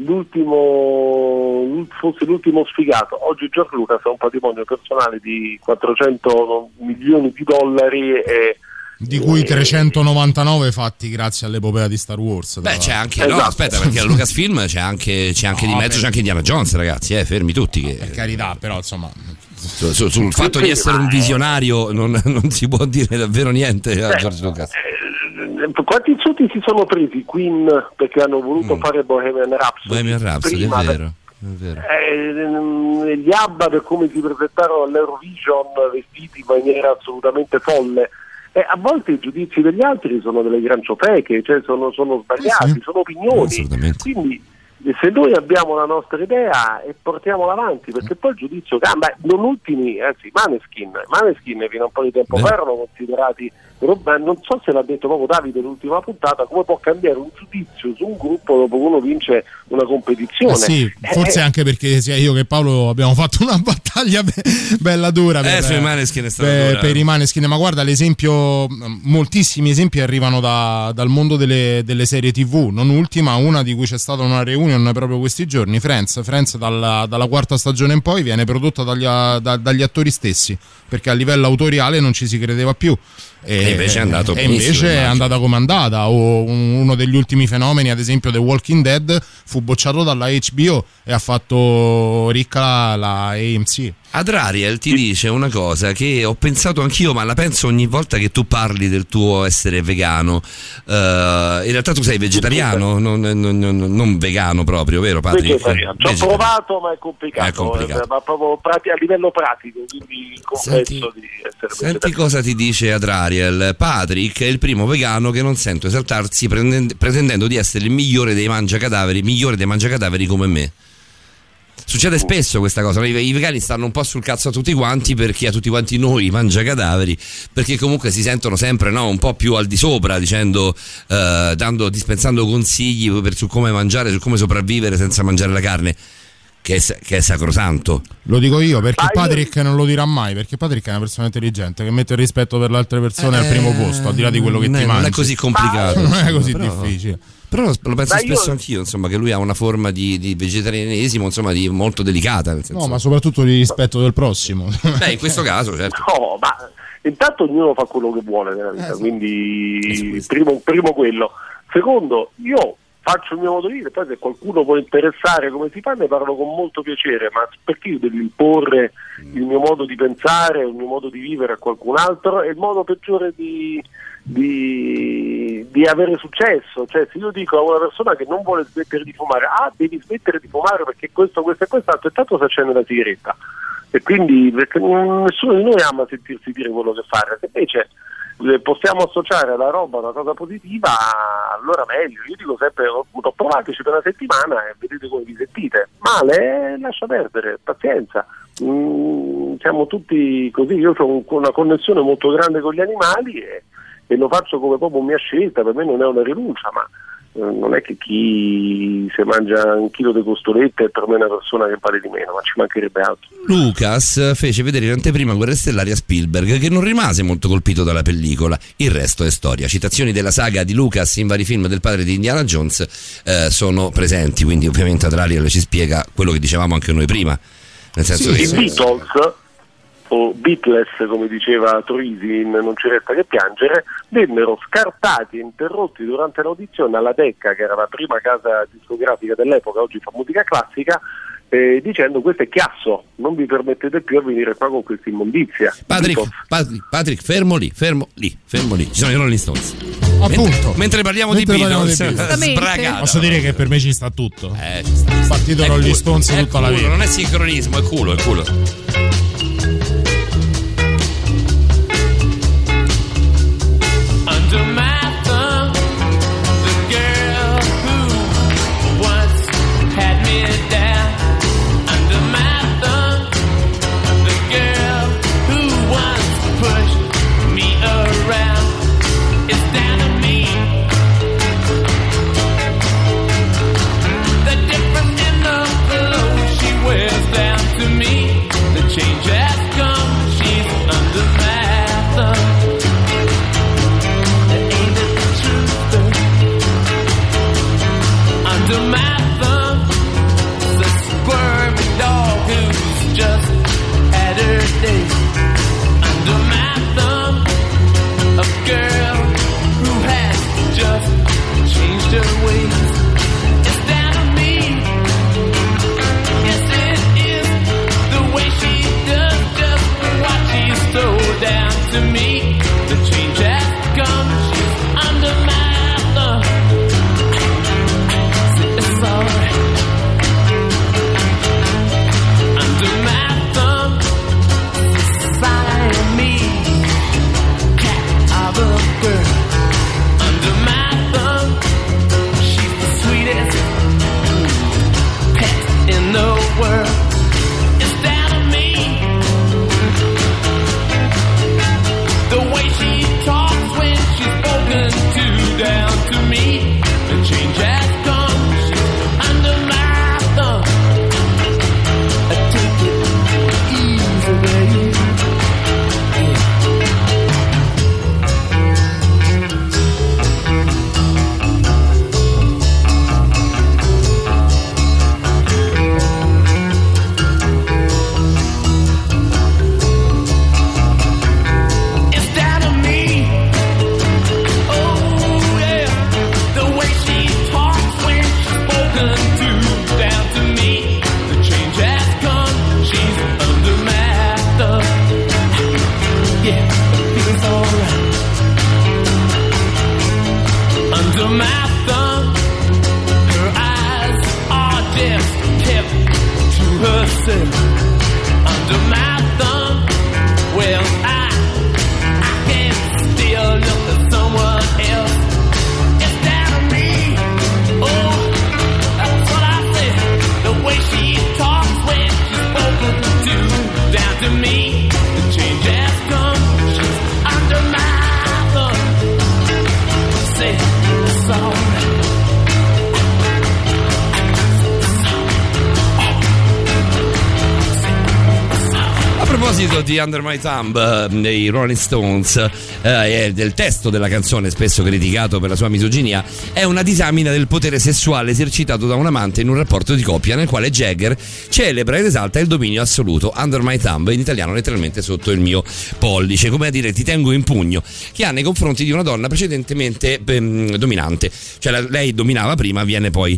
fosse l'ultimo sfigato. Oggi George Lucas ha un patrimonio personale di 400 milioni di dollari di cui 399 fatti grazie all'epopea di Star Wars. C'è anche perché la Lucasfilm c'è anche di mezzo, c'è anche Indiana Jones, ragazzi, fermi tutti che, per carità, però insomma sul fatto di essere un visionario non si può dire davvero niente a George Lucas. Quanti insulti si sono presi Queen perché hanno voluto fare Bohemian Rhapsody, è vero. Gli ABBA per come si presentarono all'Eurovision vestiti in maniera assolutamente folle. A volte i giudizi degli altri sono delle gran ciofeche, cioè sono sbagliati, sono opinioni. Quindi se noi abbiamo la nostra idea e portiamola avanti, perché poi il giudizio cambia. Non ultimi, anzi, Maneskin fino a un po' di tempo fa erano considerati, non so se l'ha detto proprio Davide l'ultima puntata, come può cambiare un giudizio su un gruppo dopo che uno vince una competizione. Forse anche perché sia io che Paolo abbiamo fatto una battaglia bella dura sui Maneskin, è stata dura. Per i Maneskin, ma guarda l'esempio, moltissimi esempi arrivano dal mondo delle serie TV, non ultima una di cui c'è stata una reunion proprio questi giorni, Friends dalla quarta stagione in poi viene prodotta dagli attori stessi, perché a livello autoriale non ci si credeva più. E invece è andato benissimo. E invece è andata come è andata. Uno degli ultimi fenomeni, ad esempio The Walking Dead, fu bocciato dalla HBO e ha fatto ricca la AMC. Adrariel ti dice una cosa che ho pensato anch'io, ma la penso ogni volta che tu parli del tuo essere vegano. In realtà tu sei vegetariano, non vegano proprio, vero Patrick? Ci ho provato, ma è complicato. Ma proprio a livello pratico, quindi confesso di essere vegetariano. Senti cosa ti dice Adrariel. Patrick è il primo vegano che non sento esaltarsi pretendendo di essere il migliore dei mangiacadaveri come me. Succede spesso questa cosa, i vegani stanno un po' sul cazzo a tutti quanti, perché a tutti quanti noi mangiacadaveri, perché comunque si sentono sempre un po' più al di sopra, dicendo dispensando consigli su come mangiare, su come sopravvivere senza mangiare la carne. che è sacrosanto. Lo dico io perché Patrick non lo dirà mai, perché Patrick è una persona intelligente che mette il rispetto per le altre persone al primo posto, al di là di quello che ti mangi. Non è così complicato, non è così difficile. Però lo penso spesso anch'io, insomma, che lui ha una forma di vegetarianesimo, insomma, di molto delicata. Nel senso. No, ma soprattutto di rispetto del prossimo. Beh, in questo caso, certo. No, ma intanto ognuno fa quello che vuole nella vita, quindi primo quello. Secondo, io faccio il mio modo di dire, poi se qualcuno può interessare come si fa ne parlo con molto piacere, ma perché io devo imporre il mio modo di pensare, il mio modo di vivere a qualcun altro? È il modo peggiore di avere successo. Cioè, se io dico a una persona che non vuole smettere di fumare, devi smettere di fumare perché questo e quest'altro, e tanto si accende la sigaretta, e quindi perché nessuno di noi ama sentirsi dire quello che fare. Se invece possiamo associare alla roba una cosa positiva, allora meglio. Io dico sempre, provateci per una settimana e vedete come vi sentite. Male, lascia perdere, pazienza. Siamo tutti così. Io ho una connessione molto grande con gli animali e lo faccio come proprio mia scelta. Per me non è una rinuncia, ma non è che chi si mangia un chilo di costolette è per me una persona che vale di meno, ma ci mancherebbe altro. Lucas fece vedere in anteprima Guerre Stellari a Spielberg, che non rimase molto colpito dalla pellicola. Il resto è storia. Citazioni della saga di Lucas in vari film del padre di Indiana Jones sono presenti, quindi ovviamente Adriano ci spiega quello che dicevamo anche noi prima, nel senso che i Beatles, o Beatles come diceva Troisi in Non ci resta che piangere, vennero scartati e interrotti durante l'audizione alla Decca, che era la prima casa discografica dell'epoca, oggi fa musica classica, dicendo: questo è chiasso, non vi permettete più a venire qua con questa immondizia. Patrick, fermo lì, ci sono i Rolling Stones. Appunto, mentre parliamo di Beatles, sbragato. Posso dire che per me ci sta tutto. Ci sta. Partito Rolling Stones tutta la vita. Non è sincronismo, è culo. Under my thumb, the girl who once had me down. Under my thumb, the girl who once pushed me around is down to me. The difference in the clothes she wears down to me. The change has come, she's under my thumb. Under my thumb, the squirmy dog who's just had her day. Under my thumb, a girl who has just changed her ways. It's down to me. Yes, it is the way she does just what she's told down to me. The change has come, she's under my thumb. Under my thumb, Siamese cat of a girl. Under my thumb, she's the sweetest pet in the world. It's down to me. The way she talks when she's spoken to down to me. The change has come. Under my thumb, I take it easy, baby. It's down to me. Oh yeah, the way she talks when she's spoken to down to me. The change has come, she's under my thumb. Yeah, the feeling's alright. Under my thumb, her eyes are just kept to herself. Under my thumb, well I can't still look at someone else. It's down to me. Oh, that's what I said. The way she talks when she's spoken to down to me. The change has come, she's under my thumb. Say it's alright. proposito di Under My Thumb dei Rolling Stones, del testo della canzone, spesso criticato per la sua misoginia, è una disamina del potere sessuale esercitato da un amante in un rapporto di coppia, nel quale Jagger celebra ed esalta il dominio assoluto, under my thumb, in italiano letteralmente sotto il mio pollice, come a dire ti tengo in pugno, che ha nei confronti di una donna precedentemente dominante, cioè lei dominava prima, viene poi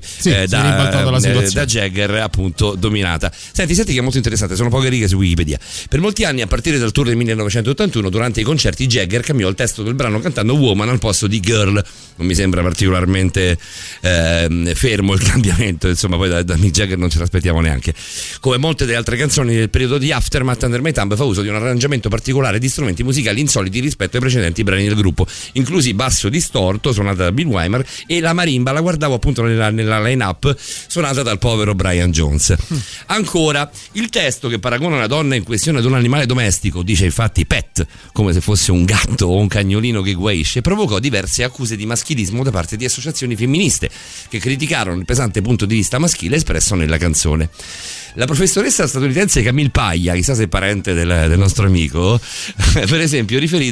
da Jagger appunto dominata. Senti che è molto interessante, sono poche righe su Wikipedia. Per molti anni, a partire dal tour del 1981, durante i concerti Jagger cambiò il testo del brano cantando Woman al posto di Girl. Non mi sembra particolarmente fermo il cambiamento, insomma, poi da Mick Jagger non ce l'aspettiamo neanche. Come molte delle altre canzoni del periodo di Aftermath, Under My Thumb fa uso di un arrangiamento particolare di strumenti musicali insoliti rispetto ai precedenti brani del gruppo, inclusi basso distorto suonata da Bill Wymer e la marimba, la guardavo appunto nella line-up, suonata dal povero Brian Jones. Ancora, il testo che paragona la donna in questione ad un animale domestico, dice infatti pet, come se fosse un gatto o un cagnolino che guaisce, provocò diverse accuse di maschilismo da parte di associazioni femministe che criticarono il pesante punto di vista maschile espresso nella canzone. La professoressa statunitense Camille Paglia, chissà se è parente del nostro amico, per esempio riferì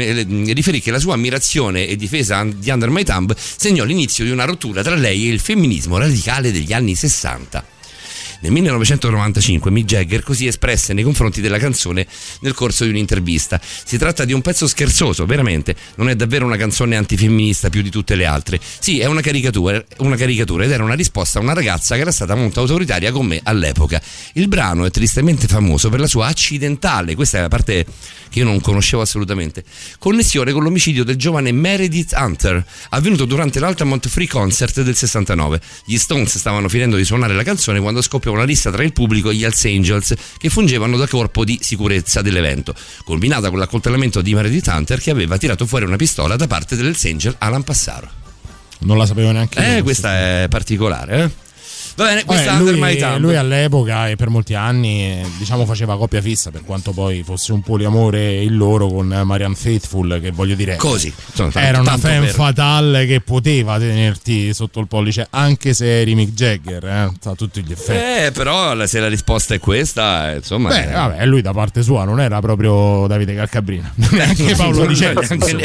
che la sua ammirazione e difesa di Under My Thumb segnò l'inizio di una rottura tra lei e il femminismo radicale degli anni 60. Nel 1995 Mick Jagger così espresse nei confronti della canzone nel corso di un'intervista: si tratta di un pezzo scherzoso, veramente, non è davvero una canzone antifemminista più di tutte le altre. Sì, è una caricatura ed era una risposta a una ragazza che era stata molto autoritaria con me all'epoca. Il brano è tristemente famoso per la sua accidentale, questa è la parte che io non conoscevo assolutamente, connessione con l'omicidio del giovane Meredith Hunter, avvenuto durante l'Altamont Free Concert del 69. Gli Stones stavano finendo di suonare la canzone quando scoppiò una lista tra il pubblico e gli Hells Angels, che fungevano da corpo di sicurezza dell'evento, culminata con l'accoltellamento di Meredith Hunter, che aveva tirato fuori una pistola da parte dell'Hells Angel Alan Passaro. Non la sapevo neanche io. Questa è particolare, Va bene, questa Under My Thumb. Lui all'epoca e per molti anni diciamo faceva coppia fissa, per quanto poi fosse un poliamore il loro con Marianne Faithfull, che voglio dire così era una femme fatale che poteva tenerti sotto il pollice anche se eri Mick Jagger, a tutti gli effetti. Però se la risposta è questa, insomma, vabbè, lui da parte sua non era proprio Davide Calcabrina, neanche Paolo Nicelli,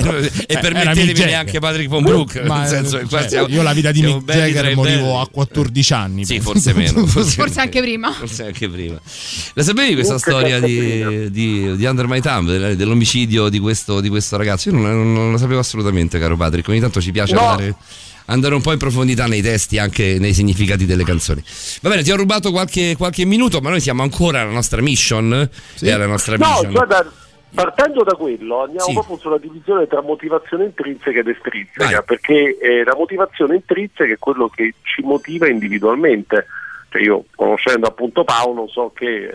e permettetemi neanche Patrick Von Broek, nel senso che io la vita di Mick Jagger morivo a 14 anni. Sì, forse meno. Forse anche prima. La sapevi questa storia di Under My Thumb, dell'omicidio di questo ragazzo? Io non la sapevo assolutamente, caro Patrick. Ogni tanto ci piace andare un po' in profondità nei testi, anche nei significati delle canzoni. Va bene, ti ho rubato qualche minuto, ma noi siamo ancora alla nostra mission. Sì. Alla nostra mission. Guarda, partendo da quello andiamo proprio sulla divisione tra motivazione intrinseca ed estrinseca, perché la motivazione intrinseca è quello che ci motiva individualmente. Cioè io, conoscendo appunto Paolo, so che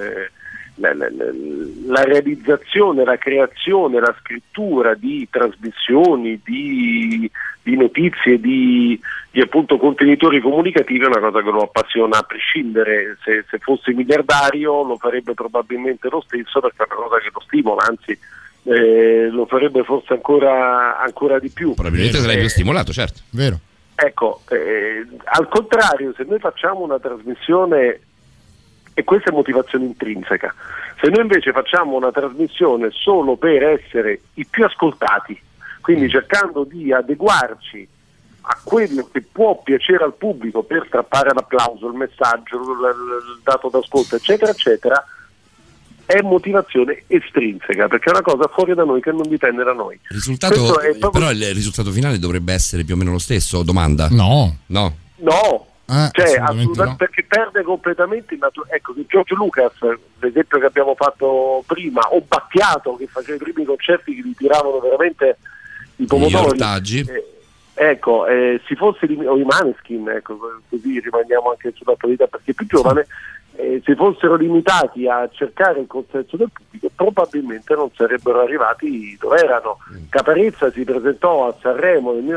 la realizzazione, la creazione, la scrittura di trasmissioni, di notizie, di appunto contenitori comunicativi è una cosa che lo appassiona a prescindere. Se fosse miliardario lo farebbe probabilmente lo stesso, perché è una cosa che lo stimola, anzi lo farebbe forse ancora di più. Probabilmente sarebbe stimolato, certo. Vero. Ecco, al contrario, se noi facciamo una trasmissione, e questa è motivazione intrinseca, se noi invece facciamo una trasmissione solo per essere i più ascoltati, quindi cercando di adeguarci a quello che può piacere al pubblico per strappare l'applauso, il messaggio, il dato d'ascolto, eccetera, eccetera, è motivazione estrinseca, perché è una cosa fuori da noi che non dipende da noi. Però il risultato finale dovrebbe essere più o meno lo stesso, domanda? No. Cioè, assolutamente no. Perché perde completamente ecco che George Lucas, l'esempio che abbiamo fatto prima, o Battiato, che faceva i primi concerti che gli tiravano veramente i pomodori, gli ortaggi, si fosse o i Maneskin, ecco, così rimaniamo anche sull'attualità perché è più giovane, se fossero limitati a cercare il consenso del pubblico probabilmente non sarebbero arrivati dove erano. Caparezza si presentò a Sanremo nel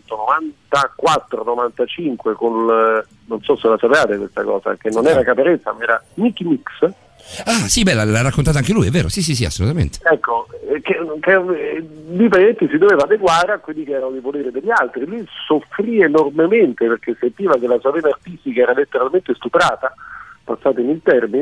1994-95 con non so se la sapevate questa cosa, che non era Caparezza ma era Nicky Mix. Ah sì, beh, l'ha raccontata anche lui, è vero, sì, assolutamente. Ecco, che lui praticamente si doveva adeguare a quelli che erano i voleri degli altri. Lui soffrì enormemente perché sentiva che la sua vena artistica era letteralmente stuprata, passatemi il termine,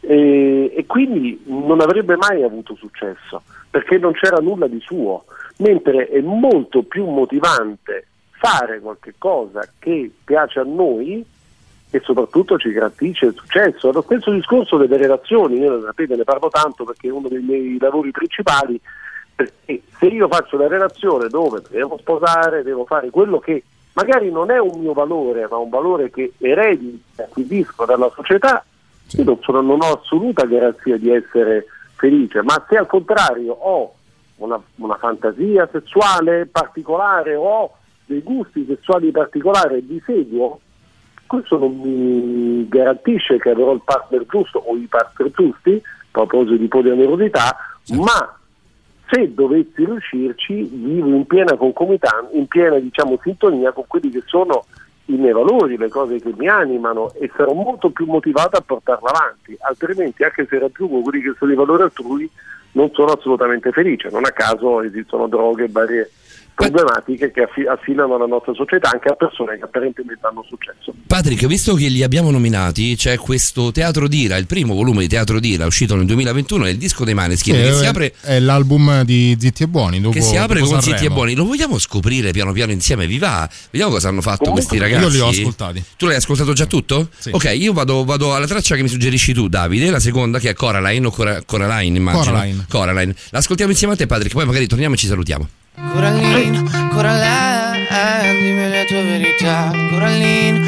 e quindi non avrebbe mai avuto successo, perché non c'era nulla di suo, mentre è molto più motivante fare qualche cosa che piace a noi e soprattutto ci garantisce il successo. È lo stesso discorso delle relazioni, io sapete, ne parlo tanto perché è uno dei miei lavori principali, perché se io faccio una relazione dove devo sposare, devo fare quello che magari non è un mio valore, ma un valore che eredito, acquisisco dalla società, io non ho assoluta garanzia di essere felice, ma se al contrario ho una fantasia sessuale particolare o ho dei gusti sessuali particolari e li seguo, questo non mi garantisce che avrò il partner giusto o i partner giusti, a proposito di poliamorosità, ma se dovessi riuscirci vivo in piena concomitanza, in piena sintonia con quelli che sono i miei valori, le cose che mi animano, e sarò molto più motivato a portarla avanti, altrimenti anche se raggiungo quelli che sono i valori altrui non sono assolutamente felice. Non a caso esistono droghe e varie problematiche che affilano la nostra società anche a persone che apparentemente hanno successo. Patrick, visto che li abbiamo nominati, c'è questo Teatro d'Ira, il primo volume di Teatro d'Ira uscito nel 2021, è il disco dei Maneskin, che si apre, è l'album di Zitti e Buoni, che si apre con Zitti e Buoni. Lo vogliamo scoprire piano piano insieme? Vi va? Vediamo cosa hanno fatto questi ragazzi. Io li ho ascoltati. Tu l'hai ascoltato già tutto? Sì. Ok, io vado alla traccia che mi suggerisci tu, Davide, la seconda che è Coraline o Coraline, immagino. Coraline. L'ascoltiamo insieme a te, Patrick, poi magari torniamo e ci salutiamo. Coraline, Coraline, dimmi le tue verità. Coraline,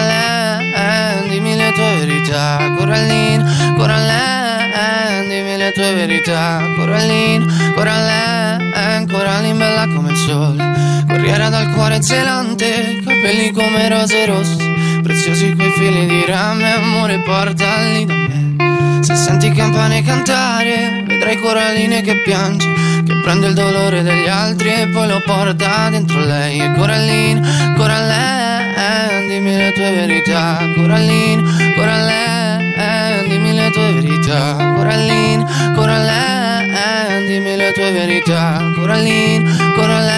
Coraline, dimmi le tue verità. Coraline, Coraline, dimmi le tue verità. Coraline, Coraline, Coraline bella come il sole, corriera dal cuore zelante, capelli come rose rosse, preziosi quei fili di rame, amore portali da me. Se senti campane cantare, vedrai Coraline che piange, che prende il dolore degli altri e poi lo porta dentro lei. E Coraline, Coraline, dimmi le tue verità. Coraline, Coraline, dimmi le tue verità. Coraline, Coraline, dimmi le tue verità. Coraline,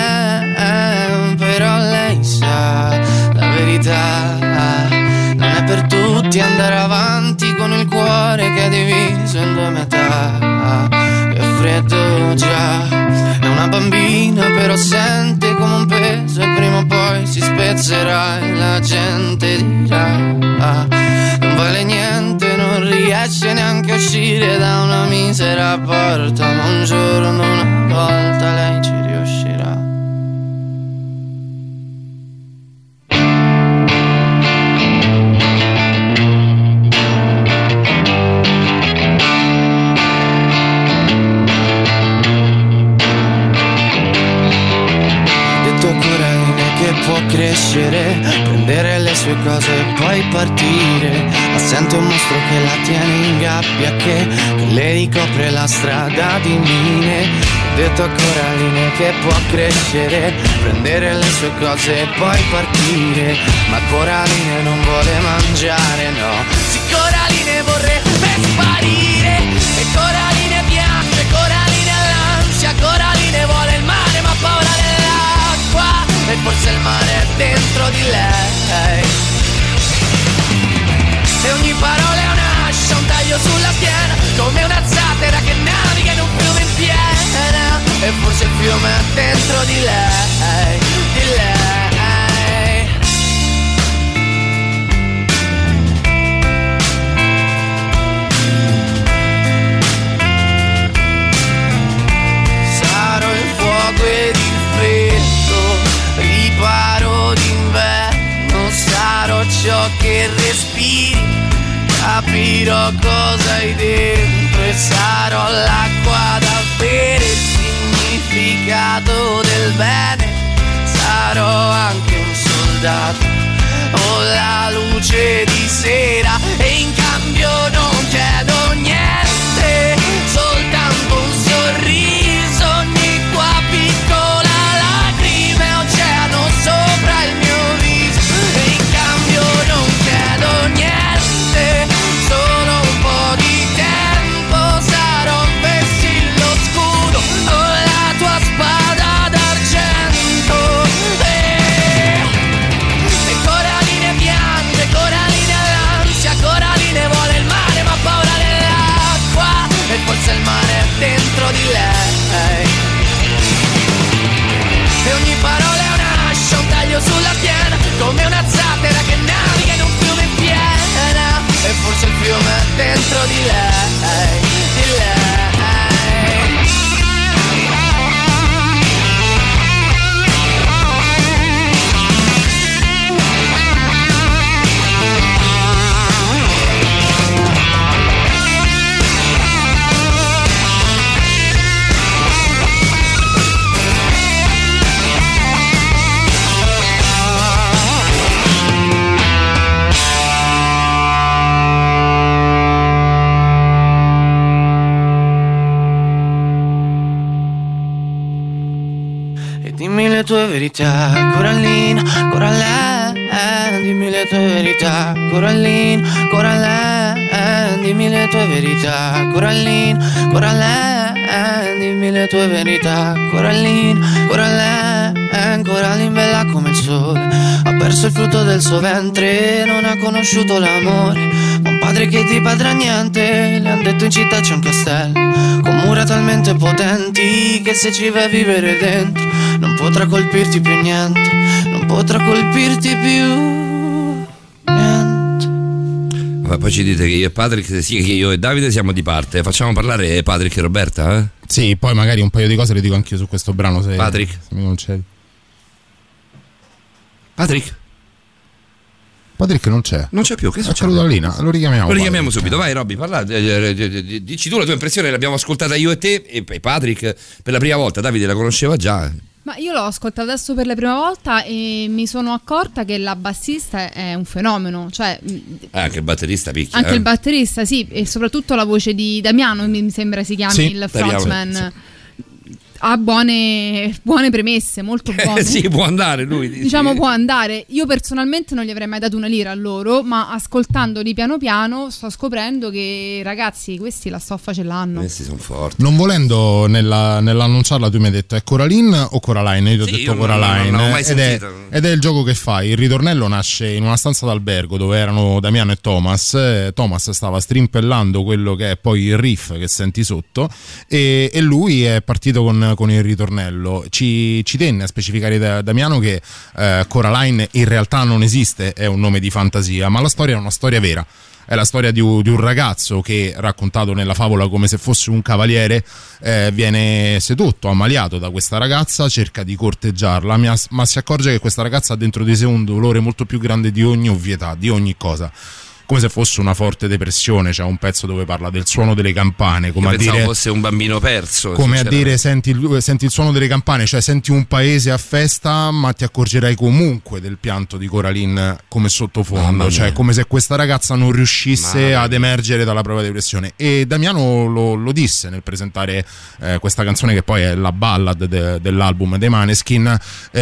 Coraline, però lei sa la verità. Non è per tutti andare avanti con il cuore che è diviso in due metà. Che freddo già, è una bambina però sente come un peso e prima o poi si spezzerà e la gente dirà non vale niente, non riesce neanche a uscire da una misera porta, ma un giorno una volta lei ci riuscirà. Può crescere, prendere le sue cose e poi partire, ma sente un mostro che la tiene in gabbia, che le ricopre la strada di mine. Ho detto a Coraline che può crescere, prendere le sue cose e poi partire, ma Coraline non vuole mangiare, no. Sì, Coraline vorrebbe sparire, e Coraline piange, Coraline ha l'ansia, Coraline vuole il mare ma ha paura dell'acqua, e forse il mare è dentro di lei. E ogni parola è un'ascia, un taglio sulla schiena, come una zattera che naviga in un fiume in piena. E forse il fiume è dentro di lei, di lei. Sarò il fuoco ed il freddo, riparo d'inverno, sarò ciò che respiri, capirò cosa hai dentro e sarò l'acqua da bere, il significato del bene, sarò anche un soldato o la luce di sera, e in cambio non chiedo niente, soltanto un sorriso, ogni tua piccola sopra il mio viso, e in cambio non chiedo niente, solo un po' di tempo, sarò un vessillo scudo o la tua spada d'argento. E Coraline piange, Coraline ha l'ansia, di lei. E ogni parola è un'ascia, un taglio sulla piena, come una zattera che naviga in un fiume in piena. E forse il fiume è dentro di lei, di lei. Dimmi le tue verità, Coraline, Coraline, dimmi le tue verità, Coraline, Coraline, dimmi le tue verità, Coraline, Coraline, dimmi le tue verità, Coraline, Coraline, Coraline bella come il sole, ha perso il frutto del suo ventre, non ha conosciuto l'amore, ma un padre che ti padrà niente, le han detto in città c'è un castello, con mura talmente potenti, che se ci vai a vivere dentro, non potrà colpirti più niente, non potrà colpirti più niente. Ma poi ci dite che io e Patrick, sì, che io e Davide siamo di parte. Facciamo parlare Patrick e Roberta, eh? Sì, poi magari un paio di cose le dico anch'io su questo brano, se Patrick, se mi concedi. Patrick non c'è. Non c'è più, che succede? La linea, lo richiamiamo. Lo richiamiamo subito. Vai Robby, parla, dici tu la tua impressione, l'abbiamo ascoltata io e te e Patrick per la prima volta, Davide la conosceva già. Ma io l'ho ascoltata adesso per la prima volta e mi sono accorta che la bassista è un fenomeno, cioè anche il batterista picchia. Anche il batterista, sì, e soprattutto la voce di Damiano, mi sembra si chiami, sì, il frontman. sì. Ha buone premesse, molto buone. Sì, può andare lui. Diciamo può andare. Io personalmente non gli avrei mai dato una lira a loro, ma ascoltandoli piano piano sto scoprendo che ragazzi, questi la stoffa ce l'hanno. Questi sono forti. Non volendo nell'annunciarla tu mi hai detto è Coraline o Coraline? Io ti ho detto Coraline. Non l'ho mai sentito. Ed è il gioco che fai. Il ritornello nasce in una stanza d'albergo dove erano Damiano e Thomas. Thomas stava strimpellando quello che è poi il riff che senti sotto e lui è partito con il ritornello. Ci tenne a specificare Damiano che Coraline in realtà non esiste, è un nome di fantasia, ma la storia è una storia vera. È la storia di un ragazzo che, raccontato nella favola come se fosse un cavaliere, viene sedotto, ammaliato da questa ragazza, cerca di corteggiarla, ma si accorge che questa ragazza ha dentro di sé un dolore molto più grande di ogni ovvietà, di ogni cosa. Come se fosse una forte depressione. C'è un pezzo dove parla del suono delle campane, come io a dire fosse un bambino perso, come a dire senti il suono delle campane, cioè senti un paese a festa ma ti accorgerai comunque del pianto di Coraline come sottofondo, cioè come se questa ragazza non riuscisse ad emergere dalla propria depressione. E Damiano lo disse nel presentare questa canzone, che poi è la ballad dell'album dei Maneskin.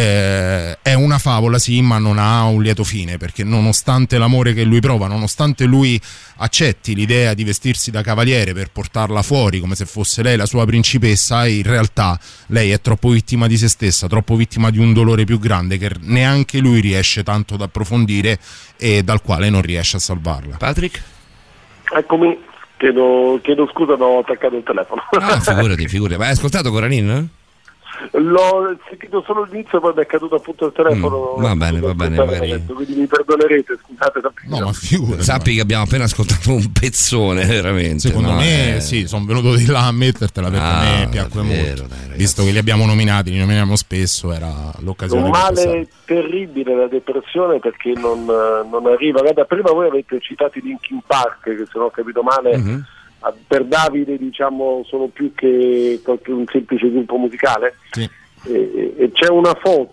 È una favola sì, ma non ha un lieto fine, perché nonostante l'amore che lui prova, nonostante lui accetti l'idea di vestirsi da cavaliere per portarla fuori come se fosse lei la sua principessa, in realtà lei è troppo vittima di se stessa, troppo vittima di un dolore più grande che neanche lui riesce tanto ad approfondire e dal quale non riesce a salvarla. Patrick? Eccomi, chiedo scusa, ma ho attaccato il telefono. Ah, figurati. Ma hai ascoltato Coraline? L'ho sentito solo l'inizio, poi mi è caduto appunto il telefono. Va bene, magari. Quindi mi perdonerete, scusate. No, ma figurati. Sappi che abbiamo appena ascoltato un pezzone, veramente. Secondo me sì, sono venuto di là a mettertela perché a me piacque molto. Visto che li abbiamo nominati, li nominiamo spesso, era l'occasione. Un male terribile la depressione, perché non arriva. Guarda, prima voi avete citato i Linkin Park, che se non ho capito male per Davide diciamo sono più che un semplice gruppo musicale. Sì. E c'è una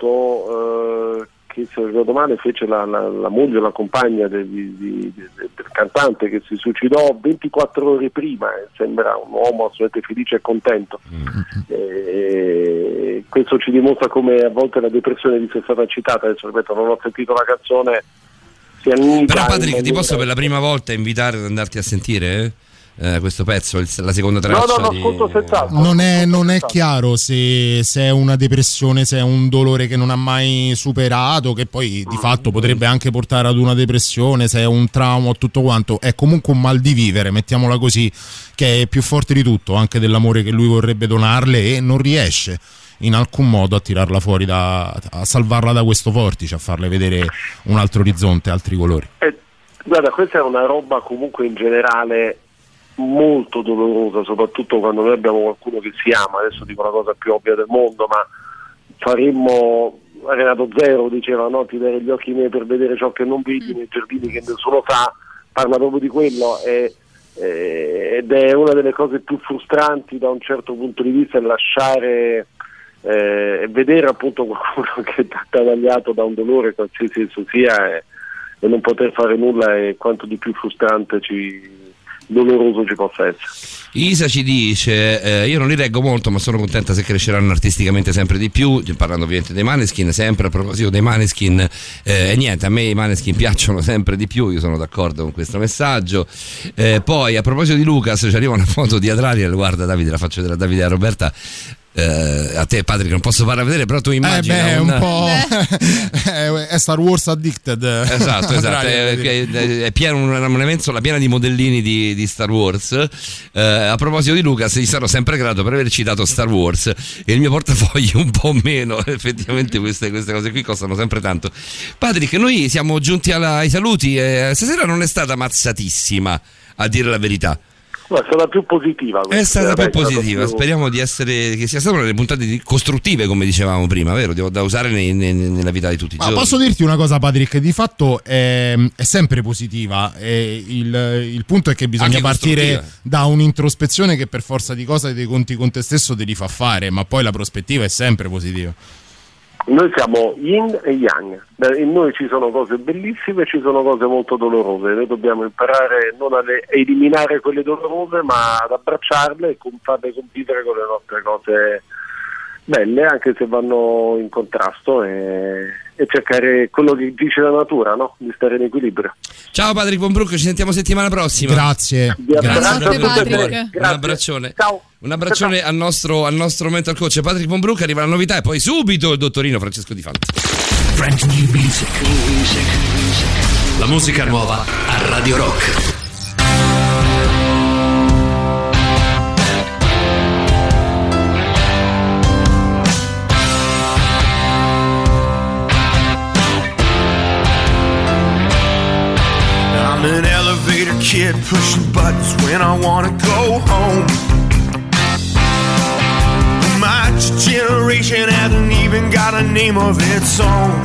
foto che se non ricordo male fece la moglie, la compagna del cantante, che si suicidò 24 ore prima, sembra un uomo assolutamente felice e contento. Questo ci dimostra come a volte la depressione vi sia stata citata. Adesso ripeto, non ho sentito la canzone. Però Patrick, ti posso per la prima volta invitare ad andarti a sentire? questo pezzo, la seconda traccia? No, ascolto senz'altro. Non è chiaro se è una depressione, se è un dolore che non ha mai superato, che poi di fatto potrebbe anche portare ad una depressione, se è un trauma o tutto quanto. È comunque un mal di vivere, mettiamola così, che è più forte di tutto, anche dell'amore che lui vorrebbe donarle, e non riesce in alcun modo a tirarla fuori, a salvarla da questo vortice, a farle vedere un altro orizzonte, altri colori. Guarda, questa è una roba comunque in generale molto dolorosa, soprattutto quando noi abbiamo qualcuno che si ama. Adesso dico la cosa più ovvia del mondo, ma faremmo, Renato Zero diceva, no, ti dare gli occhi miei per vedere ciò che non vedi nei giardini che nessuno sa, parla proprio di quello, ed è una delle cose più frustranti da un certo punto di vista, lasciare vedere appunto qualcuno che è travagliato da un dolore, qualsiasi esso sia, e non poter fare nulla è quanto di più frustrante doloroso ci possa essere. Isa ci dice io non li leggo molto, ma sono contenta se cresceranno artisticamente sempre di più, parlando ovviamente dei Maneskin. Sempre a proposito dei Maneskin, niente, a me i Maneskin piacciono sempre di più, io sono d'accordo con questo messaggio. Poi a proposito di Lucas ci arriva una foto di Adrariel, guarda Davide, la faccio vedere a Davide e a Roberta. A te Patrick non posso farla vedere, però tu immagina un po' è Star Wars addicted. Esatto, è pieno, una mensola piena di modellini di Star Wars. A proposito di Lucas, gli sarò sempre grato per aver citato Star Wars, e il mio portafoglio un po' meno. Effettivamente queste cose qui costano sempre tanto. Patrick, noi siamo giunti ai saluti, stasera non è stata mazzatissima, a dire la verità. No, è stata più positiva. È stata più positiva. Speriamo che sia stata una delle puntate costruttive, come dicevamo prima, vero? Da usare nella vita di tutti i giorni. Posso dirti una cosa, Patrick? Di fatto è sempre positiva. Il punto è che bisogna partire da un'introspezione che per forza di cose dei conti con te stesso te li fa fare, ma poi la prospettiva è sempre positiva. Noi siamo yin e yang, in noi ci sono cose bellissime e ci sono cose molto dolorose. Noi dobbiamo imparare non a eliminare quelle dolorose, ma ad abbracciarle e farle convivere con le nostre cose belle, anche se vanno in contrasto, e cercare quello che dice la natura, no? Di stare in equilibrio. Ciao Patrick Von Broek, ci sentiamo settimana prossima. Grazie Patrick. Un abbraccione. Ciao. Un abbraccione al nostro mental coach Patrick Von Broek. Arriva la novità e poi subito il dottorino Francesco Di Fante. Brand new music. La musica nuova a Radio Rock. I'm an elevator kid pushing buttons when I wanna go home. My generation hasn't even got a name of its own.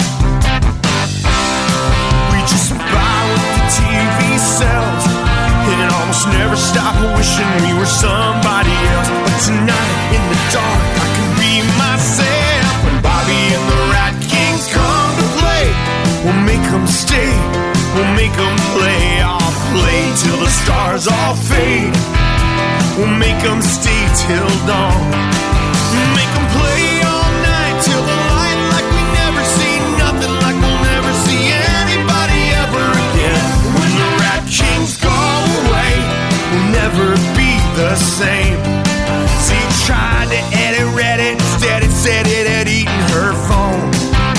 We just buy what the TV sells, and almost never stop wishing we were somebody else. But tonight in the dark I can be myself. When Bobby and the Rat Kings come to play, we'll make them stay, we'll make them play. I'll play till the stars all fade, we'll make them stay till dawn. Make them play all night till the light, like we never see nothing, like we'll never see anybody ever again. When the Rat Kings go away, we'll never be the same. See, tried to edit Reddit, instead it said it had eaten her phone.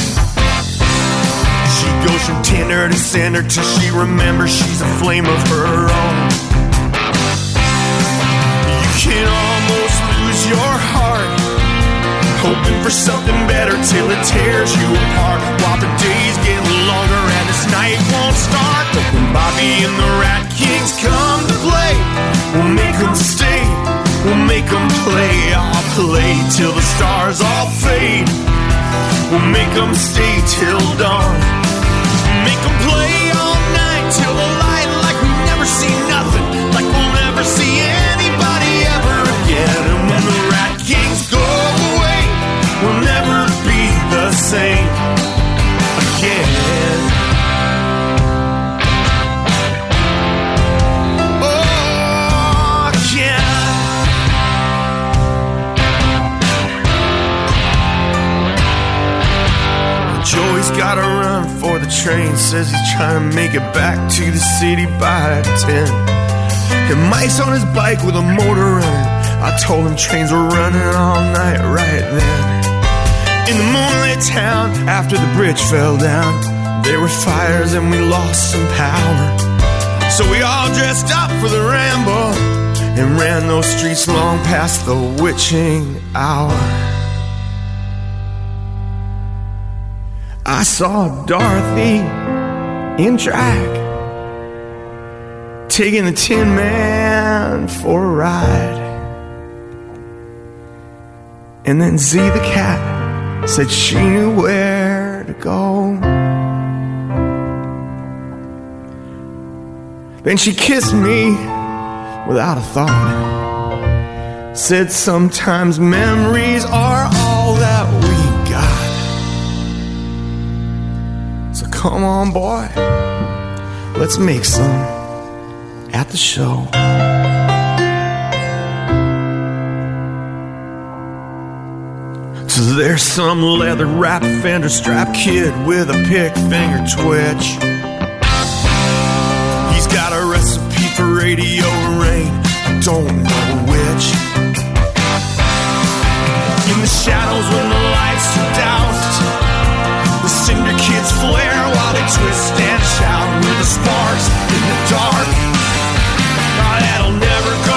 She goes from Tinder to Cinder till she remembers she's a flame of her own. You can almost lose your heart, hoping for something better till it tears you apart, while the days get longer and this night won't start. But when Bobby and the Rat Kings come to play, we'll make them stay, we'll make them play. I'll play till the stars all fade, we'll make them stay till dawn. Make them play all night till the light, like we never see nothing, like we'll never see anybody ever again. And when the Rat Kings go away, we'll never be the same again. Oh, again. Joey's gotta run for the train, says he's trying to make it back to the city by 10. and Mike's on his bike with a motor running. I told him trains were running all night right then. In the moonlit town, after the bridge fell down, there were fires and we lost some power. So we all dressed up for the ramble and ran those streets long past the witching hour. I saw Dorothy in drag, taking the Tin Man for a ride. And then Z the cat said she knew where to go. Then she kissed me without a thought, said sometimes memories are all that we got. So come on boy, let's make some at the show. So there's some leather-wrapped fender-strap kid with a pick finger twitch. He's got a recipe for radio rain, I don't know which. In the shadows when the lights are doused, the cinder kids flare while they twist and shout with the sparks in the dark. Oh, that'll never go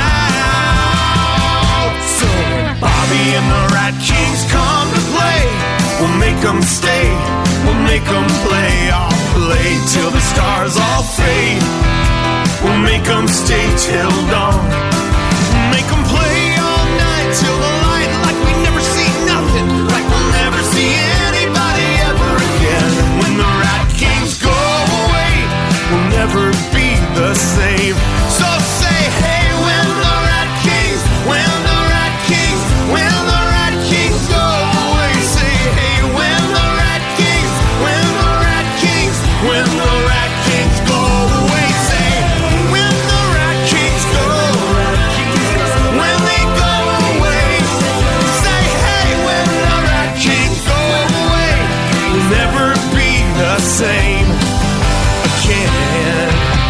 out. So when Bobby and the Rat Kings come to play, we'll make them stay, we'll make them play. I'll play till the stars all fade, we'll make them stay till dawn. Make them play all night till the light, like we never see nothing, like we'll never see anybody ever again. When the Rat Kings go away, we'll never be the same. So say hey when the Rat Kings, when the Rat Kings, when the Rat Kings go away. Say hey when the Rat Kings, when the Rat Kings, when the Rat Kings go away. Say when the Rat Kings go, when they go away. Say hey when the Rat Kings go away, we'll never be the same again.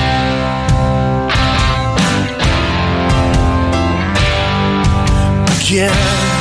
Again.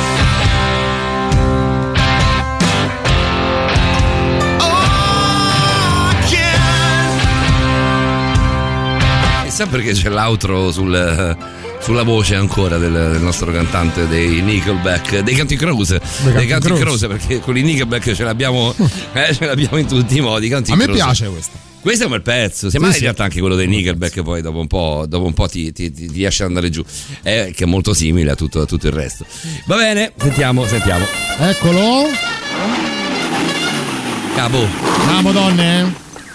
Chissà perché c'è l'outro sulla voce ancora del nostro cantante dei Nickelback, dei Counting Crows, perché con i Nickelback ce l'abbiamo in tutti i modi. A me piace questa. Questo è un bel pezzo, sembra in realtà anche quello dei Nickelback, poi dopo un po' ti riesce ad andare giù, che è molto simile a tutto il resto. Va bene, sentiamo. Eccolo. Capo. Andiamo donne.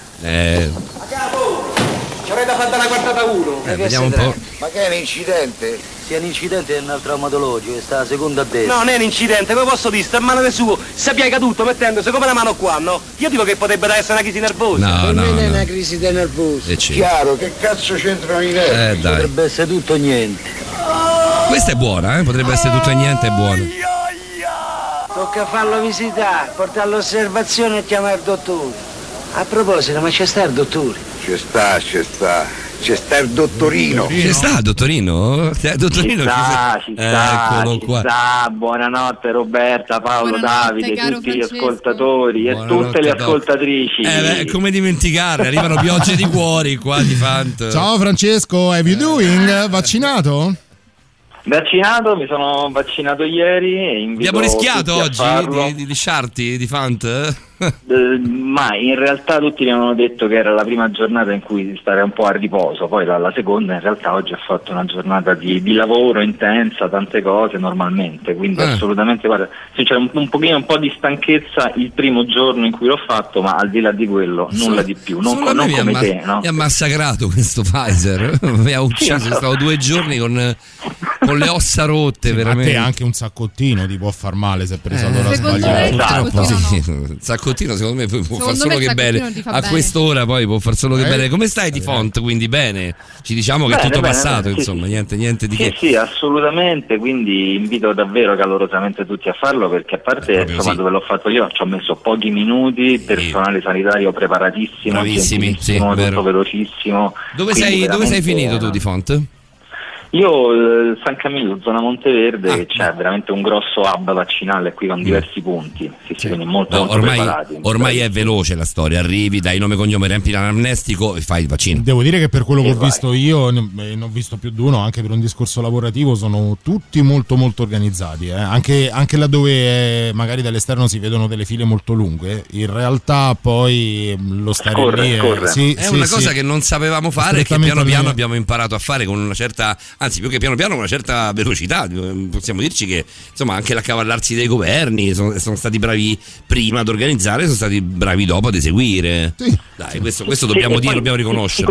Capo, ci avrei da fare la quartata 1. Vediamo un po'. Ma che è un incidente? Sia un incidente è un traumatologico, sta la seconda a destra. No, non è un incidente, come posso dire, sta in mano del suo, si piega tutto mettendosi come la mano qua, no? Io dico che potrebbe essere una crisi nervosa. Per me non è una crisi nervosa. Chiaro, che cazzo c'entrano i nervi? Dai. Potrebbe essere tutto o niente. Questa è buona, potrebbe essere tutto e niente, è buona. Tocca farlo visitare, portare all'osservazione e chiamare il dottore. A proposito, ma c'è sta il dottore? C'è sta il dottorino. C'è sta il dottorino? Ci sta. Buonanotte Roberta, Paolo, Buonanotte, Davide, tutti gli Francesco. ascoltatori. Buonanotte, e tutte le ascoltatrici. Come dimenticare, arrivano piogge di cuori qua di Fant. Ciao Francesco, how you doing? Vaccinato? Vaccinato, mi sono vaccinato ieri e invito Abbiamo rischiato tutti a farlo. oggi di lisciarti di Fant? Ma in realtà tutti mi avevano detto che era la prima giornata in cui stare un po' a riposo, poi la seconda in realtà oggi ho fatto una giornata di lavoro intensa, tante cose normalmente, quindi assolutamente, guarda, sì, c'è un po' di stanchezza il primo giorno in cui l'ho fatto, ma al di là di quello nulla di più, non come te, no? Mi ha massacrato questo Pfizer, mi ha ucciso, stavo 2 giorni con con le ossa rotte, veramente. A te anche un saccottino ti può far male se preso all'ora sbagliata. Un saccottino secondo me può far solo che bene. A quest'ora poi può far solo che bene. Come stai di Font? Quindi bene. Ci diciamo che è tutto passato, insomma, niente di che. Sì, assolutamente, quindi invito davvero calorosamente tutti a farlo, perché a parte dove l'ho fatto io ci ho messo pochi minuti, personale sanitario preparatissimo, bravissimi, tutto velocissimo. Dove sei finito tu di Font? Io San Camillo, zona Monteverde, che c'è veramente un grosso hub vaccinale qui con diversi punti, quindi molto preparati. Ormai è veloce la storia, arrivi, dai nome, cognome, riempi l'anamnestico e fai il vaccino. Devo dire che per quello che ho visto io, ne ho visto più di uno, anche per un discorso lavorativo, sono tutti molto molto organizzati, anche laddove magari dall'esterno si vedono delle file molto lunghe, in realtà poi lo stare lì è una cosa che non sapevamo fare e che piano piano abbiamo imparato a fare con una certa, anzi più che piano piano, una certa velocità. Possiamo dirci che insomma anche l'accavallarsi dei governi sono stati bravi prima ad organizzare, sono stati bravi dopo ad eseguire. Dai, questo dobbiamo dire, dobbiamo riconoscere.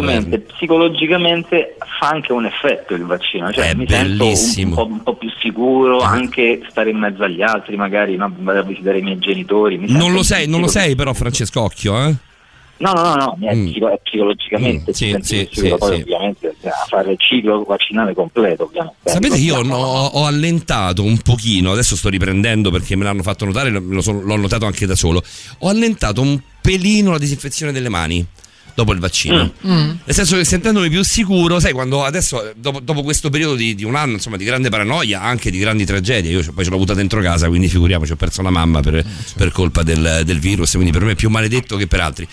Psicologicamente fa anche un effetto il vaccino, cioè mi bellissimo. Sento un po' più sicuro, anche stare in mezzo agli altri, magari vado a visitare i miei genitori. Non lo sei però, Francesco, occhio, No, è psicologicamente poi ovviamente a fare il ciclo vaccinale completo, ovviamente. Sapete che io ho allentato un pochino, adesso sto riprendendo perché me l'hanno fatto notare, l'ho notato anche da solo, ho allentato un pelino la disinfezione delle mani dopo il vaccino, nel senso che sentendomi più sicuro, sai, quando adesso dopo questo periodo di un anno, insomma, di grande paranoia, anche di grandi tragedie, io poi ce l'ho avuta dentro casa, quindi figuriamoci, ho perso la mamma per colpa del virus, quindi per me è più maledetto che per altri.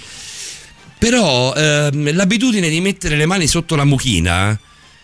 Però l'abitudine di mettere le mani sotto la mucchina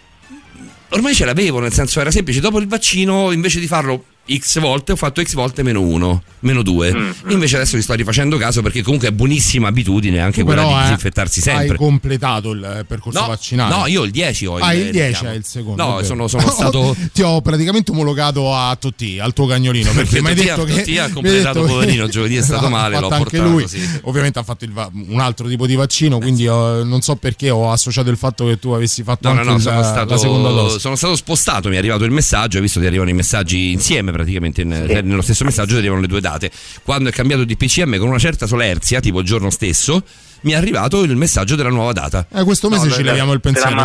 ormai ce l'avevo, nel senso era semplice, dopo il vaccino invece di farlo X volte ho fatto X volte -1, -2. Invece adesso vi sto rifacendo caso, perché comunque è buonissima abitudine anche quella di disinfettarsi sempre. Hai completato il percorso vaccinale? No, io il 10 ho il 10 è il secondo. No, sono stato ti ho praticamente omologato a Totti, al tuo cagnolino, perché mi hai detto che Totti ha completato poverino, giovedì è stato male, l'ho portato anche lui. Ovviamente ha fatto un altro tipo di vaccino, quindi non so perché ho associato il fatto che tu avessi fatto la seconda dose. Sono stato spostato, mi è arrivato il messaggio, hai visto che arrivano i messaggi insieme praticamente nello stesso messaggio arrivano le due date. Quando è cambiato il DPCM con una certa solerzia, tipo il giorno stesso, mi è arrivato il messaggio della nuova data. Questo mese ci leviamo il pensiero,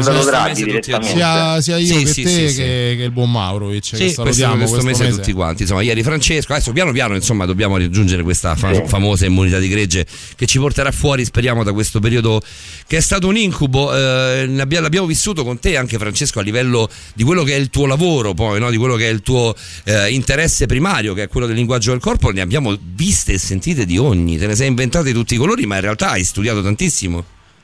sia io che te che il buon Maurovic, che salutiamo questo mese tutti quanti. Insomma, ieri Francesco, adesso piano piano insomma dobbiamo raggiungere questa famosa immunità di gregge che ci porterà fuori, speriamo, da questo periodo che è stato un incubo. L'abbiamo vissuto con te anche, Francesco, a livello di quello che è il tuo lavoro, poi, no? Di quello che è il tuo interesse primario, che è quello del linguaggio del corpo. Ne abbiamo viste e sentite di ogni, te ne sei inventati tutti i colori, ma in realtà hai studiato tantissimo.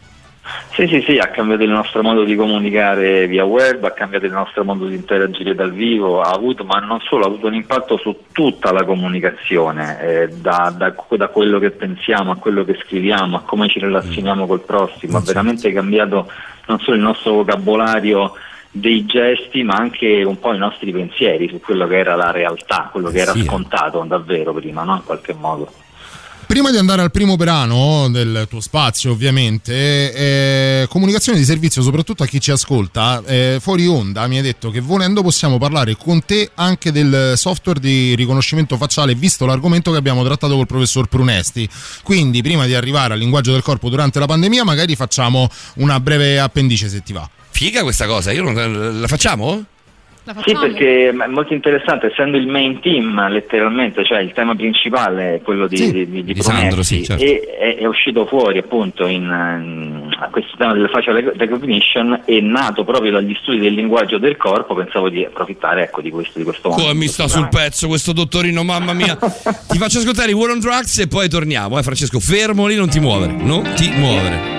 Sì, ha cambiato il nostro modo di comunicare via web, ha cambiato il nostro modo di interagire dal vivo, ha avuto, ma non solo, ha avuto un impatto su tutta la comunicazione, da quello che pensiamo a quello che scriviamo, a come ci relazioniamo col prossimo. Ha veramente cambiato non solo il nostro vocabolario dei gesti, ma anche un po' i nostri pensieri su quello che era la realtà, quello che era scontato davvero prima, no? In qualche modo. Prima di andare al primo brano del tuo spazio, ovviamente, comunicazione di servizio soprattutto a chi ci ascolta, fuori onda mi hai detto che volendo possiamo parlare con te anche del software di riconoscimento facciale, visto l'argomento che abbiamo trattato col professor Prunesti. Quindi prima di arrivare al linguaggio del corpo durante la pandemia magari facciamo una breve appendice, se ti va. Figa questa cosa, la facciamo? Sì, perché è molto interessante, essendo il main team letteralmente, cioè il tema principale è quello di Sandro, certo. E è uscito fuori appunto a questo tema della facial recognition, è nato proprio dagli studi del linguaggio del corpo. Pensavo di approfittare di questo momento. Come mi sta sul pezzo questo dottorino, mamma mia. Ti faccio ascoltare i War on Drugs e poi torniamo, Francesco, fermo lì, non ti muovere.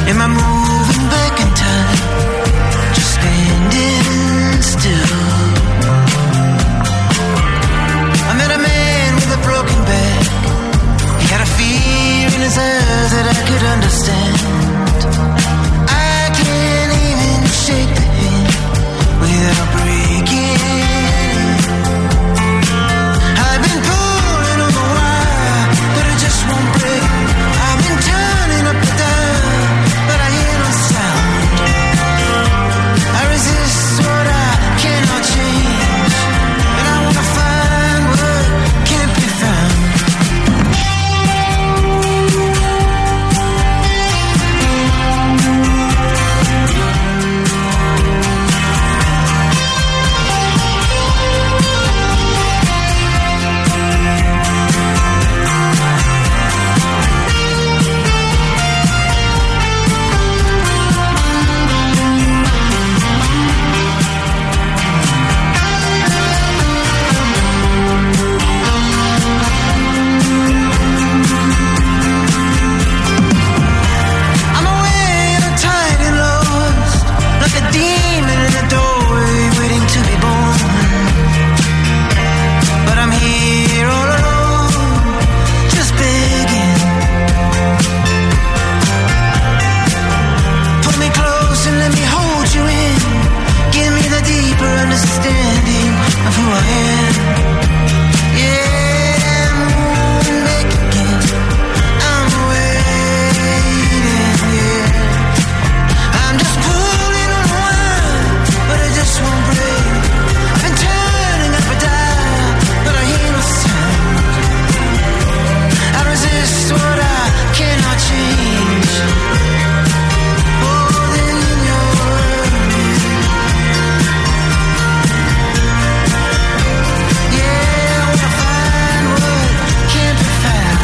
Am I moving back in time? Just standing still. I met a man with a broken back. He had a fear in his eyes that I could understand. I can't even shake the hand without breaking. I've been pulling on the wire, but it just won't break. I've been turning up the dial, but I hear no sound. I resist what I cannot change, and I wanna find what can't be found. I'm away and I'm tired and lost, like a demon in a doorway waiting to be born. But I'm here all alone, just begging. Pull me close and let me hold you in. Give me the deeper understanding of who I am. Yeah, I'm moving back again. I'm waiting, yeah. I'm just pulling on a wire, but it just won't break. I've been turning up a dial, but I hear no sound. I resist what I cannot change. Oh, then you're yeah, I wanna find what can't be found.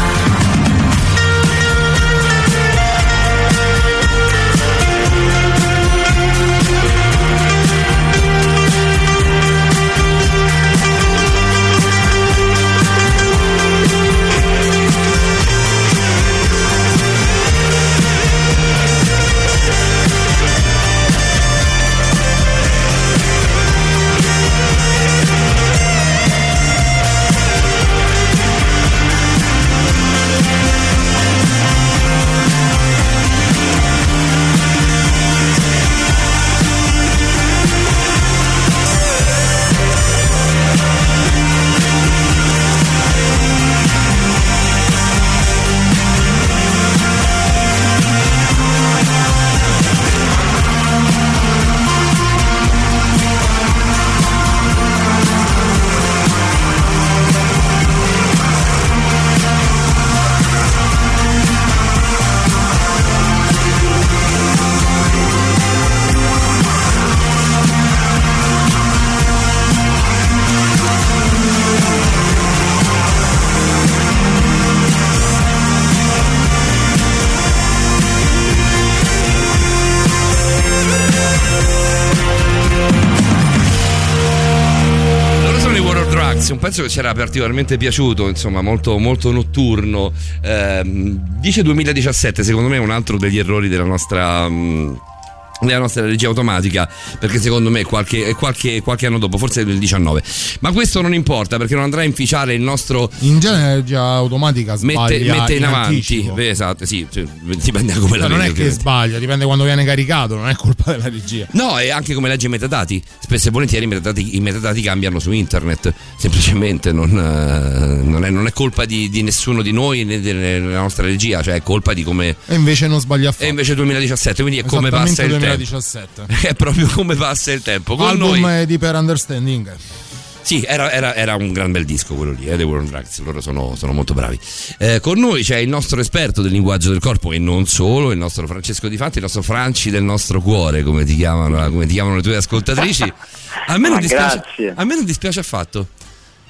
Un pezzo che ci era particolarmente piaciuto, insomma, molto, molto notturno. Dice 2017, secondo me è un altro degli errori della nostra regia automatica, perché secondo me qualche anno dopo, forse nel 19, ma questo non importa perché non andrà a inficiare il nostro. In genere la regia automatica sbaglia, mette in avanti anticipo. Esatto, sì, dipende come la non vedi, è che sbaglia, dipende quando viene caricato, non è colpa della regia. No, è anche come legge i metadati. Spesso e volentieri i metadati cambiano su internet, semplicemente non è colpa di nessuno di noi né della nostra regia, cioè è colpa di come. E invece non sbaglia affatto. E invece 2017, quindi è come passa il 2017. tempo. È proprio come passa il tempo. Con album noi di Per Understanding. Sì, era un gran bel disco quello lì, The War on Drugs, loro sono molto bravi. Con noi c'è il nostro esperto del linguaggio del corpo e non solo, il nostro Francesco Di Fatti, il nostro Franci del nostro cuore, come ti chiamano le tue ascoltatrici. A me non dispiace affatto.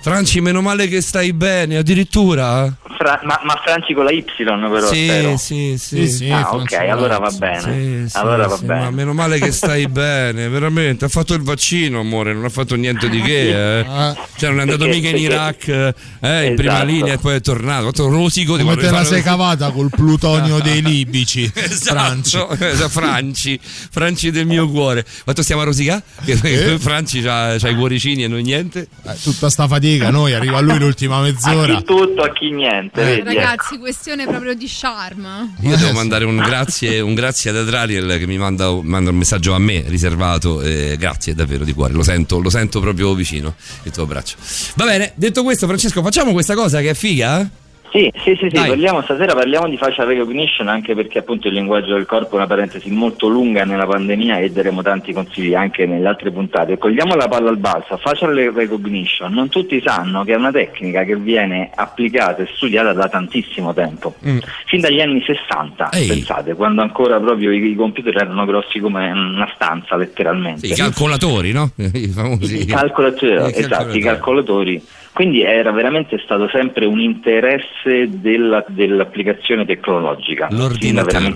Franci, meno male che stai bene, addirittura? Ma Franci con la Y però, sì, spero. Sì. Ah, ok, allora va bene. Allora va bene. Ma meno male che stai bene, veramente. Ha fatto il vaccino, amore, non ha fatto niente di che. Cioè, non è andato mica in Iraq in prima linea e poi è tornato. Ha fatto rosico. Come te la sei cavata col plutonio dei libici. Esatto. Franci del mio cuore. Quanto stiamo a rosicare? Franci c'ha i cuoricini e noi niente. Tutta sta fatica. Noi arriva a lui l'ultima mezz'ora. A chi tutto, a chi niente. Vedi, ragazzi, questione proprio di charme. Io devo mandare un grazie ad Adriel che mi manda un messaggio a me riservato. Grazie davvero di cuore, lo sento proprio vicino il tuo braccio. Va bene, detto questo, Francesco, facciamo questa cosa che è figa? Sì, stasera parliamo di facial recognition, anche perché appunto il linguaggio del corpo è una parentesi molto lunga nella pandemia e daremo tanti consigli anche nelle altre puntate. Cogliamo la palla al balzo. Facial recognition, non tutti sanno che è una tecnica che viene applicata e studiata da tantissimo tempo, fin dagli anni 60, pensate, quando ancora proprio i computer erano grossi come una stanza letteralmente. Sì, i calcolatori, no? I famosi calcolatori, esatto, i calcolatori. Quindi era veramente stato sempre un interesse dell'applicazione tecnologica. Sin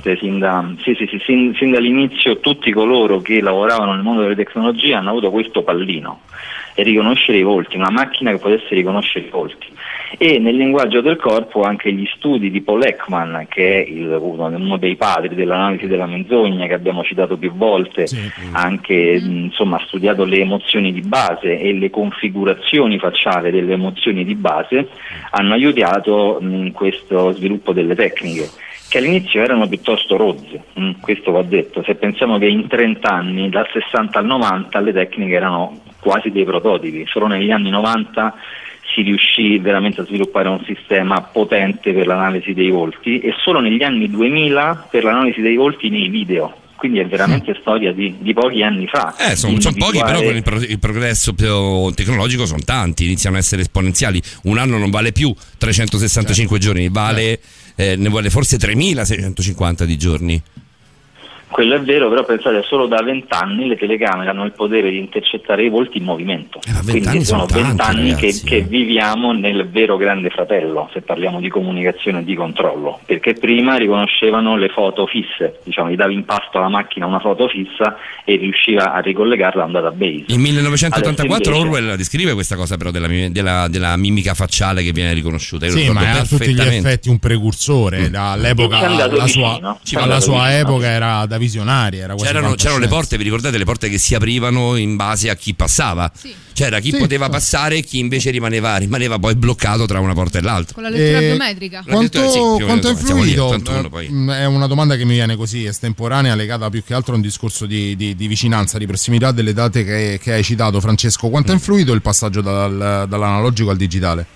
dall'inizio tutti coloro che lavoravano nel mondo delle tecnologie hanno avuto questo pallino e riconoscere i volti, una macchina che potesse riconoscere i volti. E nel linguaggio del corpo anche gli studi di Paul Ekman, che è uno dei padri dell'analisi della menzogna, che abbiamo citato più volte, anche ha studiato le emozioni di base e le configurazioni facciali delle emozioni di base, hanno aiutato in questo sviluppo delle tecniche, che all'inizio erano piuttosto rozze, questo va detto. Se pensiamo che in 30 anni, dal 60 al 90, le tecniche erano quasi dei prototipi, solo negli anni 90 si riuscì veramente a sviluppare un sistema potente per l'analisi dei volti, e solo negli anni 2000 per l'analisi dei volti nei video. Quindi è veramente storia di pochi anni fa. Sono pochi, però con il progresso tecnologico sono tanti, iniziano a essere esponenziali. Un anno non vale più 365 giorni, ne vale forse 3650 di giorni. Quello è vero, però pensate, solo da 20 anni le telecamere hanno il potere di intercettare i volti in movimento. Quindi sono 20 anni che viviamo nel vero grande fratello, se parliamo di comunicazione e di controllo, perché prima riconoscevano le foto fisse, gli davi in pasto alla macchina una foto fissa e riusciva a ricollegarla a un database. In 1984 Orwell descrive questa cosa però della mimica facciale che viene riconosciuta. Sì, ma ha a tutti gli effetti un precursore. All'epoca, alla sua epoca era da visionari, era c'erano le porte, vi ricordate le porte che si aprivano in base a chi passava? Sì. C'era chi poteva passare e chi invece rimaneva poi bloccato tra una porta e l'altra. Con la lettura biometrica. Quanto è influito? È una domanda che mi viene così estemporanea, legata più che altro a un discorso di vicinanza, di prossimità delle date che hai citato, Francesco. Quanto è influito il passaggio dall'analogico al digitale?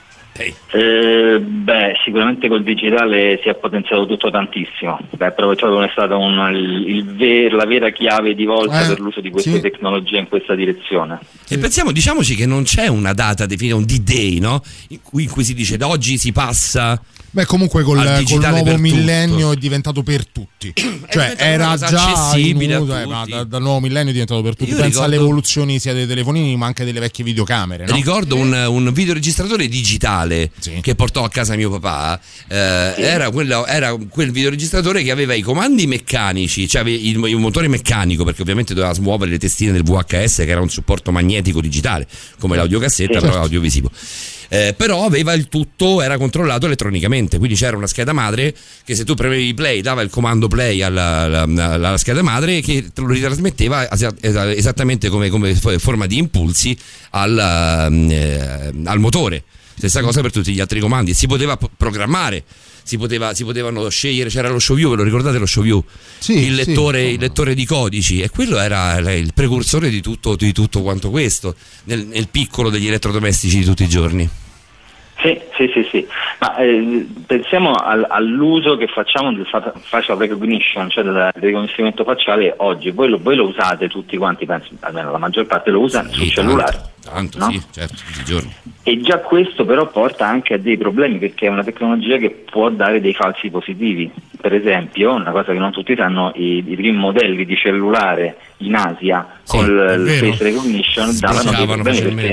Sicuramente col digitale si è potenziato tutto tantissimo. Proprio è stata la vera chiave di volta per l'uso di queste tecnologie in questa direzione. E diciamoci che non c'è una data definita, un D-Day, no? In cui si dice da oggi si passa. Comunque col nuovo millennio è diventato per tutti. Cioè era già dal nuovo millennio è diventato per tutti. Pensa alle evoluzioni sia dei telefonini ma anche delle vecchie videocamere, no? Ricordo un videoregistratore digitale che portò a casa mio papà. Era quel videoregistratore che aveva i comandi meccanici, cioè il motore meccanico, perché ovviamente doveva smuovere le testine del VHS, che era un supporto magnetico digitale come l'audiocassetta, però audiovisivo. Però aveva il tutto, era controllato elettronicamente, quindi c'era una scheda madre che se tu premevi play dava il comando play alla scheda madre che te lo ritrasmetteva esattamente come forma di impulsi al motore. Stessa cosa per tutti gli altri comandi, e si poteva programmare, si potevano scegliere, c'era lo ShowView, ve lo ricordate lo ShowView? Il lettore di codici, e quello era il precursore di tutto quanto questo nel piccolo degli elettrodomestici di tutti i giorni. Sì, ma pensiamo all'uso che facciamo del facial recognition, cioè del riconoscimento facciale oggi. Voi lo usate tutti quanti, penso, almeno la maggior parte lo usa sul cellulare. Tanto, no? Sì, certo, tutti i giorni. E già questo però porta anche a dei problemi, perché è una tecnologia che può dare dei falsi positivi. Per esempio, una cosa che non tutti sanno, i primi modelli di cellulare in Asia con il face recognition davano dei problemi, perché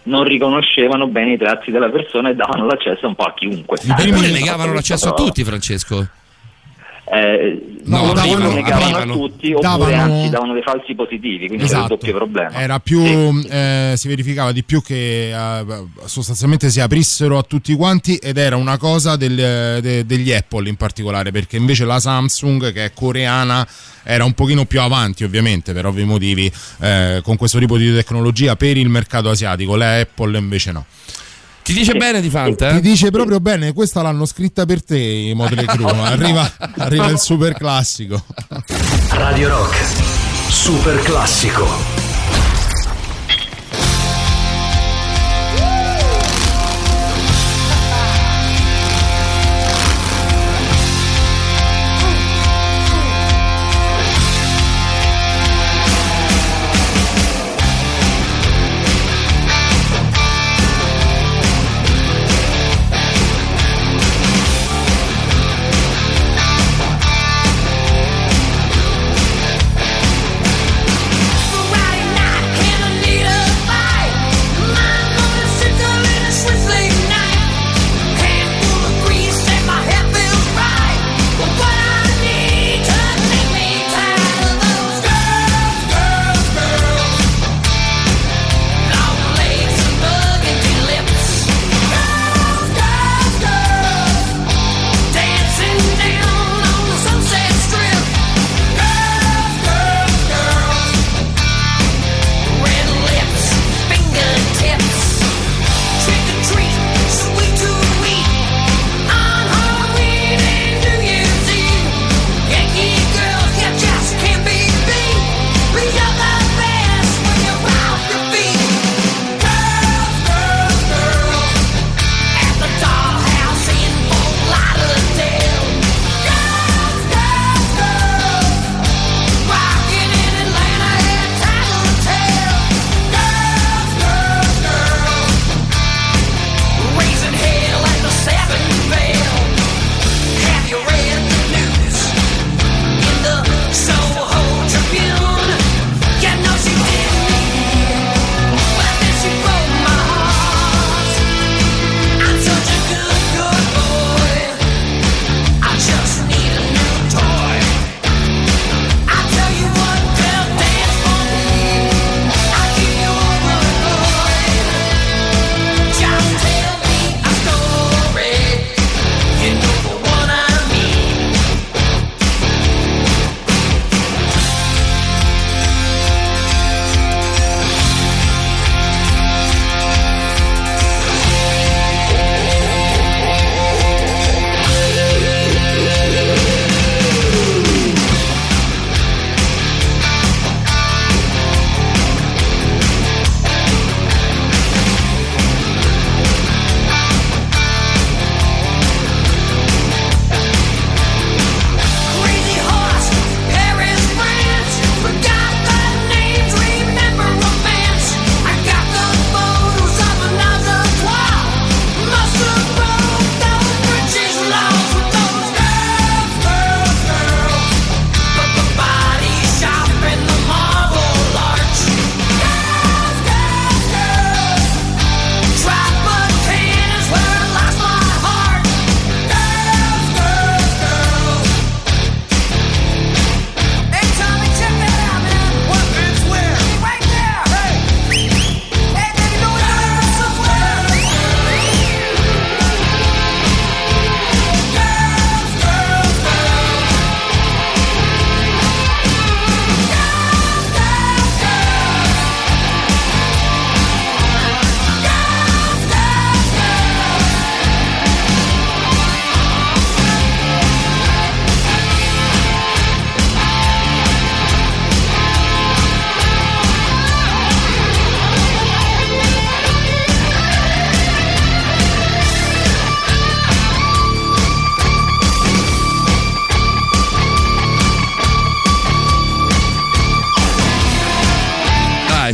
non riconoscevano bene i tratti della persona e davano l'accesso un po' a chiunque. Eppure negavano l'accesso a tutti, Francesco. Non negavano a tutti, oppure anzi davano dei falsi positivi, quindi era il doppio problema. Era più si verificava di più che sostanzialmente si aprissero a tutti quanti, ed era una cosa degli Apple in particolare, perché invece la Samsung, che è coreana, era un pochino più avanti, ovviamente per ovvi motivi, con questo tipo di tecnologia per il mercato asiatico. La Apple invece no. Ti dice bene di Fanta? Ti dice proprio bene, questa l'hanno scritta per te i Motley Crue. arriva il super classico. Radio Rock, super classico. Riding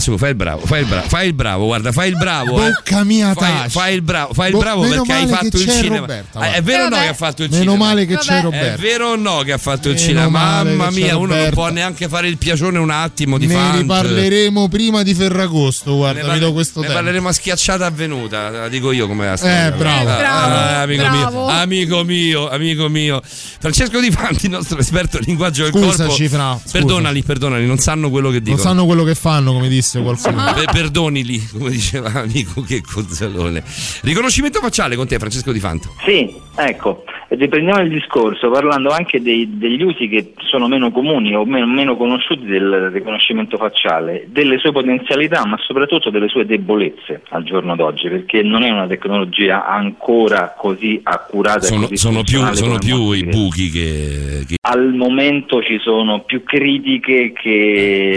su, fai il bravo, guarda, fai il bravo. Bocca mia tace. Fai il bravo perché hai fatto il cinema. Roberta, è vero o no che ha fatto il cinema? Meno male che c'è Roberta. È vero o no che ha fatto il cinema? Mamma mia, uno non può neanche fare il piacione un attimo di Ne Fant. parleremo prima di Ferragosto, guarda, mi do questo tempo. Ne parleremo a schiacciata avvenuta, la dico io come la bravo. Amico mio. Francesco Di Fanti, il nostro esperto linguaggio del corpo. Perdonali, non sanno quello che dicono. Non sanno quello che fanno, come disse qualcuno. Perdonili, come diceva amico che Cozzalone. Riconoscimento facciale con te, Francesco Di Fanto. Sì, ecco, riprendiamo il discorso parlando anche degli usi che sono meno comuni o meno conosciuti del riconoscimento facciale, delle sue potenzialità, ma soprattutto delle sue debolezze al giorno d'oggi, perché non è una tecnologia ancora così accurata. Sono più i buchi che al momento ci sono più critiche che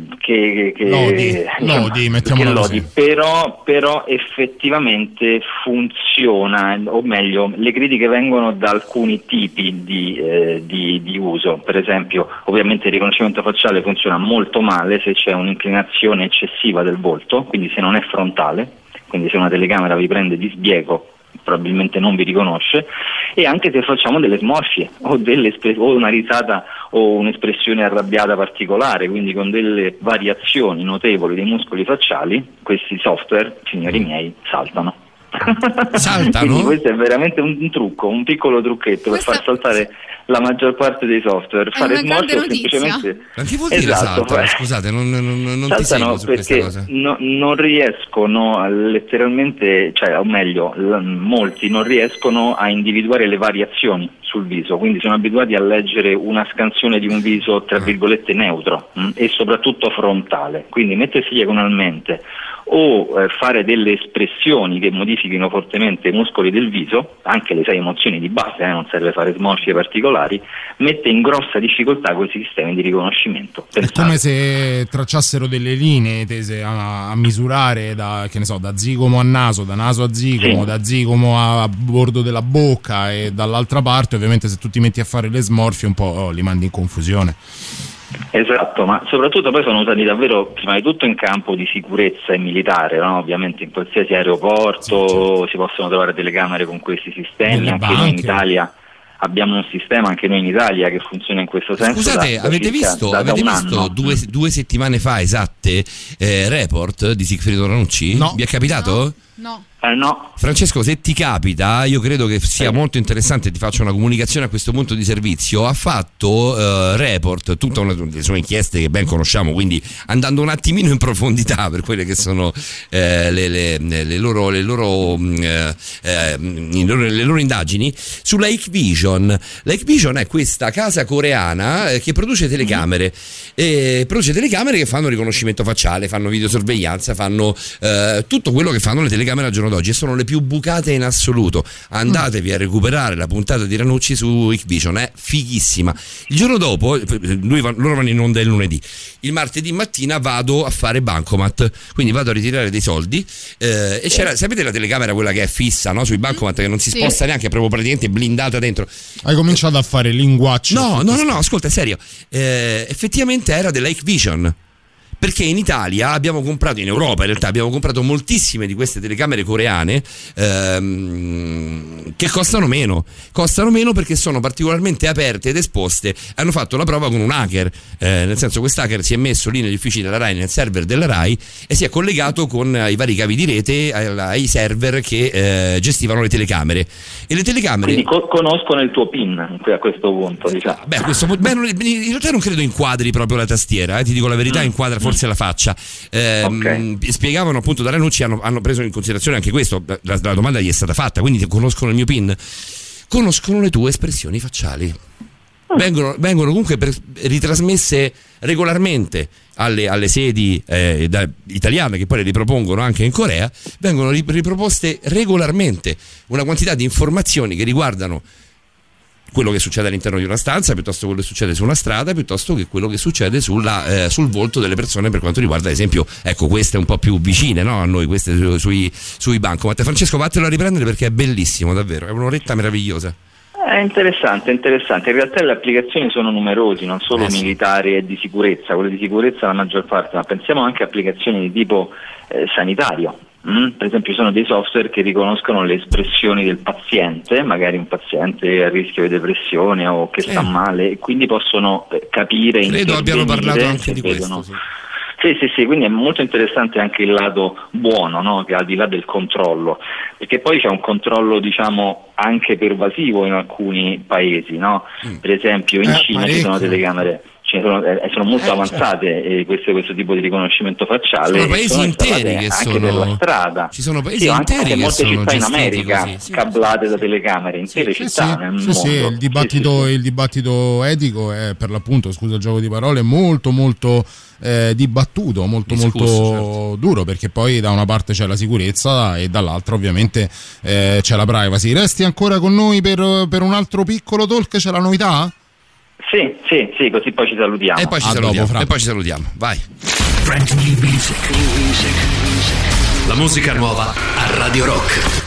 lodi, però effettivamente funziona, o meglio, le critiche vengono da alcuni tipi di uso. Per esempio, ovviamente il riconoscimento facciale funziona molto male se c'è un'inclinazione eccessiva del volto, quindi se non è frontale, quindi se una telecamera vi prende di sbiego probabilmente non vi riconosce, e anche se facciamo delle smorfie o una risata o un'espressione arrabbiata particolare, quindi con delle variazioni notevoli dei muscoli facciali, questi software, signori miei, saltano. Quindi questo è veramente un trucco, un piccolo trucchetto per far saltare la maggior parte dei software. Fare smorfie semplicemente. Ma che vuol dire saltano? Scusate, non ti seguo su questa cosa. Non riescono letteralmente, cioè, o meglio, molti non riescono a individuare le variazioni sul viso, quindi sono abituati a leggere una scansione di un viso tra virgolette neutro e soprattutto frontale, quindi mettersi diagonalmente o fare delle espressioni che modifichino fortemente i muscoli del viso, anche le 6 emozioni di base, non serve fare smorfie particolari, mette in grossa difficoltà questi sistemi di riconoscimento. È come se tracciassero delle linee tese a misurare da zigomo a naso, da naso a zigomo, da zigomo a bordo della bocca, e dall'altra parte ovviamente se tu ti metti a fare le smorfie un po' li mandi in confusione. Esatto, ma soprattutto poi sono usati davvero prima di tutto in campo di sicurezza e militare, no? Ovviamente in qualsiasi aeroporto si possono trovare telecamere con questi sistemi, anche noi in Italia abbiamo un sistema anche noi in Italia che funziona in questo senso. Scusate, avete visto 2 settimane fa esatte Report di Sigfrido Ranucci? No. Vi è capitato? No. No. Francesco, se ti capita, io credo che sia molto interessante, ti faccio una comunicazione a questo punto di servizio. Ha fatto Report, tutta una delle sue inchieste che ben conosciamo, quindi andando un attimino in profondità per quelle che sono le loro indagini sulla Hikvision. La Hikvision è questa casa coreana che produce telecamere, che fanno riconoscimento facciale, fanno videosorveglianza, fanno tutto quello che fanno le telecamere al giorno d'oggi, e sono le più bucate in assoluto. Andatevi a recuperare la puntata di Ranucci su Hikvision, è fighissima. Il giorno dopo loro vanno in onda il lunedì, il martedì mattina vado a fare bancomat, quindi vado a ritirare dei soldi e c'era, sapete la telecamera quella che è fissa, no? Sui bancomat, che non si sposta neanche, è proprio praticamente blindata dentro. Hai cominciato a fare linguaccio? No, ascolta, è serio, effettivamente era della Hikvision, perché in Italia abbiamo comprato, in Europa in realtà abbiamo comprato moltissime di queste telecamere coreane che costano meno perché sono particolarmente aperte ed esposte. Hanno fatto la prova con un hacker, nel senso, quest'hacker si è messo lì negli uffici della RAI, nel server della RAI, e si è collegato con i vari cavi di rete ai server che gestivano le telecamere, e le telecamere quindi conoscono il tuo PIN a questo punto, diciamo. In realtà non credo inquadri proprio la tastiera, ti dico la verità, inquadra forse la faccia. Spiegavano appunto da Ranucci, hanno preso in considerazione anche questo, la domanda gli è stata fatta, quindi conoscono il mio PIN, conoscono le tue espressioni facciali, vengono comunque ritrasmesse regolarmente alle sedi italiane, che poi le ripropongono anche in Corea, vengono riproposte regolarmente una quantità di informazioni che riguardano quello che succede all'interno di una stanza, piuttosto quello che succede su una strada, piuttosto che quello che succede sul volto delle persone, per quanto riguarda, ad esempio, ecco, queste un po' più vicine, no, a noi, queste sui bancomat. Francesco, vattelo a riprendere perché è bellissimo, davvero, è un'oretta meravigliosa. È interessante. In realtà le applicazioni sono numerosi, non solo militari e di sicurezza. Quelle di sicurezza la maggior parte, ma pensiamo anche a applicazioni di tipo sanitario. Per esempio, ci sono dei software che riconoscono le espressioni del paziente, magari un paziente a rischio di depressione o che sta male, e quindi possono capire. Credo abbiano parlato anche di vedono. questo. Sì, quindi è molto interessante anche il lato buono, no? Che al di là del controllo, perché poi c'è un controllo, diciamo, anche pervasivo in alcuni paesi, no? Per esempio in Cina ci sono telecamere, sono molto avanzate questo tipo di riconoscimento facciale. Sono paesi interi che anche per la strada. Ci sono paesi interi anche molte che sono città in America così, cablate da telecamere, intere città nel mondo. Sì, il dibattito etico è, per l'appunto, scusa il gioco di parole, molto dibattuto, molto duro, perché poi da una parte c'è la sicurezza e dall'altra ovviamente c'è la privacy. Resti ancora con noi per un altro piccolo talk? C'è la novità? Sì, così poi ci salutiamo. E poi ci salutiamo. Vai. La musica nuova a Radio Rock.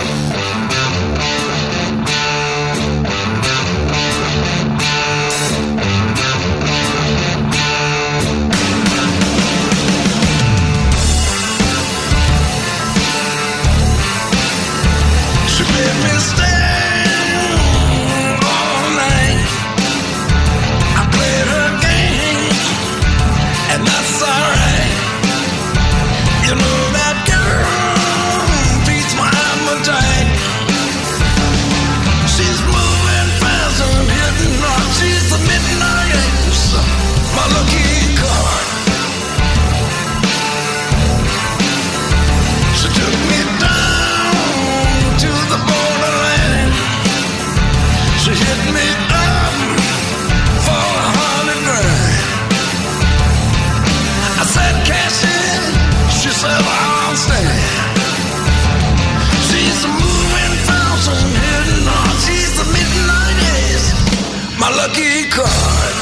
Lucky card.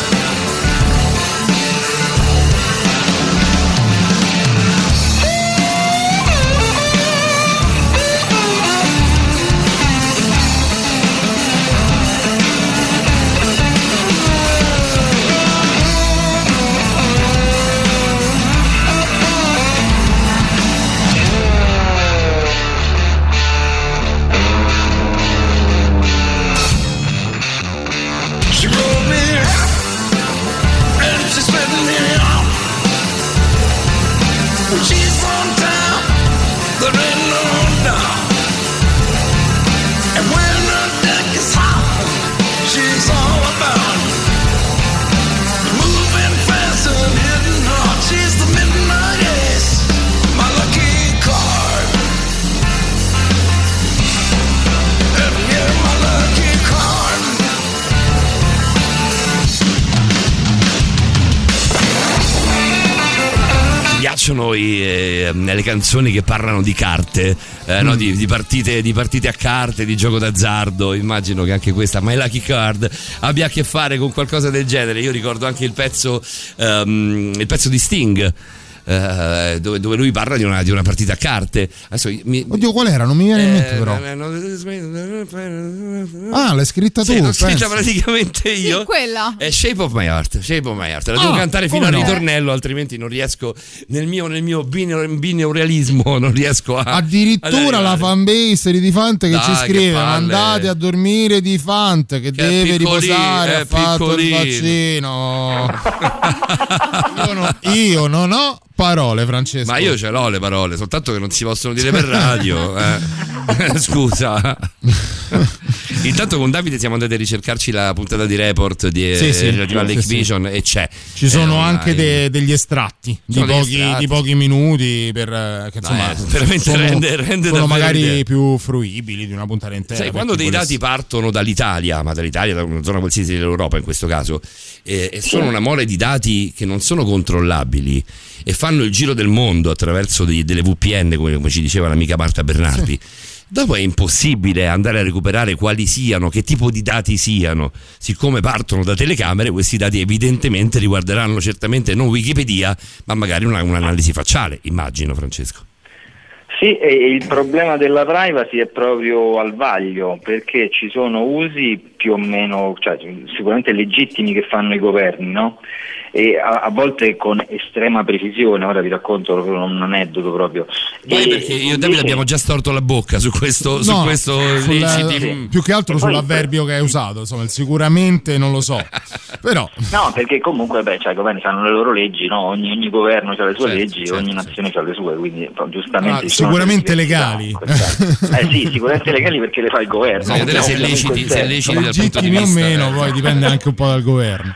She's on time, there ain't no doubt. And when the deck is hot, she's all about moving fast and hitting hard. She's the midnight ace, my lucky card. And yeah, my lucky card. Mi piacciono le canzoni che parlano di carte, no? di partite a carte, di gioco d'azzardo. Immagino che anche questa My Lucky Card abbia a che fare con qualcosa del genere. Io ricordo anche il pezzo di Sting, dove lui parla di una partita a carte. Adesso oddio, qual era? Non mi viene in mente, però. L'hai scritta tu? L'ho scritta praticamente io. Sì, quella è Shape of My Heart. La devo cantare fino al ritornello, altrimenti non riesco nel mio binauralismo, non riesco a. Addirittura la fanbase di Fante che ci scrive: andate a dormire di Fante che deve riposare, ha fatto il vaccino. Io non ho parole, Francesco. Ma io ce l'ho le parole, soltanto che non si possono dire per radio. Scusa. Intanto con Davide siamo andati a ricercarci la puntata di report relativa a Lake Vision e c'è. Ci sono anche degli estratti di pochi minuti che insomma rende sono magari più fruibili di una puntata intera. Sai, quando dei dati partono dall'Italia, ma dall'Italia, da una zona qualsiasi dell'Europa in questo caso, e sono una mole di dati che non sono controllabili e fanno il giro del mondo attraverso delle VPN, come ci diceva l'amica Marta Bernardi, dopo è impossibile andare a recuperare quali siano, che tipo di dati siano. Siccome partono da telecamere, questi dati evidentemente riguarderanno certamente non Wikipedia, ma magari un'analisi facciale, immagino, Francesco. Sì, e il problema della privacy è proprio al vaglio, perché ci sono usi più o meno, cioè sicuramente legittimi che fanno i governi, no? E a volte con estrema precisione. Ora vi racconto proprio un aneddoto proprio. Perché io e Davide abbiamo già storto la bocca su questo, più che altro sull'avverbio che hai usato, insomma, sicuramente non lo so. Però no, perché comunque i governi fanno le loro leggi, no? Ogni governo ha le sue leggi, ogni nazione ha le sue, quindi giustamente sicuramente legali. Sì, sicuramente legali perché le fa il governo. Se leciti legittimi o meno, poi dipende anche un po' dal governo.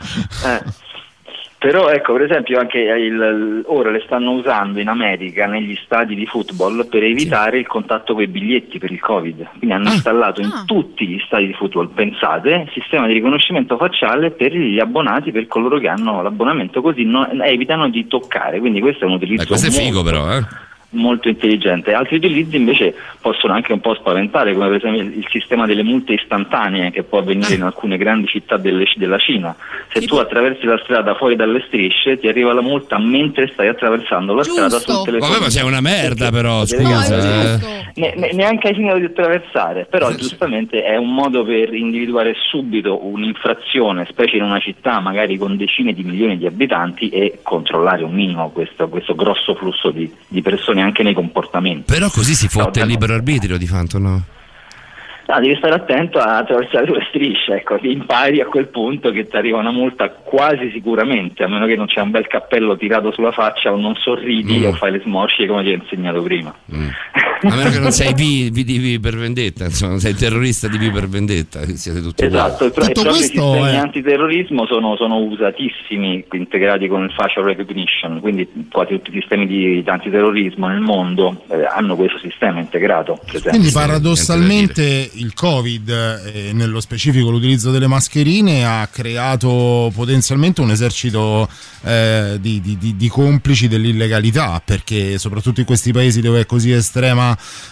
Però ecco, per esempio anche ora le stanno usando in America negli stadi di football per evitare il contatto con i biglietti per il Covid. Quindi hanno installato in tutti gli stadi di football, pensate, sistema di riconoscimento facciale per gli abbonati, per coloro che hanno l'abbonamento, così evitano di toccare. Quindi questo è un utilizzo questo è figo, però molto intelligente. Altri utilizzi invece possono anche un po' spaventare, come per esempio il sistema delle multe istantanee che può avvenire in alcune grandi città della Cina. Se tu attraversi la strada fuori dalle strisce, ti arriva la multa mentre stai attraversando la strada sul telefono. Vabbè, ma sei una merda, però scusa. Neanche hai finito di attraversare, però giustamente è un modo per individuare subito un'infrazione, specie in una città magari con decine di milioni di abitanti, e controllare un minimo questo grosso flusso di persone anche nei comportamenti. Però così si fotte il libero arbitrio di fatto, no? No, devi stare attento a attraversare le strisce, ecco, impari a quel punto che ti arriva una multa quasi sicuramente, a meno che non c'è un bel cappello tirato sulla faccia o non sorridi o fai le smorfie come ti ho insegnato prima. A meno che non sei V per vendetta, insomma, sei terrorista di V per vendetta, siete tutti esatto, uguali. Tutto questo i sistemi antiterrorismo sono usatissimi, integrati con il facial recognition, quindi quasi tutti i sistemi di antiterrorismo nel mondo hanno questo sistema integrato. Quindi paradossalmente il Covid, nello specifico l'utilizzo delle mascherine, ha creato potenzialmente un esercito di complici dell'illegalità, perché soprattutto in questi paesi dove è così estrema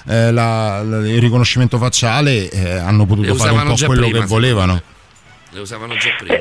il riconoscimento facciale hanno potuto fare un po' quello che volevano. Le usavano già prima.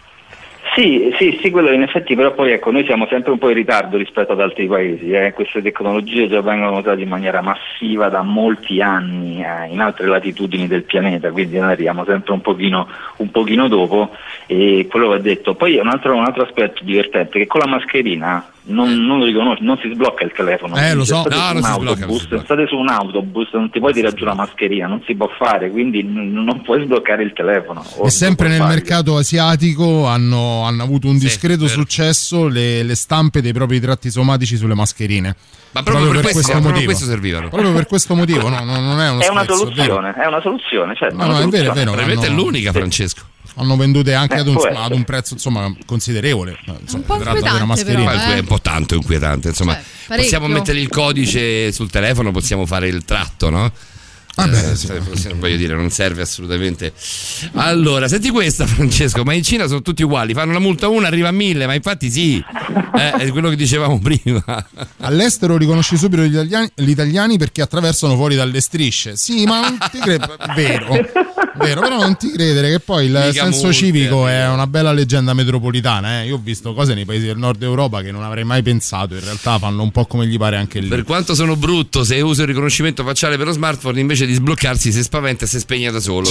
Sì, quello in effetti, però poi ecco, noi siamo sempre un po' in ritardo rispetto ad altri paesi, queste tecnologie già vengono usate in maniera massiva da molti anni in altre latitudini del pianeta, quindi noi arriviamo sempre un pochino dopo, e quello che ho detto. Poi un altro aspetto divertente, che con la mascherina non lo riconosci, non si sblocca il telefono. Lo so, non si blocca. State su un autobus, non ti puoi tirare giù la mascherina, non si può fare, quindi non puoi sbloccare il telefono. E sempre nel mercato asiatico hanno avuto un discreto successo le stampe dei propri tratti somatici sulle mascherine. Ma proprio per questo servivano. Proprio per questo motivo, no, non è uno scherzo, è una soluzione, certo. No, è vero. Probabilmente è l'unica, Francesco. Hanno vendute anche ad un prezzo, insomma, considerevole. Un po' inquietante, però, è un po' tanto inquietante, insomma. Possiamo mettere il codice sul telefono, possiamo fare il tratto, no? Voglio dire, non serve assolutamente. Allora, senti questa, Francesco, ma in Cina sono tutti uguali, fanno la multa una, arriva a 1000, ma infatti sì, è quello che dicevamo prima. All'estero riconosci subito gli italiani perché attraversano fuori dalle strisce. Sì, ma non ti credo, vero, però non ti credere che poi il senso civico è una bella leggenda metropolitana. Io ho visto cose nei paesi del nord Europa che non avrei mai pensato, in realtà fanno un po' come gli pare anche lì. Per quanto sono brutto, se uso il riconoscimento facciale per lo smartphone, invece di sbloccarsi si spaventa e si spegne da solo.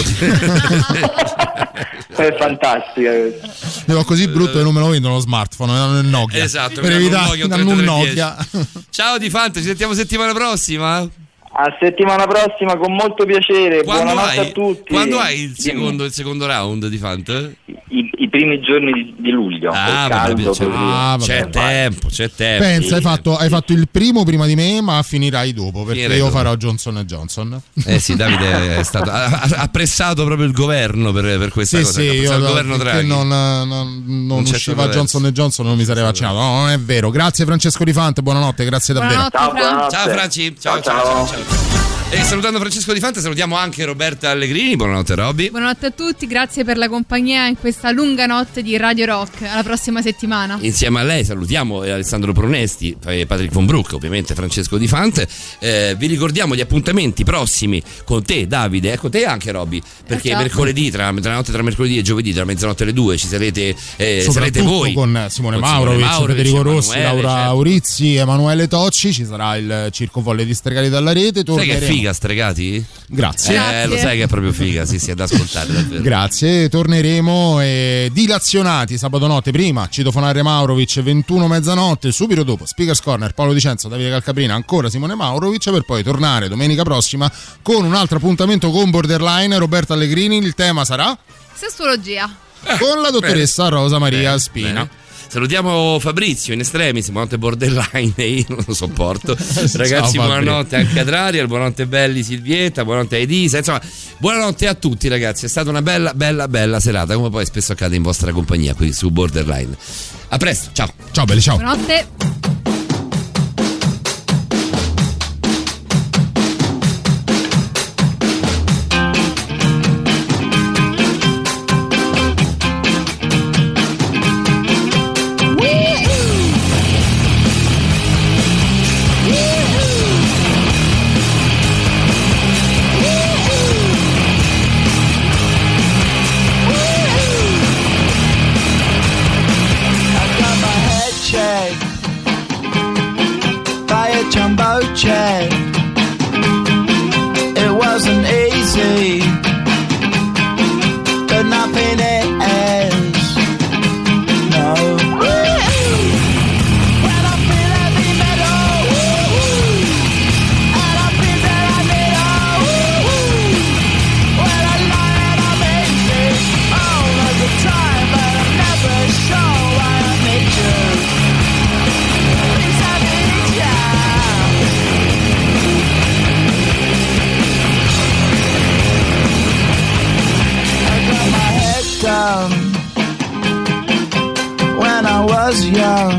È fantastico. Io così brutto che non me lo vendono lo smartphone, non il Nokia. Esatto, per evitare un Nokia. Ciao Di Fante, ci sentiamo settimana prossima. A settimana prossima, con molto piacere. Buonanotte a tutti. Quando hai il secondo round di Fante? I primi giorni di luglio. C'è tempo. Pensa, hai fatto il primo prima di me, ma finirai dopo, perché io farò Johnson & Johnson. Sì, Davide è stato ha pressato proprio il governo per questa cosa. Sì, io il governo Draghi. Non usciva Johnson & Johnson, non mi sarei vaccinato. No, non è vero. Grazie Francesco Di Fante, buonanotte, grazie davvero. Buonanotte, ciao Franci. Ciao. E salutando Francesco Di Fante salutiamo anche Roberta Allegrini. Buonanotte Robby. Buonanotte a tutti, grazie per la compagnia in questa lunga notte di Radio Rock. Alla prossima settimana. Insieme a lei salutiamo Alessandro Pronesti, Patrick Von Broek, ovviamente Francesco Di Fante. Vi ricordiamo gli appuntamenti prossimi con te Davide, con te anche Robby, perché mercoledì tra notte tra mercoledì e giovedì tra mezzanotte e le 2 ci sarete voi con Simone Maurovic, Federico Rossi, Laura Aurizzi, Emanuele Tocci. Ci sarà il Circo Folle di Stregati dalla Rete. Sai che è figa Stregati? Grazie. Lo sai che è proprio figa, sì, è da ascoltare davvero. Grazie, torneremo dilazionati sabato notte. Prima citofonare Maurovic 21 mezzanotte, subito dopo Speakers Corner, Paolo Dicenzo, Davide Calcaprina, ancora Simone Maurovic, per poi tornare domenica prossima con un altro appuntamento con Borderline, Roberta Allegrini. Il tema sarà sessologia con la dottoressa Rosa Maria Spina. Salutiamo Fabrizio in estremis, buonanotte Borderline, io non lo sopporto. Ragazzi, buonanotte anche a Adrian, buonanotte belli Silvietta, buonanotte a Edisa, insomma, buonanotte a tutti ragazzi, è stata una bella serata, come poi spesso accade in vostra compagnia qui su Borderline. A presto, ciao. Ciao belli, ciao. Buonanotte. Check. It wasn't easy, but nothing is. No. When I feel heavy metal, and I feel that I need when I lie and I'm easy all of the time, but I'm never sure why I need you. Down when I was young,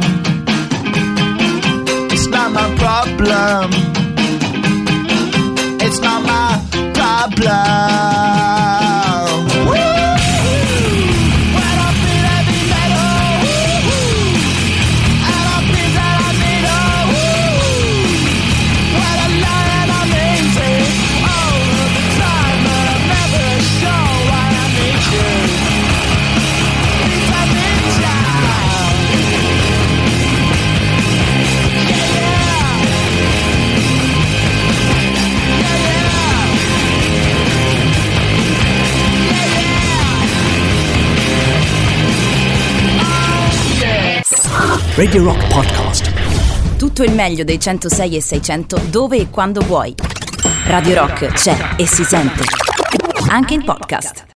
it's not my problem, it's not my problem. When I feel heavy metal, and I feel that I need when I lie and I'm easy all of the time, but I'm never sure why I need you. Radio Rock Podcast. Tutto il meglio dei 106 e 600 dove e quando vuoi. Radio Rock c'è e si sente. Anche in podcast.